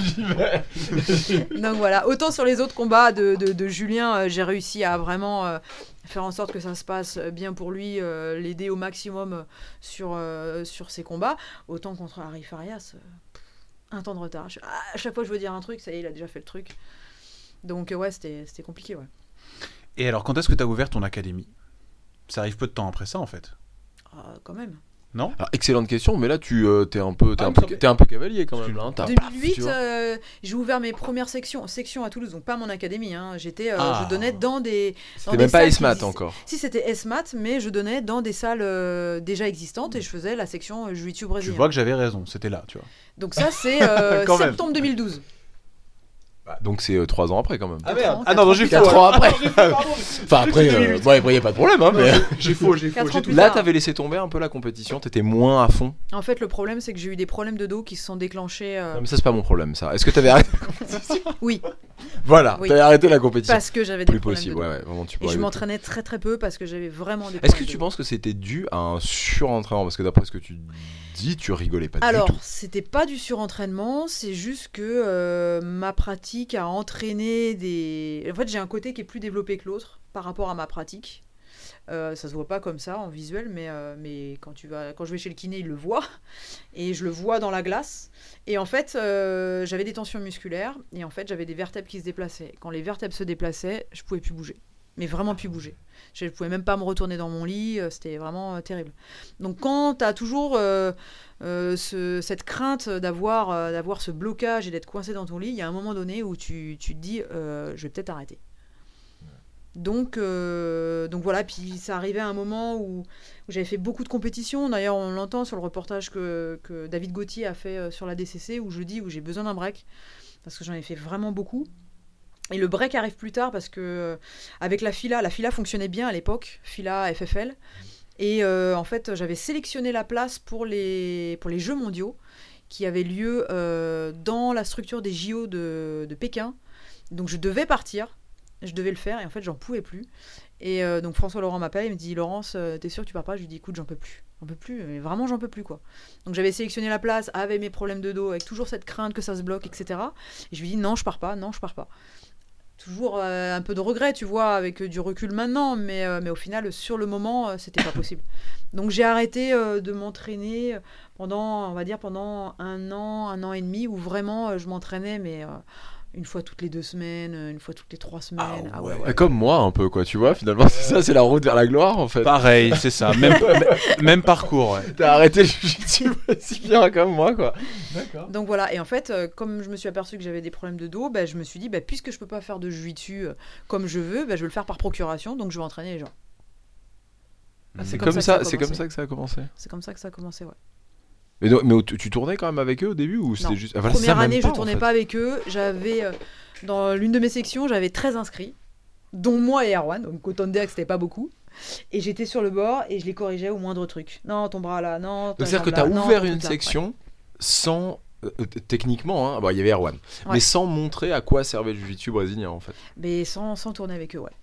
Donc voilà, autant sur les autres combats de, de, de Julien, euh, j'ai réussi à vraiment euh, faire en sorte que ça se passe bien pour lui, euh, l'aider au maximum euh, sur, euh, sur ses combats. Autant contre Harry Farias, euh, pff, un temps de retard. Je- ah, à chaque fois que je veux dire un truc, ça y est, il a déjà fait le truc. Donc euh, ouais, c'était c'était compliqué, ouais. Et alors, quand est-ce que tu as ouvert ton académie? Ça arrive peu de temps après ça, en fait. Ah, quand même. Non? Alors, excellente question, mais là tu euh, t'es un peu, t'es Ah, un mais peu, ça fait- t'es un peu cavalier quand même là. Hein, t'as- paf, deux mille huit, tu vois. euh, j'ai ouvert mes premières sections, sections à Toulouse, donc pas mon académie. Hein. J'étais, euh, Ah. je donnais dans des. dans C'était des même pas salles qui S-Mat existaient. encore. Si c'était S-Mat, mais je donnais dans des salles euh, déjà existantes et je faisais la section euh, Jiu-Jitsu Tu brésilien. vois que j'avais raison, c'était là, tu vois. Donc ça c'est euh, Quand même. septembre deux mille douze. Bah, donc c'est euh, trois ans après quand même. Ah, merde. Ah non, non, j'ai faux. Quatre ans après. Pardon. Enfin après, euh, bon, après y a pas de problème hein, mais. J'ai faux, j'ai faux. Quatre j'ai ans tout- plus Là tard. t'avais laissé tomber un peu la compétition, t'étais moins à fond. En fait le problème c'est que j'ai eu des problèmes de dos qui se sont déclenchés euh, Non mais ça c'est pas mon problème ça. Est-ce que t'avais arrêté? oui, Voilà, Oui. t'avais arrêté la compétition. parce que j'avais des Plus problèmes possible, de dos. ouais, ouais, vraiment tu Et pourrais je lutter. m'entraînais très très peu parce que j'avais vraiment des Est-ce que problèmes tu de dos. penses que c'était dû à un surentraînement? Parce que d'après ce que tu dis, tu rigolais pas Alors, du tout. c'était pas du surentraînement, c'est juste que euh, ma pratique pratique à entraîner des... En fait, j'ai un côté qui est plus développé que l'autre par rapport à ma pratique. Euh, ça se voit pas comme ça en visuel, mais, euh, mais quand, tu vas, quand je vais chez le kiné, il le voit. Et je le vois dans la glace. Et en fait, euh, j'avais des tensions musculaires. Et en fait, j'avais des vertèbres qui se déplaçaient. Quand les vertèbres se déplaçaient, je pouvais plus bouger. Mais vraiment plus bouger. Je ne pouvais même pas me retourner dans mon lit. C'était vraiment euh, terrible. Donc quand tu as toujours euh, euh, ce, cette crainte d'avoir, euh, d'avoir ce blocage et d'être coincé dans ton lit, il y a un moment donné où tu, tu te dis euh, je vais peut-être arrêter. Donc, euh, donc voilà, puis ça arrivait à un moment où, où j'avais fait beaucoup de compétitions. D'ailleurs, on l'entend sur le reportage que, que David Gauthier a fait euh, sur la D C C, où je dis où j'ai besoin d'un break, parce que j'en ai fait vraiment beaucoup. Et le break arrive plus tard, parce que euh, avec la FILA, la FILA fonctionnait bien à l'époque, FILA F F L, et euh, en fait, j'avais sélectionné la place pour les, pour les Jeux mondiaux, qui avaient lieu euh, dans la structure des J O de, de Pékin. Donc je devais partir. Je devais le faire et en fait j'en pouvais plus et euh, donc François Laurent m'appelle, il me dit Laurence euh, t'es sûre que tu pars pas? Je lui dis écoute j'en peux plus, j'en peux plus, mais vraiment j'en peux plus quoi. Donc j'avais sélectionné la place avec mes problèmes de dos, avec toujours cette crainte que ça se bloque, etc. Et je lui dis non je pars pas, non je pars pas. Toujours euh, un peu de regret tu vois, avec euh, du recul maintenant, mais, euh, mais au final sur le moment euh, c'était pas possible. Donc j'ai arrêté euh, de m'entraîner pendant on va dire pendant un an, un an et demi où vraiment euh, je m'entraînais mais euh, une fois toutes les deux semaines, une fois toutes les trois semaines. Ah ouais, ah ouais, ouais. Comme moi un peu quoi, tu vois, finalement c'est ça, c'est la route vers la gloire en fait. Pareil, c'est ça, même, même parcours. Ouais. T'as arrêté le jiu-jitsu si bien comme moi quoi. D'accord. Donc voilà, et en fait, euh, comme je me suis aperçu que j'avais des problèmes de dos, bah, je me suis dit, bah, puisque je peux pas faire de jiu-jitsu euh, comme je veux, bah, je vais le faire par procuration, donc je vais entraîner les gens. Ah, c'est, c'est comme, comme ça, ça c'est comme ça que ça a commencé. C'est comme ça que ça a commencé, ouais. Mais, donc, mais tu tournais quand même avec eux au début ou c'était non. juste... Ah, voilà, première année, pas, je tournais en fait. pas avec eux. J'avais, euh, dans l'une de mes sections, j'avais treize inscrits, dont moi et Erwan, donc autant dire que c'était pas beaucoup. Et j'étais sur le bord et je les corrigeais au moindre truc. Non, ton bras là, non. Donc c'est-à-dire que tu as ouvert une section ouais. sans... Euh, techniquement, hein, bon, il y avait Erwan, ouais. mais sans montrer à quoi servait le jiu-jitsu brésilien en fait. Mais sans, sans tourner avec eux, ouais.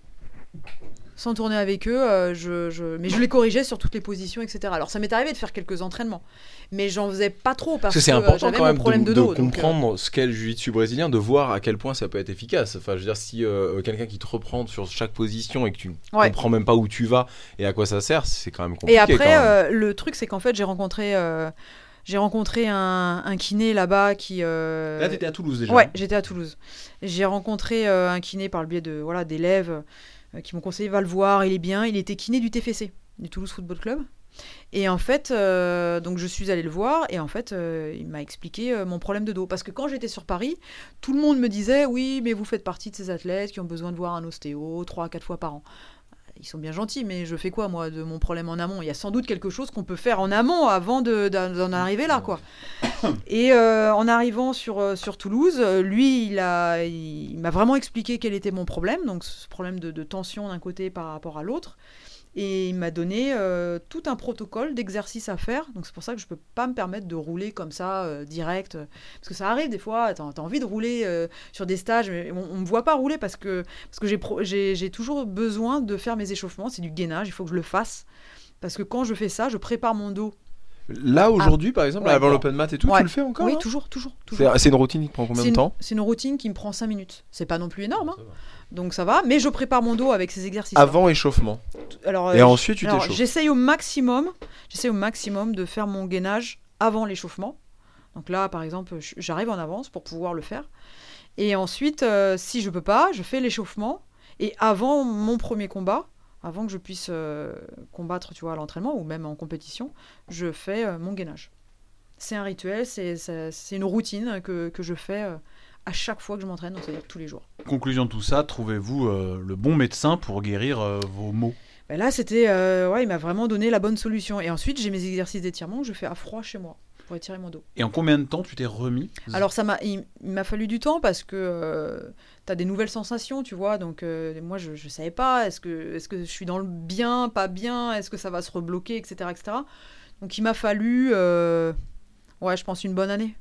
Sans tourner avec eux, euh, je, je... mais je les corrigeais sur toutes les positions, et cetera. Alors ça m'est arrivé de faire quelques entraînements, mais j'en faisais pas trop parce, parce que c'est important euh, quand même problème de, de, dos, de comprendre donc, euh... ce qu'est le jiu-jitsu brésilien, de voir à quel point ça peut être efficace. Enfin, je veux dire, si euh, quelqu'un qui te reprend sur chaque position et que tu ouais. comprends même pas où tu vas et à quoi ça sert, c'est quand même compliqué. Et après, euh, le truc, c'est qu'en fait, j'ai rencontré. Euh... J'ai rencontré un, un kiné là-bas qui... Euh... Là, t'étais à Toulouse déjà. Ouais, j'étais à Toulouse. J'ai rencontré euh, un kiné par le biais de, voilà, d'élèves euh, qui m'ont conseillé, va le voir, il est bien. Il était kiné du T F C, du Toulouse Football Club. Et en fait, euh, donc je suis allée le voir et en fait, euh, il m'a expliqué euh, mon problème de dos. Parce que quand j'étais sur Paris, tout le monde me disait, oui, mais vous faites partie de ces athlètes qui ont besoin de voir un ostéo trois à quatre fois par an. Ils sont bien gentils, mais je fais quoi, moi, de mon problème en amont ? Il y a sans doute quelque chose qu'on peut faire en amont avant de, d'en arriver là, quoi. Et euh, en arrivant sur, euh, sur Toulouse, lui, il, a, il, il m'a vraiment expliqué quel était mon problème, donc ce problème de, de tension d'un côté par rapport à l'autre. Et il m'a donné euh, tout un protocole d'exercices à faire. Donc c'est pour ça que je ne peux pas me permettre de rouler comme ça, euh, direct. Parce que ça arrive des fois, tu as envie de rouler euh, sur des stages, mais on ne me voit pas rouler parce que, parce que j'ai, pro- j'ai, j'ai toujours besoin de faire mes échauffements. C'est du gainage, il faut que je le fasse. Parce que quand je fais ça, je prépare mon dos. Là, aujourd'hui, ah, par exemple, ouais, avant bon. l'open mat et tout, ouais. tu le fais encore ? Oui, hein toujours, toujours. toujours. C'est, c'est une routine qui prend combien c'est de une, temps ? C'est une routine qui me prend cinq minutes. C'est pas non plus énorme, hein. Donc ça va, mais je prépare mon dos avec ces exercices. Avant échauffement. Alors, et euh, ensuite tu alors, t'échauffes. J'essaye au maximum, j'essaye au maximum de faire mon gainage avant l'échauffement. Donc là, par exemple, j'arrive en avance pour pouvoir le faire. Et ensuite, euh, si je peux pas, je fais l'échauffement. Et avant mon premier combat, avant que je puisse euh, combattre, tu vois, à l'entraînement ou même en compétition, je fais euh, mon gainage. C'est un rituel, c'est, c'est, c'est une routine que, que je fais. Euh, à chaque fois que je m'entraîne, donc c'est-à-dire tous les jours. Conclusion de tout ça, trouvez-vous euh, le bon médecin pour guérir euh, vos maux ? Ben là, c'était, euh, ouais, il m'a vraiment donné la bonne solution. Et ensuite, j'ai mes exercices d'étirement que je fais à froid chez moi pour étirer mon dos. Et en combien de temps tu t'es remis ? Alors, ça m'a, il, il m'a fallu du temps parce que euh, tu as des nouvelles sensations, tu vois. Donc, euh, moi, je ne savais pas. Est-ce que, est-ce que je suis dans le bien, pas bien ? Est-ce que ça va se rebloquer, et cetera, et cetera. Donc, il m'a fallu, euh, ouais, je pense une bonne année.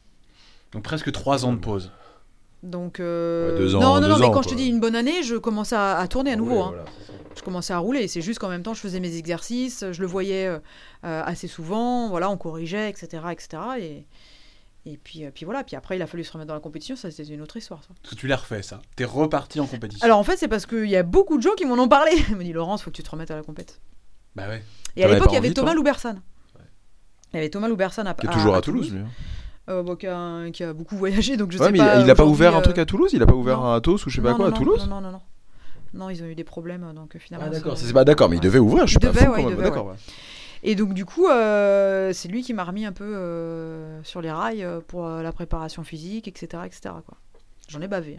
Donc presque trois ans de pause. Donc euh... ouais, deux ans, non non deux non ans, mais quand quoi. je te dis une bonne année, je commençais à, à tourner à nouveau. Rouler, hein. voilà, je commençais à rouler. C'est juste qu'en même temps, je faisais mes exercices, je le voyais euh, assez souvent. Voilà, on corrigeait, et cetera, et cetera. Et Et puis, euh, puis voilà, puis après il a fallu se remettre dans la compétition, ça c'était une autre histoire. Ça. Parce que tu l'as refait ça. T'es reparti en compétition. Alors en fait c'est parce qu'il y a beaucoup de gens qui m'en ont parlé. Ils m'ont dit Laurence, faut que tu te remettes à la compète. Bah ouais. Et T'en à avais l'époque pas il y avait envie, Thomas toi Loubersan. Il y avait Thomas Loubersan à Qui est à- toujours à à Toulouse, lui. Euh, bon, qui, a, qui a beaucoup voyagé, donc je Ouais, sais mais pas. il a pas aujourd'hui, ouvert un euh, truc à Toulouse. Il a pas ouvert non. un Atos ou je sais pas non, quoi non, à Toulouse. Non, non, non, non. Non, ils ont eu des problèmes, donc euh, finalement. Ah d'accord, ça- ça, c'est pas d'accord, mais il Ouais. devait ouvrir. Je suis Il pas devait, fou ouais, quand il même. devait, D'accord. ouais. Et donc du coup, euh, c'est lui qui m'a remis un peu euh, sur les rails euh, pour euh, la préparation physique, et cetera, et cetera quoi. J'en ai bavé.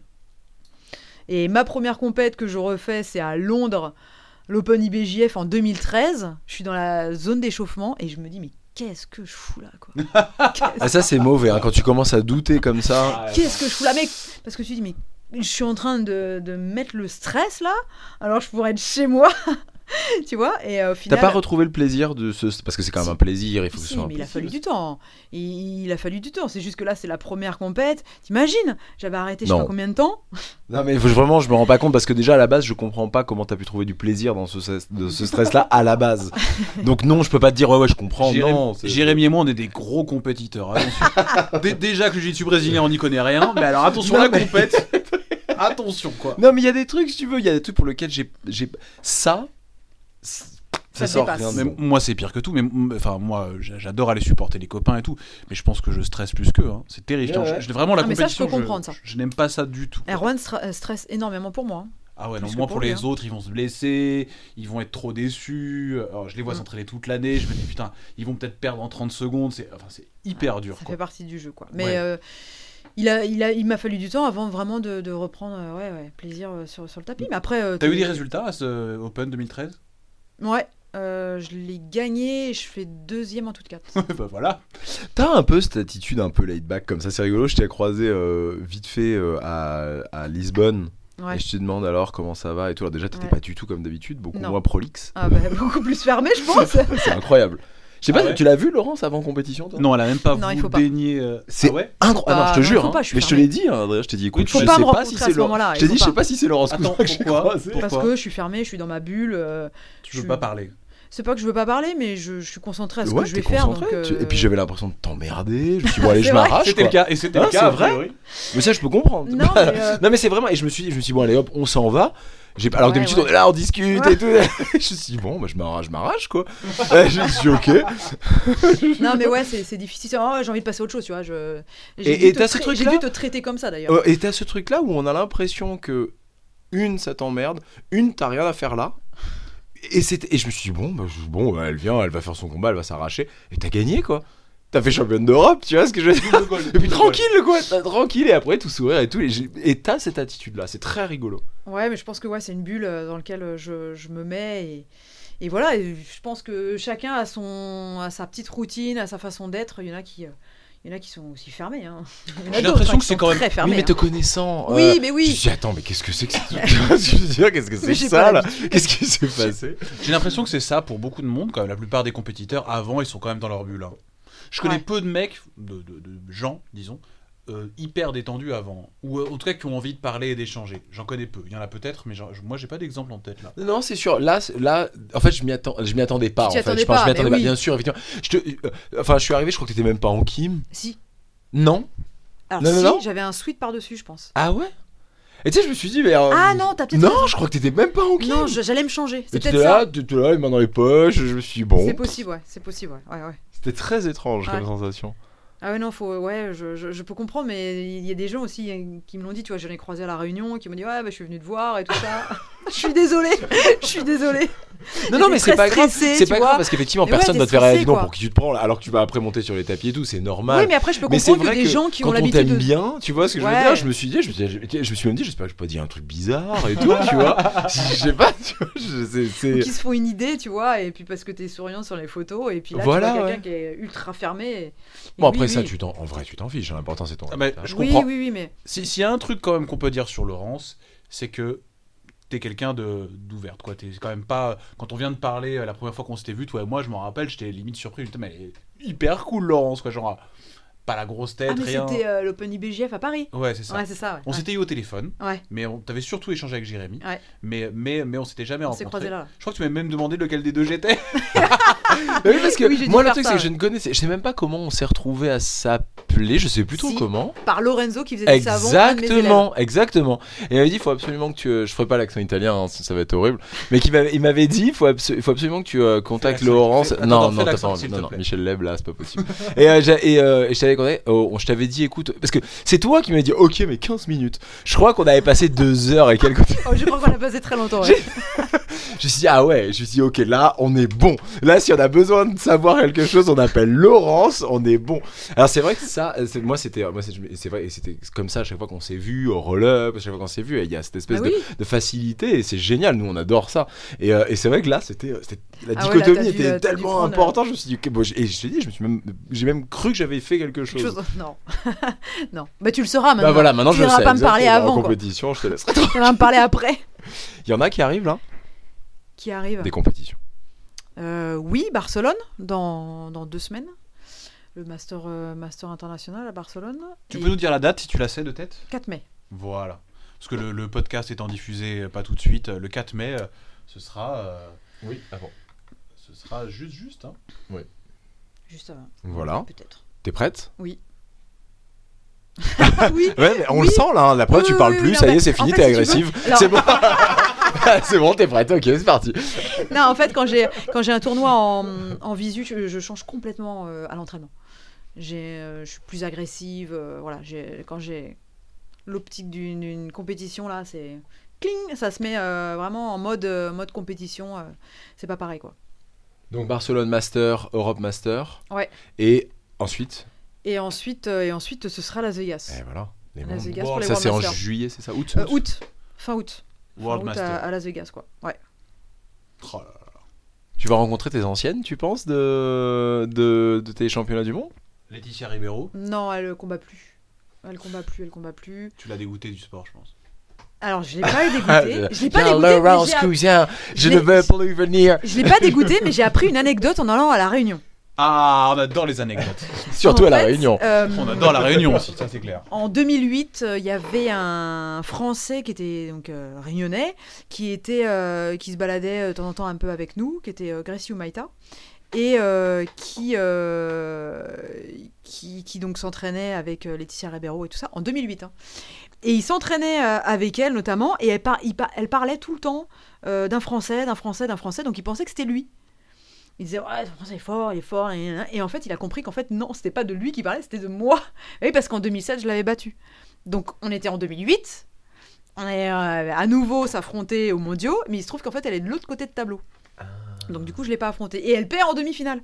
Et ma première compète que je refais, c'est à Londres, l'Open I B J F en deux mille treize. Je suis dans la zone d'échauffement et je me dis mais qu'est-ce que je fous là quoi. Qu'est-ce- Ah, ça c'est mauvais hein, quand tu commences à douter comme ça. Qu'est-ce que je fous là, mec? Parce que tu dis, mais je suis en train de, de mettre le stress là, alors je pourrais être chez moi, tu vois? Et euh, au T'as final. pas retrouvé le plaisir de ce parce que c'est quand même Si. un plaisir, il faut que ce Si, soit un mais il a plaisir. fallu du temps. Il, il a fallu du temps. C'est juste que là, c'est la première compète. T'imagines? J'avais arrêté je sais Non. pas combien de temps. Non mais faut- vraiment je me rends pas compte parce que déjà à la base je comprends pas comment t'as pu trouver du plaisir dans ce, de ce stress là à la base. Donc non je peux pas te dire ouais ouais je comprends. Jérémy, non. c'est- Jérémy et moi, on est des gros compétiteurs. Attention. Dé- Déjà que le jiu-jitsu brésilien, on n'y connaît rien. Mais alors attention, Non, la mais- compète. Attention, quoi. Non mais il y a des trucs si tu veux, il y a des trucs pour lesquels j'ai j'ai ça ça, Ça sort dépasse. rien Mais dedans. moi, c'est pire que tout. Mais m- enfin, moi, j'a- j'adore aller supporter les copains et tout. Mais je pense que je stresse plus qu'eux. Hein. C'est terrifiant. Ouais, ouais. Je- je- vraiment, la Ah, mais ça, je compétition, peux comprendre, ça. je n'aime pas ça du tout. quoi. Erwan stra- euh, stresse énormément pour moi. hein. Ah ouais, non, Plus moi que pour pour lui, les hein. autres, ils vont se blesser, ils vont être trop déçus. Alors, je les vois Mm. s'entraîner toute l'année. Je me dis putain, ils vont peut-être perdre en trente secondes. C'est enfin, c'est hyper dur. Ça Quoi. fait partie du jeu, quoi. Mais Ouais. euh, il a, il a, il m'a fallu du temps avant vraiment de, de reprendre, euh, ouais, ouais, plaisir euh, sur, sur le tapis. Mais après. euh, T'as eu t'es- des résultats à ce Open deux mille treize? Ouais. euh, je l'ai gagné. Et je fais deuxième en toute quatre. Bah voilà. T'as un peu cette attitude un peu laid back comme ça, c'est rigolo. Je t'ai croisé euh, vite fait euh, à, à Lisbonne Ouais. et je te demande alors comment ça va et tout. Alors déjà t'étais Ouais. pas du tout comme d'habitude, beaucoup Non. moins prolixe. Ah bah, beaucoup plus fermé, je pense. C'est incroyable. Je sais Ah pas, ouais tu l'as vu Laurence avant compétition toi Non, elle a même pas Non, il voulu faut pas. daigner. euh, C'est Ah ouais. incroyable. Ah non, pas- je te non, il jure. faut hein. pas, je suis Mais je te fermée. l'ai dit, hein, Andrea. Je t'ai dit, écoute, Faut je pas sais me pas rencontrer si à c'est ce Laurence. moment-là, Je il t'ai faut dit, je sais pas. pas si c'est Laurence Attends, Cousin que j'ai pourquoi croisé. Pourquoi Parce que je suis fermée, je suis dans ma bulle. euh, Tu veux je- pas parler. C'est pas que je veux pas parler, mais je, je suis concentrée à ce Ouais, que je vais t'es faire. concentré, Donc, tu- euh, Et puis j'avais l'impression de t'emmerder. Je me suis dit, bon, allez, C'est je vrai m'arrache. C'était le quoi. cas. Et c'était Ah, le cas. c'est a vrai priori. Mais ça, je peux comprendre. Non, mais, euh, Non, mais c'est vraiment. Et je me suis dit, je me suis dit, bon, allez, hop, on s'en va. J'ai... Alors que Ouais, d'habitude, ouais. on est là, on discute Ouais. et tout. Je me suis dit, bon, bah, je m'arrache, je m'arrache, quoi. Euh, je suis ok. Non, mais ouais, c'est, c'est difficile. C'est- oh, j'ai envie de passer à autre chose, tu vois. Je... J'ai, Et- dû et te t'as ce trai- truc-là j'ai dû te traiter comme ça d'ailleurs. Euh, et t'as ce truc-là où on a l'impression que, une, ça t'emmerde, une, t'as rien à faire là. Et, c'était... et je me suis dit, bon, bah, je- bon, elle vient, elle va faire son combat, elle va s'arracher. Et t'as gagné, quoi. T'as fait championne d'Europe, tu vois ce que je veux dire. Et puis tranquille, quoi, t'as- tranquille, et après tout sourire et tout. Et, j'ai- et t'as cette attitude-là, c'est très rigolo. Ouais, mais je pense que ouais, c'est une bulle euh, dans laquelle euh, je, je me mets. Et, et voilà, et je pense que chacun a, son, a sa petite routine, a sa façon d'être. Il y en a qui, euh, il y en a qui sont aussi fermés. Hein. Il y en a J'ai d'autres, l'impression hein, que qui c'est sont quand même- très fermés. oui, mais hein. te connaissant. Oui, euh, mais Je me oui. suis dit, attends, mais qu'est-ce que c'est que ce truc Je veux dire, qu'est-ce que c'est Mais que j'ai ça, pas là l'habitude. Qu'est-ce qui s'est passé J'ai l'impression que c'est ça pour beaucoup de monde. Quand même, la plupart des compétiteurs avant, ils sont quand même dans leur bulle. hein. Je connais Ouais. peu de mecs, de, de- de gens, disons, euh, hyper détendus avant, ou euh, en tout cas qui ont envie de parler et d'échanger. J'en connais peu. Il y en a peut-être, mais j'en- moi, j'ai pas d'exemple en tête là. Non, c'est sûr. Là, c'est- là, en fait, je m'y attends, je m'y attendais pas. Tu En t'y fait, attendais je pense, que je pas, m'y attendais mais pas. oui. Bien sûr, effectivement. Je te, euh, enfin, je suis arrivé, je crois que t'étais même pas en Kim. Si. Non. Alors, Non, non, si, non. j'avais un sweat par-dessus, je pense. Ah ouais. Et tu sais, je me suis dit, mais euh, Ah non, t'as peut-être non, raison. je crois que t'étais même pas en Kim. Non, je- j'allais me changer. Et C'est t'étais peut-être là, ça. t'étais là, les mains dans les poches. Je me suis dit, bon. C'est possible, ouais. C'est possible, ouais. ouais, ouais. C'était très étrange Ouais. comme sensation. Ah ouais, non, faut, ouais, je, je, je peux comprendre, mais il y a des gens aussi euh, qui me l'ont dit, tu vois, j'en ai croisé à la Réunion, qui m'ont dit, ouais, bah, je suis venu te voir et tout ça. Je suis désolée, je suis désolée. Non, non, J'étais mais c'est très pas grave. stressée, C'est tu pas vois. grave parce qu'effectivement, Mais ouais, personne t'es va te faire stressée, réagir. Non, quoi. pour qui tu te prends alors que tu vas après monter sur les tapis et tout, c'est normal. Oui, mais après, je peux Mais c'est comprendre que vrai des que gens qui quand ont on l'habitude t'aime de. bien, tu vois ce que je veux Ouais. dire, je me suis dit, je me, suis, je me suis même dit, j'espère que je peux pas dire un truc bizarre et tout, tu vois. Je sais pas, tu vois, je- c'est- Ou c'est... qui se font une idée, tu vois, et puis parce que t'es souriant sur les photos, et puis là, Voilà, tu vois ouais. quelqu'un qui est ultra fermé. et- et Bon, oui, après ça, oui. tu t'en... en vrai, tu t'en fiches, hein, l'important c'est ton... Ah, mais je Oui, comprends. oui, oui, mais. Si- S'il y a un truc quand même qu'on peut dire sur Laurence, c'est que t'es quelqu'un de d'ouverte, quoi. T'es quand même pas. Quand on vient de parler euh, la première fois qu'on s'était vu, toi et moi, je m'en rappelle, j'étais limite surpris. Putain, mais elle est hyper cool, Laurence, quoi. Genre, pas la grosse tête, Ah, mais rien. c'était euh, l'Open I B J F à Paris. Ouais, c'est ça. Ouais, c'est ça. Ouais. On ouais. s'était eu au téléphone, Ouais. mais on t'avait surtout échangé avec Jérémy. Ouais. Mais, mais, mais on s'était jamais On s'est rencontrés. croisés là. là. Je crois que tu m'as même demandé lequel des deux j'étais. Oui, parce que Oui, j'ai dû moi, le faire truc, ça, c'est que ouais. je ne connaissais, je sais même pas comment on s'est retrouvé à s'appeler, je sais plus trop Si. comment. Par Lorenzo qui faisait des savons. un de mes élèves. Exactement, exactement. Et il m'avait dit, il faut absolument que tu, euh, je ferai pas l'accent italien, hein, ça va être horrible. Mais qu'il m'avait- il m'avait dit, il faut, abso- il faut absolument que tu euh, contactes l'accent, Laurence. fais- attends, Non, fais non, t'as l'accent, pas envie. s'il Non, te non, plaît. Michel Leb, là, c'est pas possible. et, euh, j'ai- et, euh, et je t'avais contacté, oh, je t'avais dit, écoute, parce que c'est toi qui m'as dit, ok, mais quinze minutes. Je crois qu'on avait passé deux heures et quelques. Oh, je crois qu'on a passé très longtemps. Ouais. Je me suis dit, ah ouais, je me suis dit, ok, là, on est bon. Là, si on a besoin de savoir quelque chose, on appelle Laurence, on est bon. Alors, c'est vrai que ça, c'est, moi, c'était, moi, c'est, c'est vrai, et c'était comme ça à chaque fois qu'on s'est vu, au roll-up, à chaque fois qu'on s'est vu, il y a cette espèce Bah de, oui. de facilité, et c'est génial, nous, on adore ça. Et, euh, et c'est vrai que là, c'était, c'était la Ah ouais, là, dichotomie t'as dû, était euh, t'as dû tellement prendre, importante, je me suis dit, ok, bon, et je te dis, je me suis même, j'ai même cru que j'avais fait quelque chose. Quelque chose. Non. non. Bah, tu le sauras maintenant. Bah voilà, maintenant tu je le viendras sais. pas me parler exactement. avant. En Quoi. compétition, je te laisserai. Tu viendras me parler après. Il y en a qui arrivent là, Qui arrive des compétitions. Euh, Oui, Barcelone, dans, dans deux semaines. Le Master, euh, Master International à Barcelone. Tu Et peux nous dire la date si tu la sais de tête? quatre mai. Voilà. Parce que le, le podcast étant diffusé euh, pas tout de suite, euh, le quatre mai, euh, ce sera. euh, Oui, avant. ce sera juste, juste. Hein. Juste avant. Voilà. Peut-être. T'es prête? Oui. oui. Ouais, mais on Oui. le sent là, hein. La preuve, Oui, tu oui, parles oui, plus, non, ça y mais est, c'est en fini, fait, t'es si tu veux- agressive. Alors- C'est bon. C'est bon, t'es prête, ok, c'est parti. Non, en fait, quand j'ai quand j'ai un tournoi en, en visu, je, je change complètement euh, à l'entraînement. J'ai, euh, je suis plus agressive. euh, voilà, j'ai, quand j'ai l'optique d'une, d'une compétition là, c'est cling, ça se met euh, vraiment en mode euh, mode compétition. euh, c'est pas pareil quoi. Donc Barcelone Master, Europe Master. Ouais. Et ensuite, Et ensuite, euh, et ensuite, ce sera Las Vegas. eh voilà. Les Las mondes. Vegas Bon, pour les Ça World c'est en Masters. juillet, c'est ça? Août. Euh, août, fin août. Fin World août Master. à, à Las Vegas quoi. Ouais. Oh là là. Tu vas rencontrer tes anciennes, tu penses, de, de, de tes championnats du monde? Laetitia Ribeiro, Non, elle combat plus. Elle combat plus, elle combat plus. tu l'as dégoûté du sport, je pense. Alors, je l'ai pas dégoûté. Je l'ai pas Bien, dégoûté. mais Laurence j'ai app- Cousin, je je ne l'ai- veux plus venir. Je l'ai pas dégoûté, mais j'ai appris une anecdote en allant à la Réunion. Ah, on adore les anecdotes. Surtout En à la fait, Réunion. euh, On adore la Réunion aussi, ça c'est clair. En deux mille huit, euh, il y avait un Français qui était donc euh, réunionnais, qui était, euh, qui se baladait euh, de temps en temps un peu avec nous, qui était euh, Gracie Umaita, et euh, qui, euh, qui, qui donc s'entraînait avec euh, Laetitia Ribeiro et tout ça en deux mille huit. Hein. Et il s'entraînait euh, avec elle notamment, et elle, par- il par- elle parlait tout le temps euh, d'un Français, d'un Français, d'un Français, donc il pensait que c'était lui. Il disait ouais, ce Français est fort, il est fort, et, et en fait il a compris qu'en fait non, c'était pas de lui qui parlait, c'était de moi. Et oui, parce qu'en deux mille sept je l'avais battu. Donc on était en deux mille huit, on est euh, à nouveau s'affronter aux mondiaux, mais il se trouve qu'en fait elle est de l'autre côté de tableau. Donc du coup je l'ai pas affrontée et elle perd en demi-finale.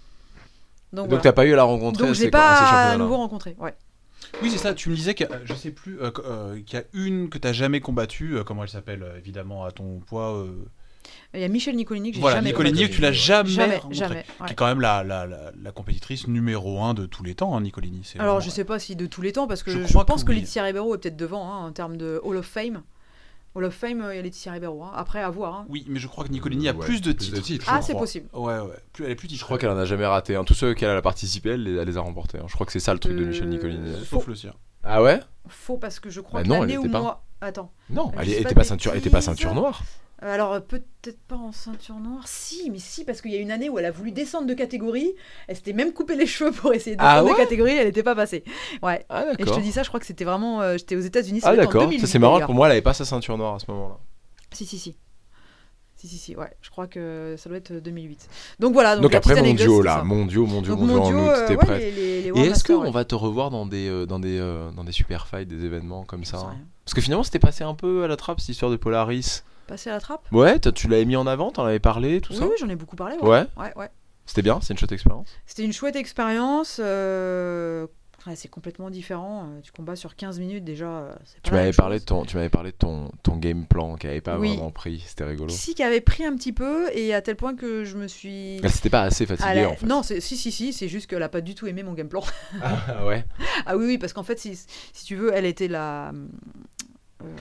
Donc, Donc voilà. t'as pas eu à la rencontrer Donc à je ces- l'ai à ces pas à championnats-là. nouveau rencontrée. Ouais. Oui, c'est ça, tu me disais que, euh, je sais plus, euh, qu- euh, qu'il y a une que t'as jamais combattue, euh, comment elle s'appelle, euh, évidemment, à ton poids. euh, Il y a Michel Nicolini que j'ai Voilà, jamais Nicolini, combattu. que tu l'as jamais, Jamais, rencontrée, jamais. ouais. qui est quand même la, la, la, la compétitrice numéro un de tous les temps, hein, Nicolini. C'est Alors vraiment- je sais pas si de tous les temps, parce que Je je, crois pense que que oui. Laetitia Ribeiro est peut-être devant hein, en termes de Hall of Fame. Hall of Fame, euh, il y a Laetitia Ribeiro. Hein. Après, à voir. Hein. Oui, mais je crois que Nicolini a Ouais, plus de plus de titres. titres. Ah, je c'est crois. possible. Ouais, ouais, plus, elle est plus Je titrée. crois qu'elle en a jamais raté. Hein. Tous ceux qu'elle a participé, elle les, elle les a remportés. hein. Je crois que c'est ça le truc de Euh, Michel Nicolini. Sauf le sien. Ah ouais? Faux, parce que je crois Bah que non, l'année elle où était pas. moi... Attends. Non, Je elle dis était pas pas de ceinture, elle était pas bêtises. ceinture noire. Euh, alors, euh, peut-être pas en ceinture noire. Si, mais si, parce qu'il y a une année où elle a voulu descendre de catégorie. Elle s'était même coupé les cheveux pour essayer de Ah descendre ouais de catégorie. Elle n'était pas passée. Ouais. Ah Et je d'accord. te dis ça, je crois que c'était vraiment... euh, j'étais aux États-Unis. ça Ah devait être en d'accord. deux mille huit, Ça c'est marrant. d'ailleurs. Pour moi, elle avait pas sa ceinture noire à ce moment-là. Si, si, si. Si, si, si, ouais. Je crois que ça doit être deux mille huit. Donc voilà. Donc, Donc la après petite anecdote, mondiaux c'était là, ça. mondiaux, mondiaux, Donc mondiaux en mondiaux, août, euh, t'es ouais, prête. les, les, les Et World est-ce Masters, qu'on ouais. va te revoir dans des euh, dans des euh, dans des super fights, des événements comme J'en ça sais hein rien. Parce que finalement, c'était passé un peu à la trappe cette histoire de Polaris. Passer à la trappe. Ouais, toi, tu l'avais mis en avant, t'en avais parlé, tout Oui, ça. oui, j'en ai beaucoup parlé. Ouais. Ouais, ouais. C'était bien, c'est une chouette expérience. C'était une chouette expérience. euh, ouais, c'est complètement différent. euh, Tu combats sur quinze minutes déjà. euh, c'est pas Tu la m'avais même parlé de chose. ton, tu m'avais parlé de ton, ton game plan qui avait pas Oui. vraiment pris. C'était rigolo. Si, qui avait pris un petit peu et à tel point que je me suis. Elle s'était pas assez fatiguée Elle a- en fait. Non, c'est... si, si, si, c'est juste qu'elle a pas du tout aimé mon game plan. Ah ouais. Ah oui, oui, parce qu'en fait, si, si tu veux, elle était la, euh,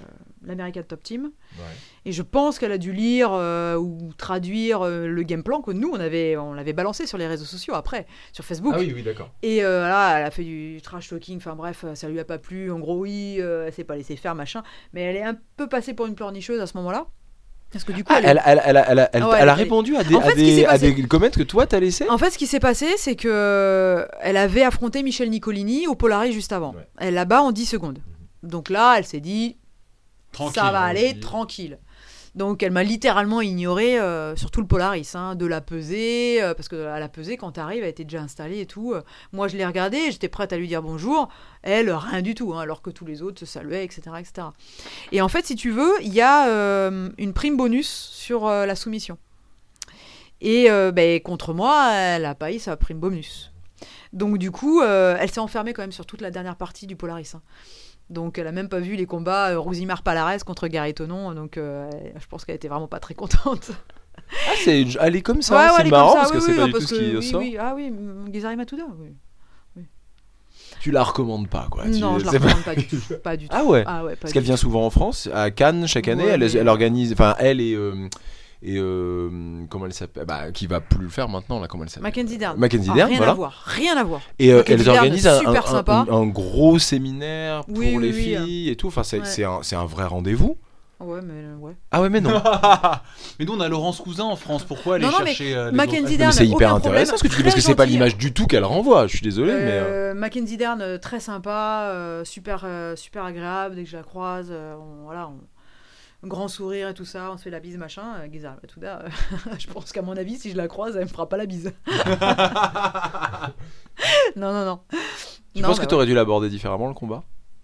l'American Top Team. Ouais. Et je pense qu'elle a dû lire euh, ou traduire euh, le game plan que nous, on, avait, on l'avait balancé sur les réseaux sociaux après, sur Facebook. Ah oui, oui, d'accord. Et euh, là, elle a fait du trash talking, enfin bref, ça lui a pas plu. En gros, oui, euh, elle s'est pas laissée faire, machin. Mais elle est un peu passée pour une pleurnicheuse à ce moment-là. Parce que du coup, Ah, elle, elle, elle, elle, a- elle, a- elle, Ah ouais, elle a elle- répondu à des, En fait, à ce qui s'est des, à passé- des comments que toi t'as laissé. En fait, ce qui s'est passé, c'est que euh, elle avait affronté Michel Nicolini au Polaris juste avant. Ouais. Elle la bat en dix secondes. Donc là, elle s'est dit, Tranquille, ça va on aller, dit. tranquille. Donc elle m'a littéralement ignoré euh, sur tout le Polaris, hein, de la pesée, euh, parce qu'à la pesée, quand t'arrives, elle était déjà installée et tout. Euh, moi, je l'ai regardée, j'étais prête à lui dire bonjour. Elle, rien du tout, hein, alors que tous les autres se saluaient, et cetera, et cetera. Et en fait, si tu veux, il y a euh, une prime bonus sur euh, la soumission. Et euh, ben, contre moi, elle a pas eu sa prime bonus. Donc du coup, euh, elle s'est enfermée quand même sur toute la dernière partie du Polaris. Hein. Donc elle a même pas vu les combats euh, Rousimar Palhares contre Gary Tonon. Donc euh, je pense qu'elle était vraiment pas très contente. Ah, c'est, elle est comme ça, Ouais, ouais, c'est elle est marrant comme ça, parce que oui, c'est oui, pas non, du tout parce ce qui que- oui, sort. oui, ah oui, Gizari Matuda, oui. Tu la recommandes pas, quoi. Tu- Non, je la c'est pas- recommande pas du tout. Pas du tout. Ah ouais. Ah ouais, pas Parce du qu'elle tout. vient souvent en France, à Cannes chaque année. Ouais, elle, mais- elle organise, enfin elle et euh, et euh, comment elle s'appelle, bah, qui va plus le faire maintenant là, comment elle s'appelle. Mackenzie Dern. Mackenzie Ah, Dern, rien voilà. à voir, rien à voir. Et euh, Mackenzie elles Dern, organisent un, super un- sympa. un- un gros séminaire pour Oui, les oui, oui, filles et tout. Enfin, c'est Ouais. c'est un, c'est un vrai rendez-vous. Ouais, mais euh, ouais. Ah ouais, mais non. Mais nous, on a Laurence Cousin en France. Pourquoi aller Non, non, mais chercher euh, les Mackenzie autres Mais Dern, c'est aucun hyper problème, intéressant ce que tu dis parce très que c'est pas gentille. l'image du tout qu'elle renvoie. Je suis désolé, mais. euh, Euh, Mackenzie Dern, euh, très sympa, euh, super, euh, super agréable. Dès que je la croise, euh, on, voilà, on- un grand sourire et tout ça, on se fait la bise, machin. Euh, Gizari Matuda, euh, je pense qu'à mon avis, si je la croise, elle me fera pas la bise. non, non, non. Tu Non, penses mais que tu aurais dû l'aborder différemment le combat?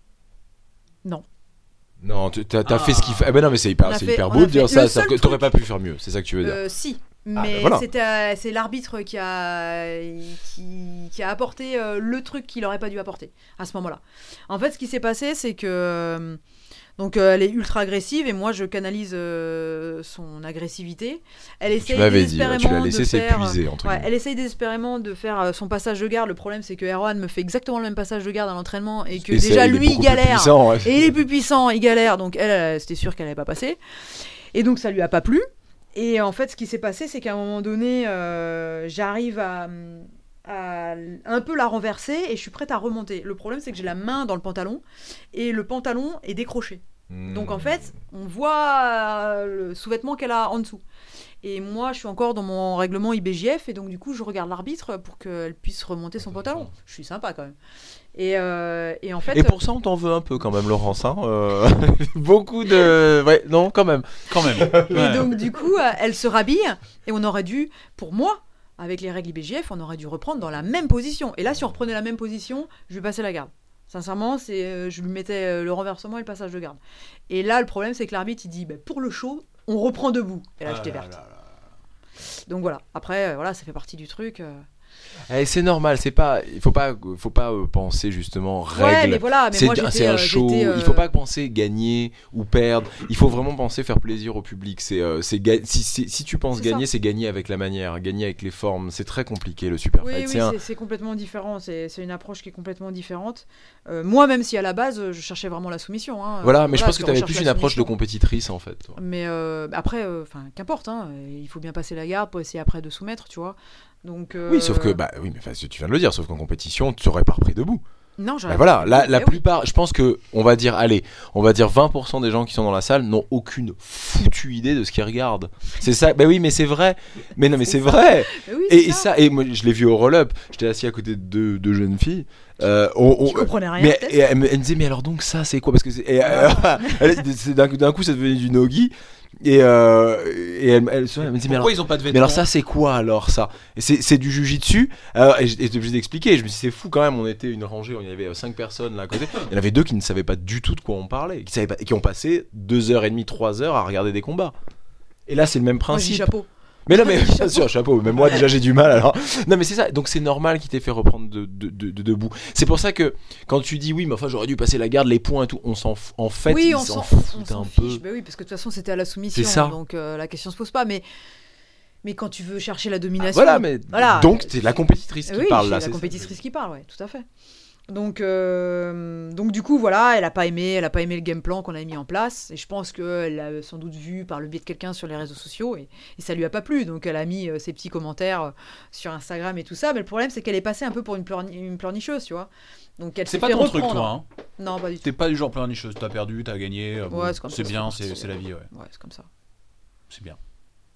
Non. Non, tu- t'as t'as Ah. fait ce qu'il fait. Ah ben non, mais c'est hyper, On a c'est fait- hyper on beau a de dire fait- ça. le ça seul que T'aurais truc- pas pu faire mieux. C'est ça que tu veux dire. Euh, si, ben mais voilà. c'était, euh, c'est l'arbitre qui a, qui, qui a apporté euh, le truc qu'il aurait pas dû apporter à ce moment-là. En fait, ce qui s'est passé, c'est que euh, donc euh, elle est ultra agressive et moi je canalise euh, son agressivité. Elle Tu essaye m'avais dit, ouais, désespérément tu l'as de laissé faire. s'épuiser entre Ouais, guillemets. elle essaye désespérément de faire euh, son passage de garde. Le problème, c'est que Erwan me fait exactement le même passage de garde à l'entraînement et que Et c'est- déjà il est lui il beaucoup plus galère. puissant, ouais. Et il est plus puissant, il galère, donc elle, elle, c'était sûr qu'elle n'allait pas passer. Et donc ça lui a pas plu. Et en fait, ce qui s'est passé, c'est qu'à un moment donné, euh, j'arrive à, à un peu la renverser et je suis prête à remonter. Le problème, c'est que j'ai la main dans le pantalon et le pantalon est décroché. Donc en fait, on voit euh, le sous-vêtement qu'elle a en dessous. Et moi, je suis encore dans mon règlement I B J F et donc du coup, je regarde l'arbitre pour qu'elle puisse remonter son pantalon. Je suis sympa quand même. Et, euh, et en fait, Et pour ça, on t'en veut un peu quand même, Laurence. Hein euh, Beaucoup de. Ouais, non, quand même. Quand même. et Ouais. donc du coup, euh, elle se rhabille et on aurait dû, pour moi, avec les règles I B J F, on aurait dû reprendre dans la même position. Et là, si on reprenait la même position, je lui passais la garde. Sincèrement, c'est, euh, je lui mettais euh, le renversement et le passage de garde. Et là, le problème, c'est que l'arbitre, il dit, bah, pour le show, on reprend debout. Et là, Ah j'étais là verte. là là. Donc voilà. Après, euh, voilà, ça fait partie du truc. euh. Eh, c'est normal, c'est pas. Il faut pas, faut pas euh, penser justement Ouais, règles. mais voilà. Mais C'est moi, j'étais, c'est un euh, show. j'étais, euh, Il faut pas penser gagner ou perdre. Il faut vraiment penser faire plaisir au public. C'est, euh, c'est ga- si, si, si tu penses C'est gagner, ça. c'est gagner avec la manière, gagner avec les formes. C'est très compliqué le super Oui, fight. oui, c'est un- c'est, c'est complètement différent. C'est, c'est une approche qui est complètement différente. Euh, moi, même si à la base, je cherchais vraiment la soumission. Hein, Voilà, euh, mais je pense que tu avais recherche plus la une approche de soumission. compétitrice en fait. toi. Mais euh, après, enfin, qu'importe. Hein, il faut bien passer la garde pour essayer après de soumettre, tu vois. Donc. euh, Oui, sauf que bah oui, mais enfin, tu viens de le dire, sauf qu'en compétition, tu serais pas repris debout. Non, Bah j'aurais voilà, pas- la, la Eh oui. plupart, je pense que, on va dire, allez, on va dire vingt pour cent des gens qui sont dans la salle n'ont aucune foutue idée de ce qu'ils regardent. C'est ça, bah oui, mais c'est vrai. Mais non, mais c'est C'est ça. vrai. Mais oui, Et, c'est et ça, et moi, je l'ai vu au roll-up. J'étais assis à côté de deux, deux jeunes filles. Euh, on, on- Tu comprenais rien. mais peut-être et elle, me, elle me disait, mais alors donc ça, c'est quoi? Parce que c'est, et, euh, elle- c'est- d'un, coup- d'un coup, ça devenait du nogi. Et, euh, et elle, elle, elle me dit, mais alors, Pourquoi ils ont pas de vêtements mais alors ça c'est quoi alors ça? Et c'est, c'est du jujitsu. Alors, et j'étais obligé d'expliquer. Je me suis dit c'est fou quand même. On était une rangée, il y avait cinq personnes là à côté. Il y en avait deux qui ne savaient pas du tout de quoi on parlait, qui savaient pas, et qui ont passé deux heures et demie, trois heures à regarder des combats. Et là c'est le même Moi, je dis principe. chapeau. Mais non mais bien Chapeau. sûr chapeau. Même moi déjà j'ai du mal alors. Non mais c'est ça. Donc c'est normal qu'il t'ait fait reprendre de, de, de, de debout. C'est pour ça que quand tu dis oui mais enfin j'aurais dû passer la garde, les points et tout, on s'en f- en fait Oui, ils on s'en s'en, foutent on un s'en peu. fiche. Bah oui, parce que de toute façon, c'était à la soumission. C'est ça. Donc euh, la question se pose pas. Mais, mais quand tu veux chercher la domination. Voilà mais Voilà. donc c'est la compétitrice qui oui, parle c'est là. la c'est ça. compétitrice qui parle, ouais, tout à fait. Donc, euh, donc du coup, voilà, elle a pas aimé, elle a pas aimé le game plan qu'on a mis en place. Et je pense qu'elle l'a sans doute vu par le biais de quelqu'un sur les réseaux sociaux et, et ça lui a pas plu. Donc, elle a mis euh, ses petits commentaires euh, sur Instagram et tout ça. Mais le problème, c'est qu'elle est passée un peu pour une, pleurni- une pleurnicheuse, tu vois. Donc, elle C'est s'est pas fait ton truc, reprendre. toi. Hein. Non, pas du tout. T'es pas du genre pleurnicheuse. T'as perdu, t'as gagné. euh, bon, Ouais, c'est comme c'est ça, bien, c'est- c'est c'est la vie, ouais. Ouais, c'est comme ça. C'est bien.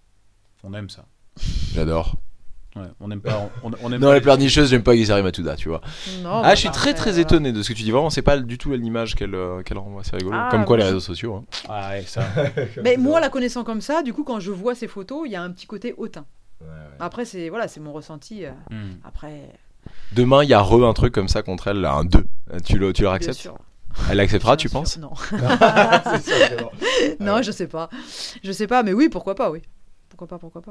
On aime ça. J'adore. Ouais, on aime pas. On, on aime Non, pas la pleurnicheuse, j'aime pas Gisari Matuda, tu vois. Non, Ah, bah, je suis très après, très euh, étonné de ce que tu dis. Vraiment, c'est pas du tout l'image qu'elle euh, qu'elle renvoie. C'est rigolo. Ah, Comme quoi, moi, les je- réseaux sociaux. Hein. Ah ouais, ça. Mais moi, la connaissant comme ça, du coup, quand je vois ces photos, il y a un petit côté hautain. Après, c'est voilà, c'est mon ressenti. euh, Hmm. Après, Demain, il y a re un truc comme ça contre elle, là, un deux. Euh, Tu le, tu le bien acceptes sûr. Elle l'acceptera, Bien tu sûr, penses Non. C'est ça, vraiment. Non, je sais pas. Je sais pas, mais oui, pourquoi pas, oui. Pourquoi pas, pourquoi pas.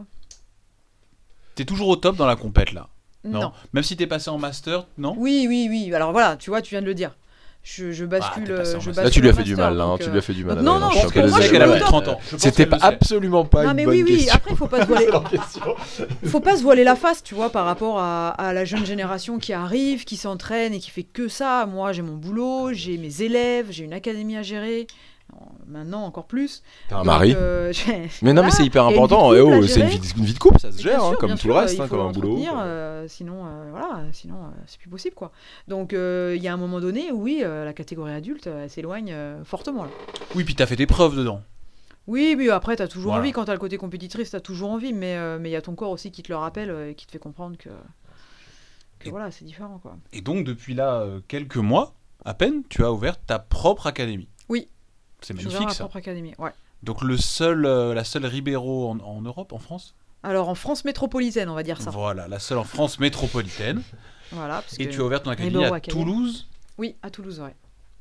T'es toujours au top dans la compète là. Non. Non. Même si t'es passé en master, non. Oui, oui, oui. Alors voilà, tu vois, tu viens de le dire. Je, je bascule. Ah, t'es passé en euh, je master. Là, tu lui as bascule fait en du master, mal, là, hein, donc, tu euh, lui as fait du mal. donc, non, Adrien, non, je suis pour un peu moi, désolé. j'ai qu'elle avait le temps. trente ans. Je pense C'était qu'elle pas le sait. absolument pas Non, une mais bonne oui, oui. question. Après, faut pas se voiler. Faut pas se voiler la face, tu vois, par rapport à, à la jeune génération qui arrive, qui s'entraîne et qui fait que ça. Moi, j'ai mon boulot, j'ai mes élèves, j'ai une académie à gérer. Maintenant, encore plus. T'as un Donc, mari euh, j'ai- Mais non, mais voilà. c'est hyper Il y a une important. vie de Eh couple à oh, c'est une gérer. vie, une vie de couple, ça se Mais gère, bien hein, sûr, comme bien tout le sûr, reste, il hein, faut comme un boulot. l'entretenir, quoi. euh, sinon, euh, voilà, sinon euh, c'est plus possible, quoi. Donc, euh, il y a un moment donné où, oui, euh, la catégorie adulte, euh, elle s'éloigne euh, fortement. Là. Oui, puis t'as fait tes preuves dedans. Oui, mais après, t'as toujours Voilà. envie, quand t'as le côté compétitrice, t'as toujours envie, mais euh, mais il y a ton corps aussi qui te le rappelle euh, et qui te fait comprendre que, que Et- voilà, c'est différent, quoi. Et donc depuis là euh, quelques mois, à peine, tu as ouvert ta propre académie. Oui. C'est J'ai ouvert magnifique ma ça. propre académie, ouais. Donc le seul, euh, la seule Ribéro en, en Europe, en France. Alors, en France métropolitaine, on va dire ça. Voilà, la seule en France métropolitaine. Voilà, parce Et que- tu as ouvert ton académie Ribéro à Academy. Toulouse. Oui, à Toulouse, ouais.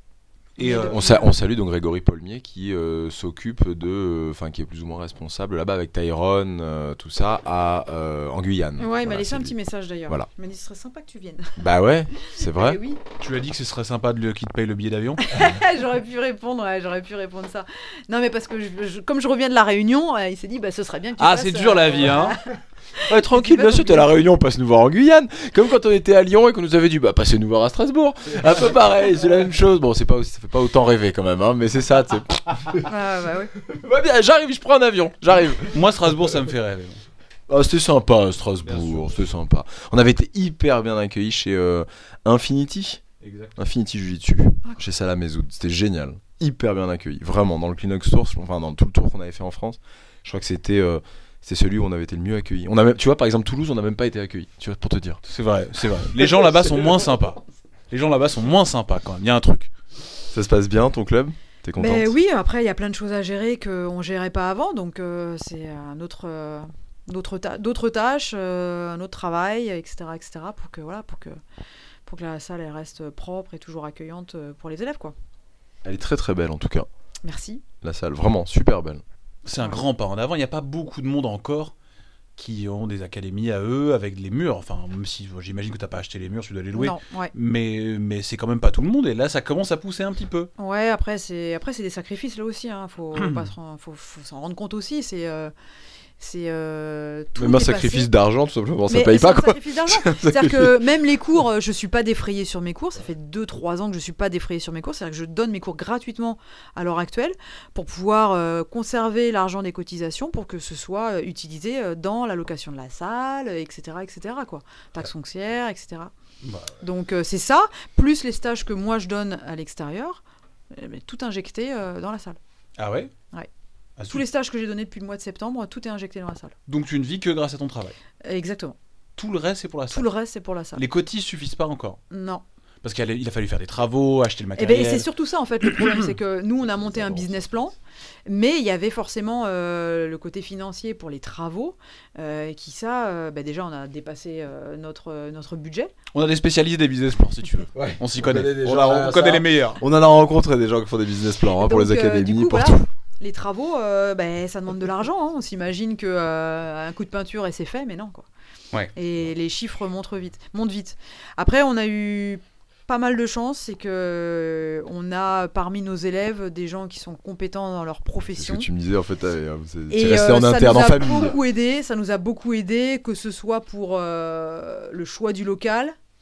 Et euh, On, sa- on salue donc Grégory Paulmier qui euh, s'occupe de, enfin qui est plus ou moins responsable là-bas avec Tyrone, euh, tout ça, à euh, en Guyane. Ouais, il Voilà, m'a laissé c'est un lui. petit message d'ailleurs. Voilà. Il m'a dit ce serait sympa que tu viennes. Bah ouais, c'est Eh vrai. oui. tu lui as dit que ce serait sympa de le, qu'il te paye le billet d'avion. J'aurais pu répondre, ouais, j'aurais pu répondre ça. Non, mais parce que je- je- comme je reviens de la Réunion, euh, il s'est dit, bah, ce serait bien que tu Ah, fasses, c'est dur euh, la vie, hein. Ouais, tranquille, bien sûr, t'es à la Réunion, passe nous voir en Guyane. Comme quand on était à Lyon et qu'on nous avait dit, bah passez nous voir à Strasbourg. Un peu pareil, c'est la même chose. Bon, c'est pas, aussi- ça fait pas autant rêver quand même, hein, mais c'est ça. Tu sais. Ah, bah oui. Bah bien, j'arrive, je prends un avion, j'arrive. Moi, Strasbourg, ça me fait rêver. Ah, c'était sympa, Bien Strasbourg, sûr. c'était sympa. On avait été hyper bien accueillis chez euh, Infinity, Exact. Infinity Jiu-Jitsu, chez Salah Mezoud. C'était génial, hyper bien accueilli, vraiment. Dans le Kleenex Tour, enfin dans tout le tour qu'on avait fait en France, je crois que c'était euh, c'était celui où on avait été le mieux accueilli. On a même, tu vois, par exemple Toulouse, on n'a même pas été accueilli. Tu vois, pour te dire. C'est vrai, c'est vrai. Les gens là-bas sont moins sympas. Les gens là-bas sont moins sympas quand même. Il y a un truc. Ça se passe bien, ton club? T'es contente? Mais oui, après, il y a plein de choses à gérer qu'on ne gérait pas avant, donc euh, c'est un autre, euh, d'autres, ta- d'autres tâches, euh, un autre travail, et cetera, et cetera, pour que, voilà, pour que, pour que la salle elle reste propre et toujours accueillante euh, pour les élèves, quoi. Elle est très très belle en tout cas, Merci. la salle, vraiment super belle. C'est un grand pas en avant. Il n'y a pas beaucoup de monde encore qui ont des académies à eux avec les murs. Enfin, même si bon, j'imagine que tu n'as pas acheté les murs, tu dois les louer. Non, ouais. Mais, mais c'est quand même pas tout le monde. Et là, ça commence à pousser un petit peu. Ouais, après c'est après c'est des sacrifices là aussi, hein. Faut pas se ren- faut, faut s'en rendre compte aussi. C'est euh, c'est euh, tout Même un est sacrifice passé. d'argent, tout simplement, ça Mais paye c'est pas un quoi. sacrifice d'argent. C'est-à-dire que même les cours, euh, je suis pas défrayée sur mes cours. Ça fait deux trois ans que je suis pas défrayée sur mes cours. C'est-à-dire que je donne mes cours gratuitement à l'heure actuelle pour pouvoir euh, conserver l'argent des cotisations pour que ce soit euh, utilisé euh, dans la location de la salle, et cetera, et cetera quoi. Taxes foncières, et cetera. Bah, Donc euh, c'est ça, plus les stages que moi je donne à l'extérieur, euh, mais tout injecté euh, dans la salle. ah ouais Ouais. Ah, Tous les stages que j'ai donnés depuis le mois de septembre, tout est injecté dans la salle. Donc tu ne vis que grâce à ton travail. Exactement. Tout le reste, c'est pour la Tout salle. le reste, c'est pour la salle. Les cotises suffisent pas encore. Non. Parce qu'il a, il a fallu faire des travaux, acheter le Eh matériel. ben, c'est surtout ça en fait le problème, c'est que nous on a monté un business plan, mais il y avait forcément euh, le côté financier pour les travaux, euh, et qui ça, euh, bah, déjà on a dépassé euh, notre, notre budget. On a des spécialistes des business plans, si tu veux. Ouais. On s'y On connaît. connaît des On, gens a- à on connaît ça. les meilleurs. On en a rencontré des gens qui font des business plans hein, pour Donc, les euh, académies, du coup, pour voilà, tout. les travaux, euh, ben, ça demande de l'argent. hein. On s'imagine que euh, un coup de peinture et c'est fait, mais non quoi. Ouais. Et les chiffres montent vite, montent vite. Après, on a eu pas mal de chance, c'est que on a parmi nos élèves des gens qui sont compétents dans leur C'est ce profession. que tu me disais en fait, euh, c'est Et c'est resté euh, en ça interne nous en a famille. beaucoup aidé, ça nous a beaucoup aidé, que ce soit pour euh, le choix du local,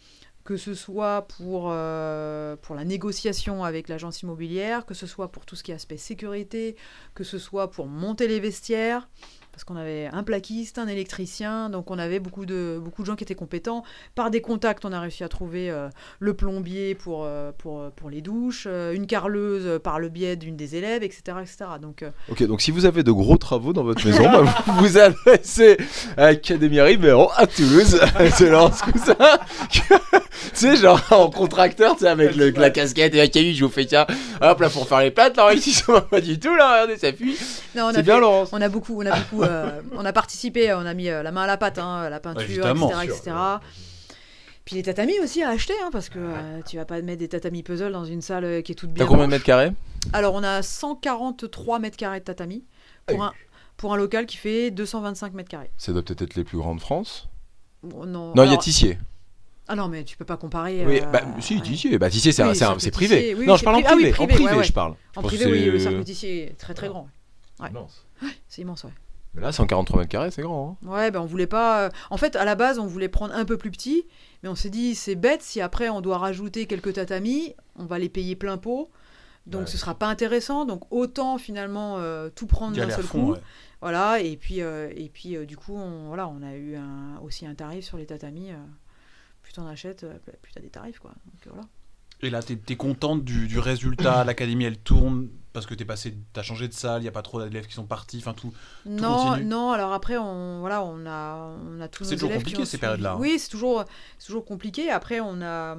que ce soit pour, euh, pour la négociation avec l'agence immobilière, que ce soit pour tout ce qui est aspect sécurité, que ce soit pour monter les vestiaires, parce qu'on avait un plaquiste, un électricien, donc on avait beaucoup de, beaucoup de gens qui étaient compétents. Par des contacts, on a réussi à trouver euh, le plombier pour, euh, pour, pour les douches, euh, une carreleuse par le biais d'une des élèves, et cetera et cetera. Donc, euh... Ok, donc si vous avez de gros travaux dans votre maison, bah, vous vous adressez à Académie Ribeiro à Toulouse. C'est Laurence Cousin. Tu sais, genre en contracteur, tu sais, avec le, la casquette et la caillou, je vous fais tiens, hop là pour faire les pattes, là, ici ça va pas du tout, là, regardez, ça fuit. Non, on c'est a bien, fait, Laurence. On a beaucoup, on a beaucoup, euh, on a participé, on a mis euh, la main à la pâte, hein, la peinture, Évidemment, et cetera, sûr. et cetera. Puis les tatamis aussi à acheter, hein, parce que euh, tu vas pas mettre des tatamis puzzle dans une salle euh, qui est toute bien. T'as combien de blanche. mètres carrés? Alors on a cent quarante-trois mètres carrés de tatami pour un pour un local qui fait deux cent vingt-cinq mètres carrés. Ça doit peut-être être les plus grands de France. Bon, non, Non, il y a alors- Tissier. Ah non, mais tu peux pas comparer. Oui, euh, bah si, ouais. Tissier. Bah Tissier, c'est Oui, un- c'est un- sauf que c'est privé. Tissier, oui, non, oui, je parle en c'est privé. privé. Ah oui, En privé, privé, ouais, ouais. je parle. Je En pense privé, que oui, c'est- le cercle Tissier est très très grand. Ouais. Immense. C'est immense, ouais. Mais là, cent quarante-trois mètres carrés, c'est grand. Hein. Ouais, ben on voulait pas. euh, En fait, à la base, on voulait prendre un peu plus petit, mais on s'est dit c'est bête si après on doit rajouter quelques tatamis, on va les payer plein pot, donc Ouais. ce sera pas intéressant. Donc autant finalement euh, tout prendre Y d'un aller à seul fond, coup. ouais. Voilà, et puis euh, et puis euh, du coup, on, voilà, on a eu un, aussi un tarif sur les tatamis. euh, plus t'en achètes, euh, plus t'as des tarifs, quoi. Donc euh, voilà. Et là, t'es, t'es contente du, du résultat, l'académie elle tourne parce que t'es passé, t'as changé de salle, il y a pas trop d'élèves qui sont partis, enfin tout. Non, continue. non. Alors après, on voilà, on a, on a tous C'est nos toujours élèves compliqué, qui ont ces suivi. périodes-là, hein. Oui, c'est toujours, c'est toujours compliqué. Après, on a,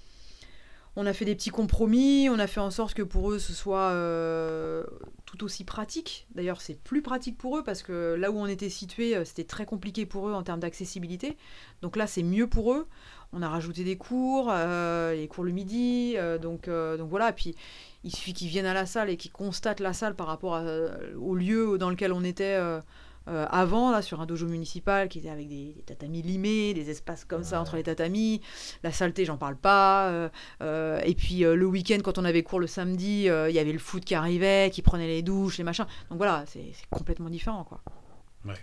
on a fait des petits compromis. On a fait en sorte que pour eux, ce soit euh, tout aussi pratique. D'ailleurs, c'est plus pratique pour eux parce que là où on était situé, euh, c'était très compliqué pour eux en termes d'accessibilité. Donc là, c'est mieux pour eux. On a rajouté des cours, euh, les cours le midi, euh, donc, euh, donc voilà. Puis il suffit qu'ils viennent à la salle et qu'ils constatent la salle par rapport à, au lieu dans lequel on était euh, euh, avant, là, sur un dojo municipal qui était avec des, des tatamis limés, des espaces comme ça entre les tatamis. La saleté, j'en parle pas. euh, euh, et puis euh, le week-end, quand on avait cours le samedi, euh, il y avait le foot qui arrivait, qui prenait les douches, les machins. Donc voilà, c'est, c'est complètement différent, quoi.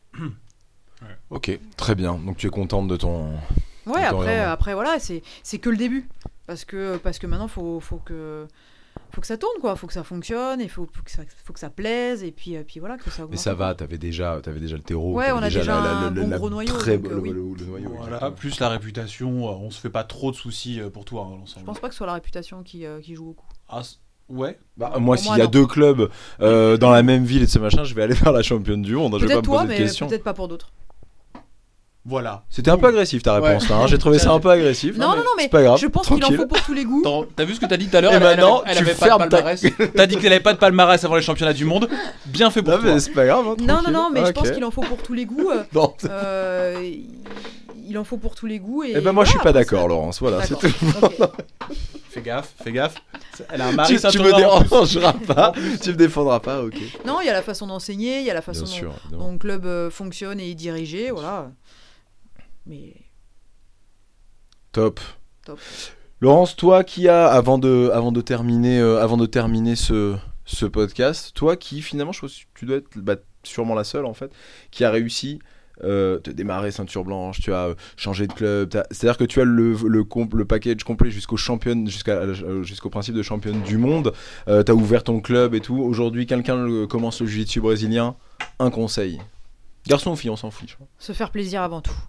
Ok, très bien. Donc tu es contente de ton. Ouais, D'accord, après, vraiment. après voilà, c'est, c'est que le début. Parce que, parce que maintenant, il faut, faut, que, faut que ça tourne, quoi. Il faut que ça fonctionne, il faut, faut, que ça, faut que ça plaise, et puis, euh, puis voilà, que ça augmente. Mais ça va, t'avais déjà, t'avais déjà le terreau. Ouais, t'avais on a déjà la- la- un la- bon la gros noyau, Très donc, beau- euh, oui. le, le noyau. Voilà, exactement. plus la réputation, euh, on se fait pas trop de soucis euh, pour toi, hein, l'ensemble. Je pense pas que ce soit la réputation qui, euh, qui joue beaucoup. Ah, c- ouais. Bah, moi, Pour s'il moi, y a non. deux clubs euh, dans la même ville et de ce machin, je vais aller vers la championne du monde. hein, Je vais pas Peut-être me toi, poser de mais questions. peut-être pas pour d'autres. Voilà. C'était un peu agressif ta réponse Ouais. là. hein. J'ai trouvé ça un peu agressif. Non, non, non, mais c'est pas grave. je pense qu'il en tranquille. faut pour tous les goûts. Attends, t'as vu ce que t'as dit tout à l'heure? Et elle, elle maintenant, avait, elle tu avait pas fermes de ta- palmarès. T'as dit que t'avais pas de palmarès avant les championnats du monde. Bien fait pour Non, toi. mais c'est pas grave. hein, Non, non, tranquille. non, mais je Ok. pense qu'il en faut pour tous les goûts. euh, Non. euh, il en faut pour tous les goûts. Et Eh ben moi je suis voilà, pas après, d'accord ça- Laurence, voilà, c'est D'accord. tout. Ok. Fais gaffe, fais gaffe. Elle a un mari Tu, tu me Saint-Thomas en plus. dérangeras pas, tu me défendras pas, ok. Non, il y a la façon d'enseigner, il y a la façon Bien dont, sûr, évidemment. dont le club euh, fonctionne et est dirigé, voilà. Mais Top. top. Laurence, toi qui as, avant de, avant de terminer, euh, avant de terminer ce, ce podcast, toi qui finalement, je pense que tu dois être bah, sûrement la seule en fait, qui a réussi euh, te démarrer ceinture blanche, tu as euh, changé de club, t'as- c'est-à-dire que tu as le, le, comp- le package complet jusqu'au championne, jusqu'à, euh, jusqu'au principe de championne du monde, euh, tu as ouvert ton club et tout. Aujourd'hui, quelqu'un le- commence le jiu-jitsu brésilien, un conseil. Garçon ou fille, on s'en fiche. Se faire plaisir avant tout.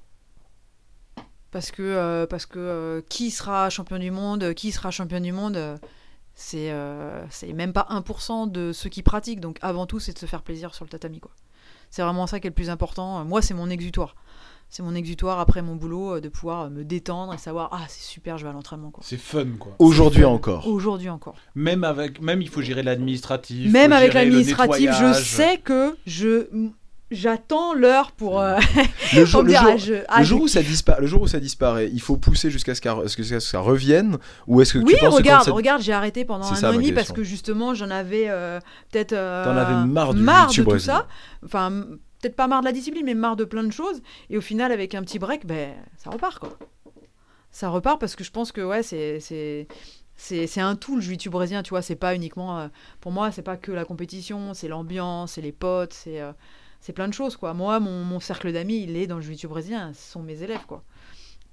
Parce que, euh, parce que euh, qui sera champion du monde, qui sera champion du monde, euh, c'est, euh, c'est même pas un pour cent de ceux qui pratiquent. Donc avant tout, c'est de se faire plaisir sur le tatami, quoi. C'est vraiment ça qui est le plus important. Moi, c'est mon exutoire. C'est mon exutoire après mon boulot, euh, de pouvoir me détendre et savoir, ah, c'est super, je vais à l'entraînement, quoi. C'est fun quoi. Aujourd'hui encore. Aujourd'hui encore. Même avec, même il faut gérer l'administratif. Même faut avec gérer le l'administratif, je nettoyage. sais que je j'attends l'heure pour. euh, Le jour, pour me le dire, jour- ah, je- ah, le je jour où kiffe. ça disparaît, le jour où ça disparaît, il faut pousser jusqu'à ce, qu'à- ce que ce que ça revienne, ou est-ce que Oui, tu penses regarde, que quand ça- regarde, j'ai arrêté pendant C'est un ça, an et ma demi parce question. que justement j'en avais euh, peut-être euh, T'en avais marre du marre jiu-jitsu de tout brésilien. ça. Enfin, m- peut-être pas marre de la discipline, mais marre de plein de choses. Et au final, avec un petit break, ben ça repart quoi. Ça repart parce que je pense que ouais, c'est c'est c'est c'est un tout le jiu-jitsu brésilien, tu vois. C'est pas uniquement euh, pour moi, c'est pas que la compétition, c'est l'ambiance, c'est les potes, c'est euh, c'est plein de choses quoi. Moi, mon, mon cercle d'amis, il est dans le jiu-jitsu brésilien, ce sont mes élèves quoi.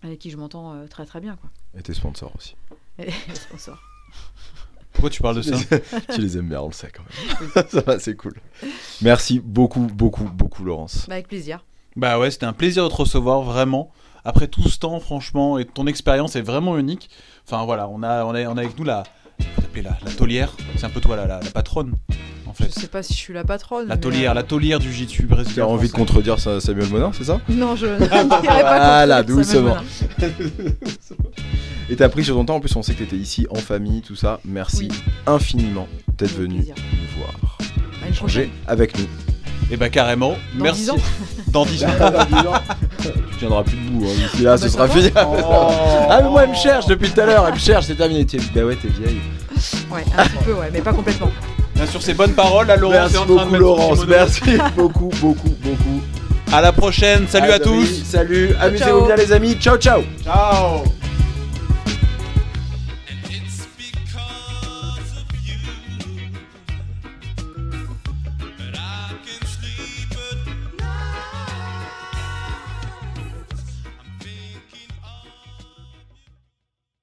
avec qui je m'entends euh, très très bien, quoi. Et tes sponsors aussi. Et les sponsors. Pourquoi tu parles de ça? Tu les aimes bien, on le sait quand même. Ça va, c'est cool. Merci beaucoup, beaucoup, beaucoup, Laurence. Bah, avec plaisir. Bah ouais, c'était un plaisir de te recevoir, vraiment. Après tout ce temps, franchement, et ton expérience est vraiment unique. Enfin voilà, on a, on a, on a avec nous la, faut t'appeler la, la taulière. C'est un peu toi la, la, la patronne, en fait. Je sais pas si je suis la patronne. La mais, taulière, euh, la taulière du J T U Tu brésilien. as envie de français. contredire ça, Samuel Monin, c'est ça? Non, je ne dirais pas. Voilà, contre Samuel doucement. Monin. Et t'as pris sur ton temps, en plus on sait que t'étais ici en famille, tout ça. Merci Oui. infiniment d'être Avec venu plaisir. nous voir. À une Changer prochaine. avec nous. Et bah carrément, Dans merci. dix ans. Dans dix ans. Tu tiendras plus debout, hein. D'ici là, Ah ce bah, sera ça fini. va. Ah, mais moi, elle me cherche depuis tout à l'heure, elle me cherche, c'est terminé. T'es- Bah ouais, t'es vieille. Ouais, un petit peu, ouais, mais pas complètement. Bien sûr, ces bonnes paroles, là, Laurence Merci est en train de beaucoup, mettre son Laurence. kimono. Merci beaucoup, beaucoup, beaucoup. À la prochaine. Salut à Adrien, tous. Salut, amusez-vous ciao. bien, les amis. Ciao, ciao. Ciao.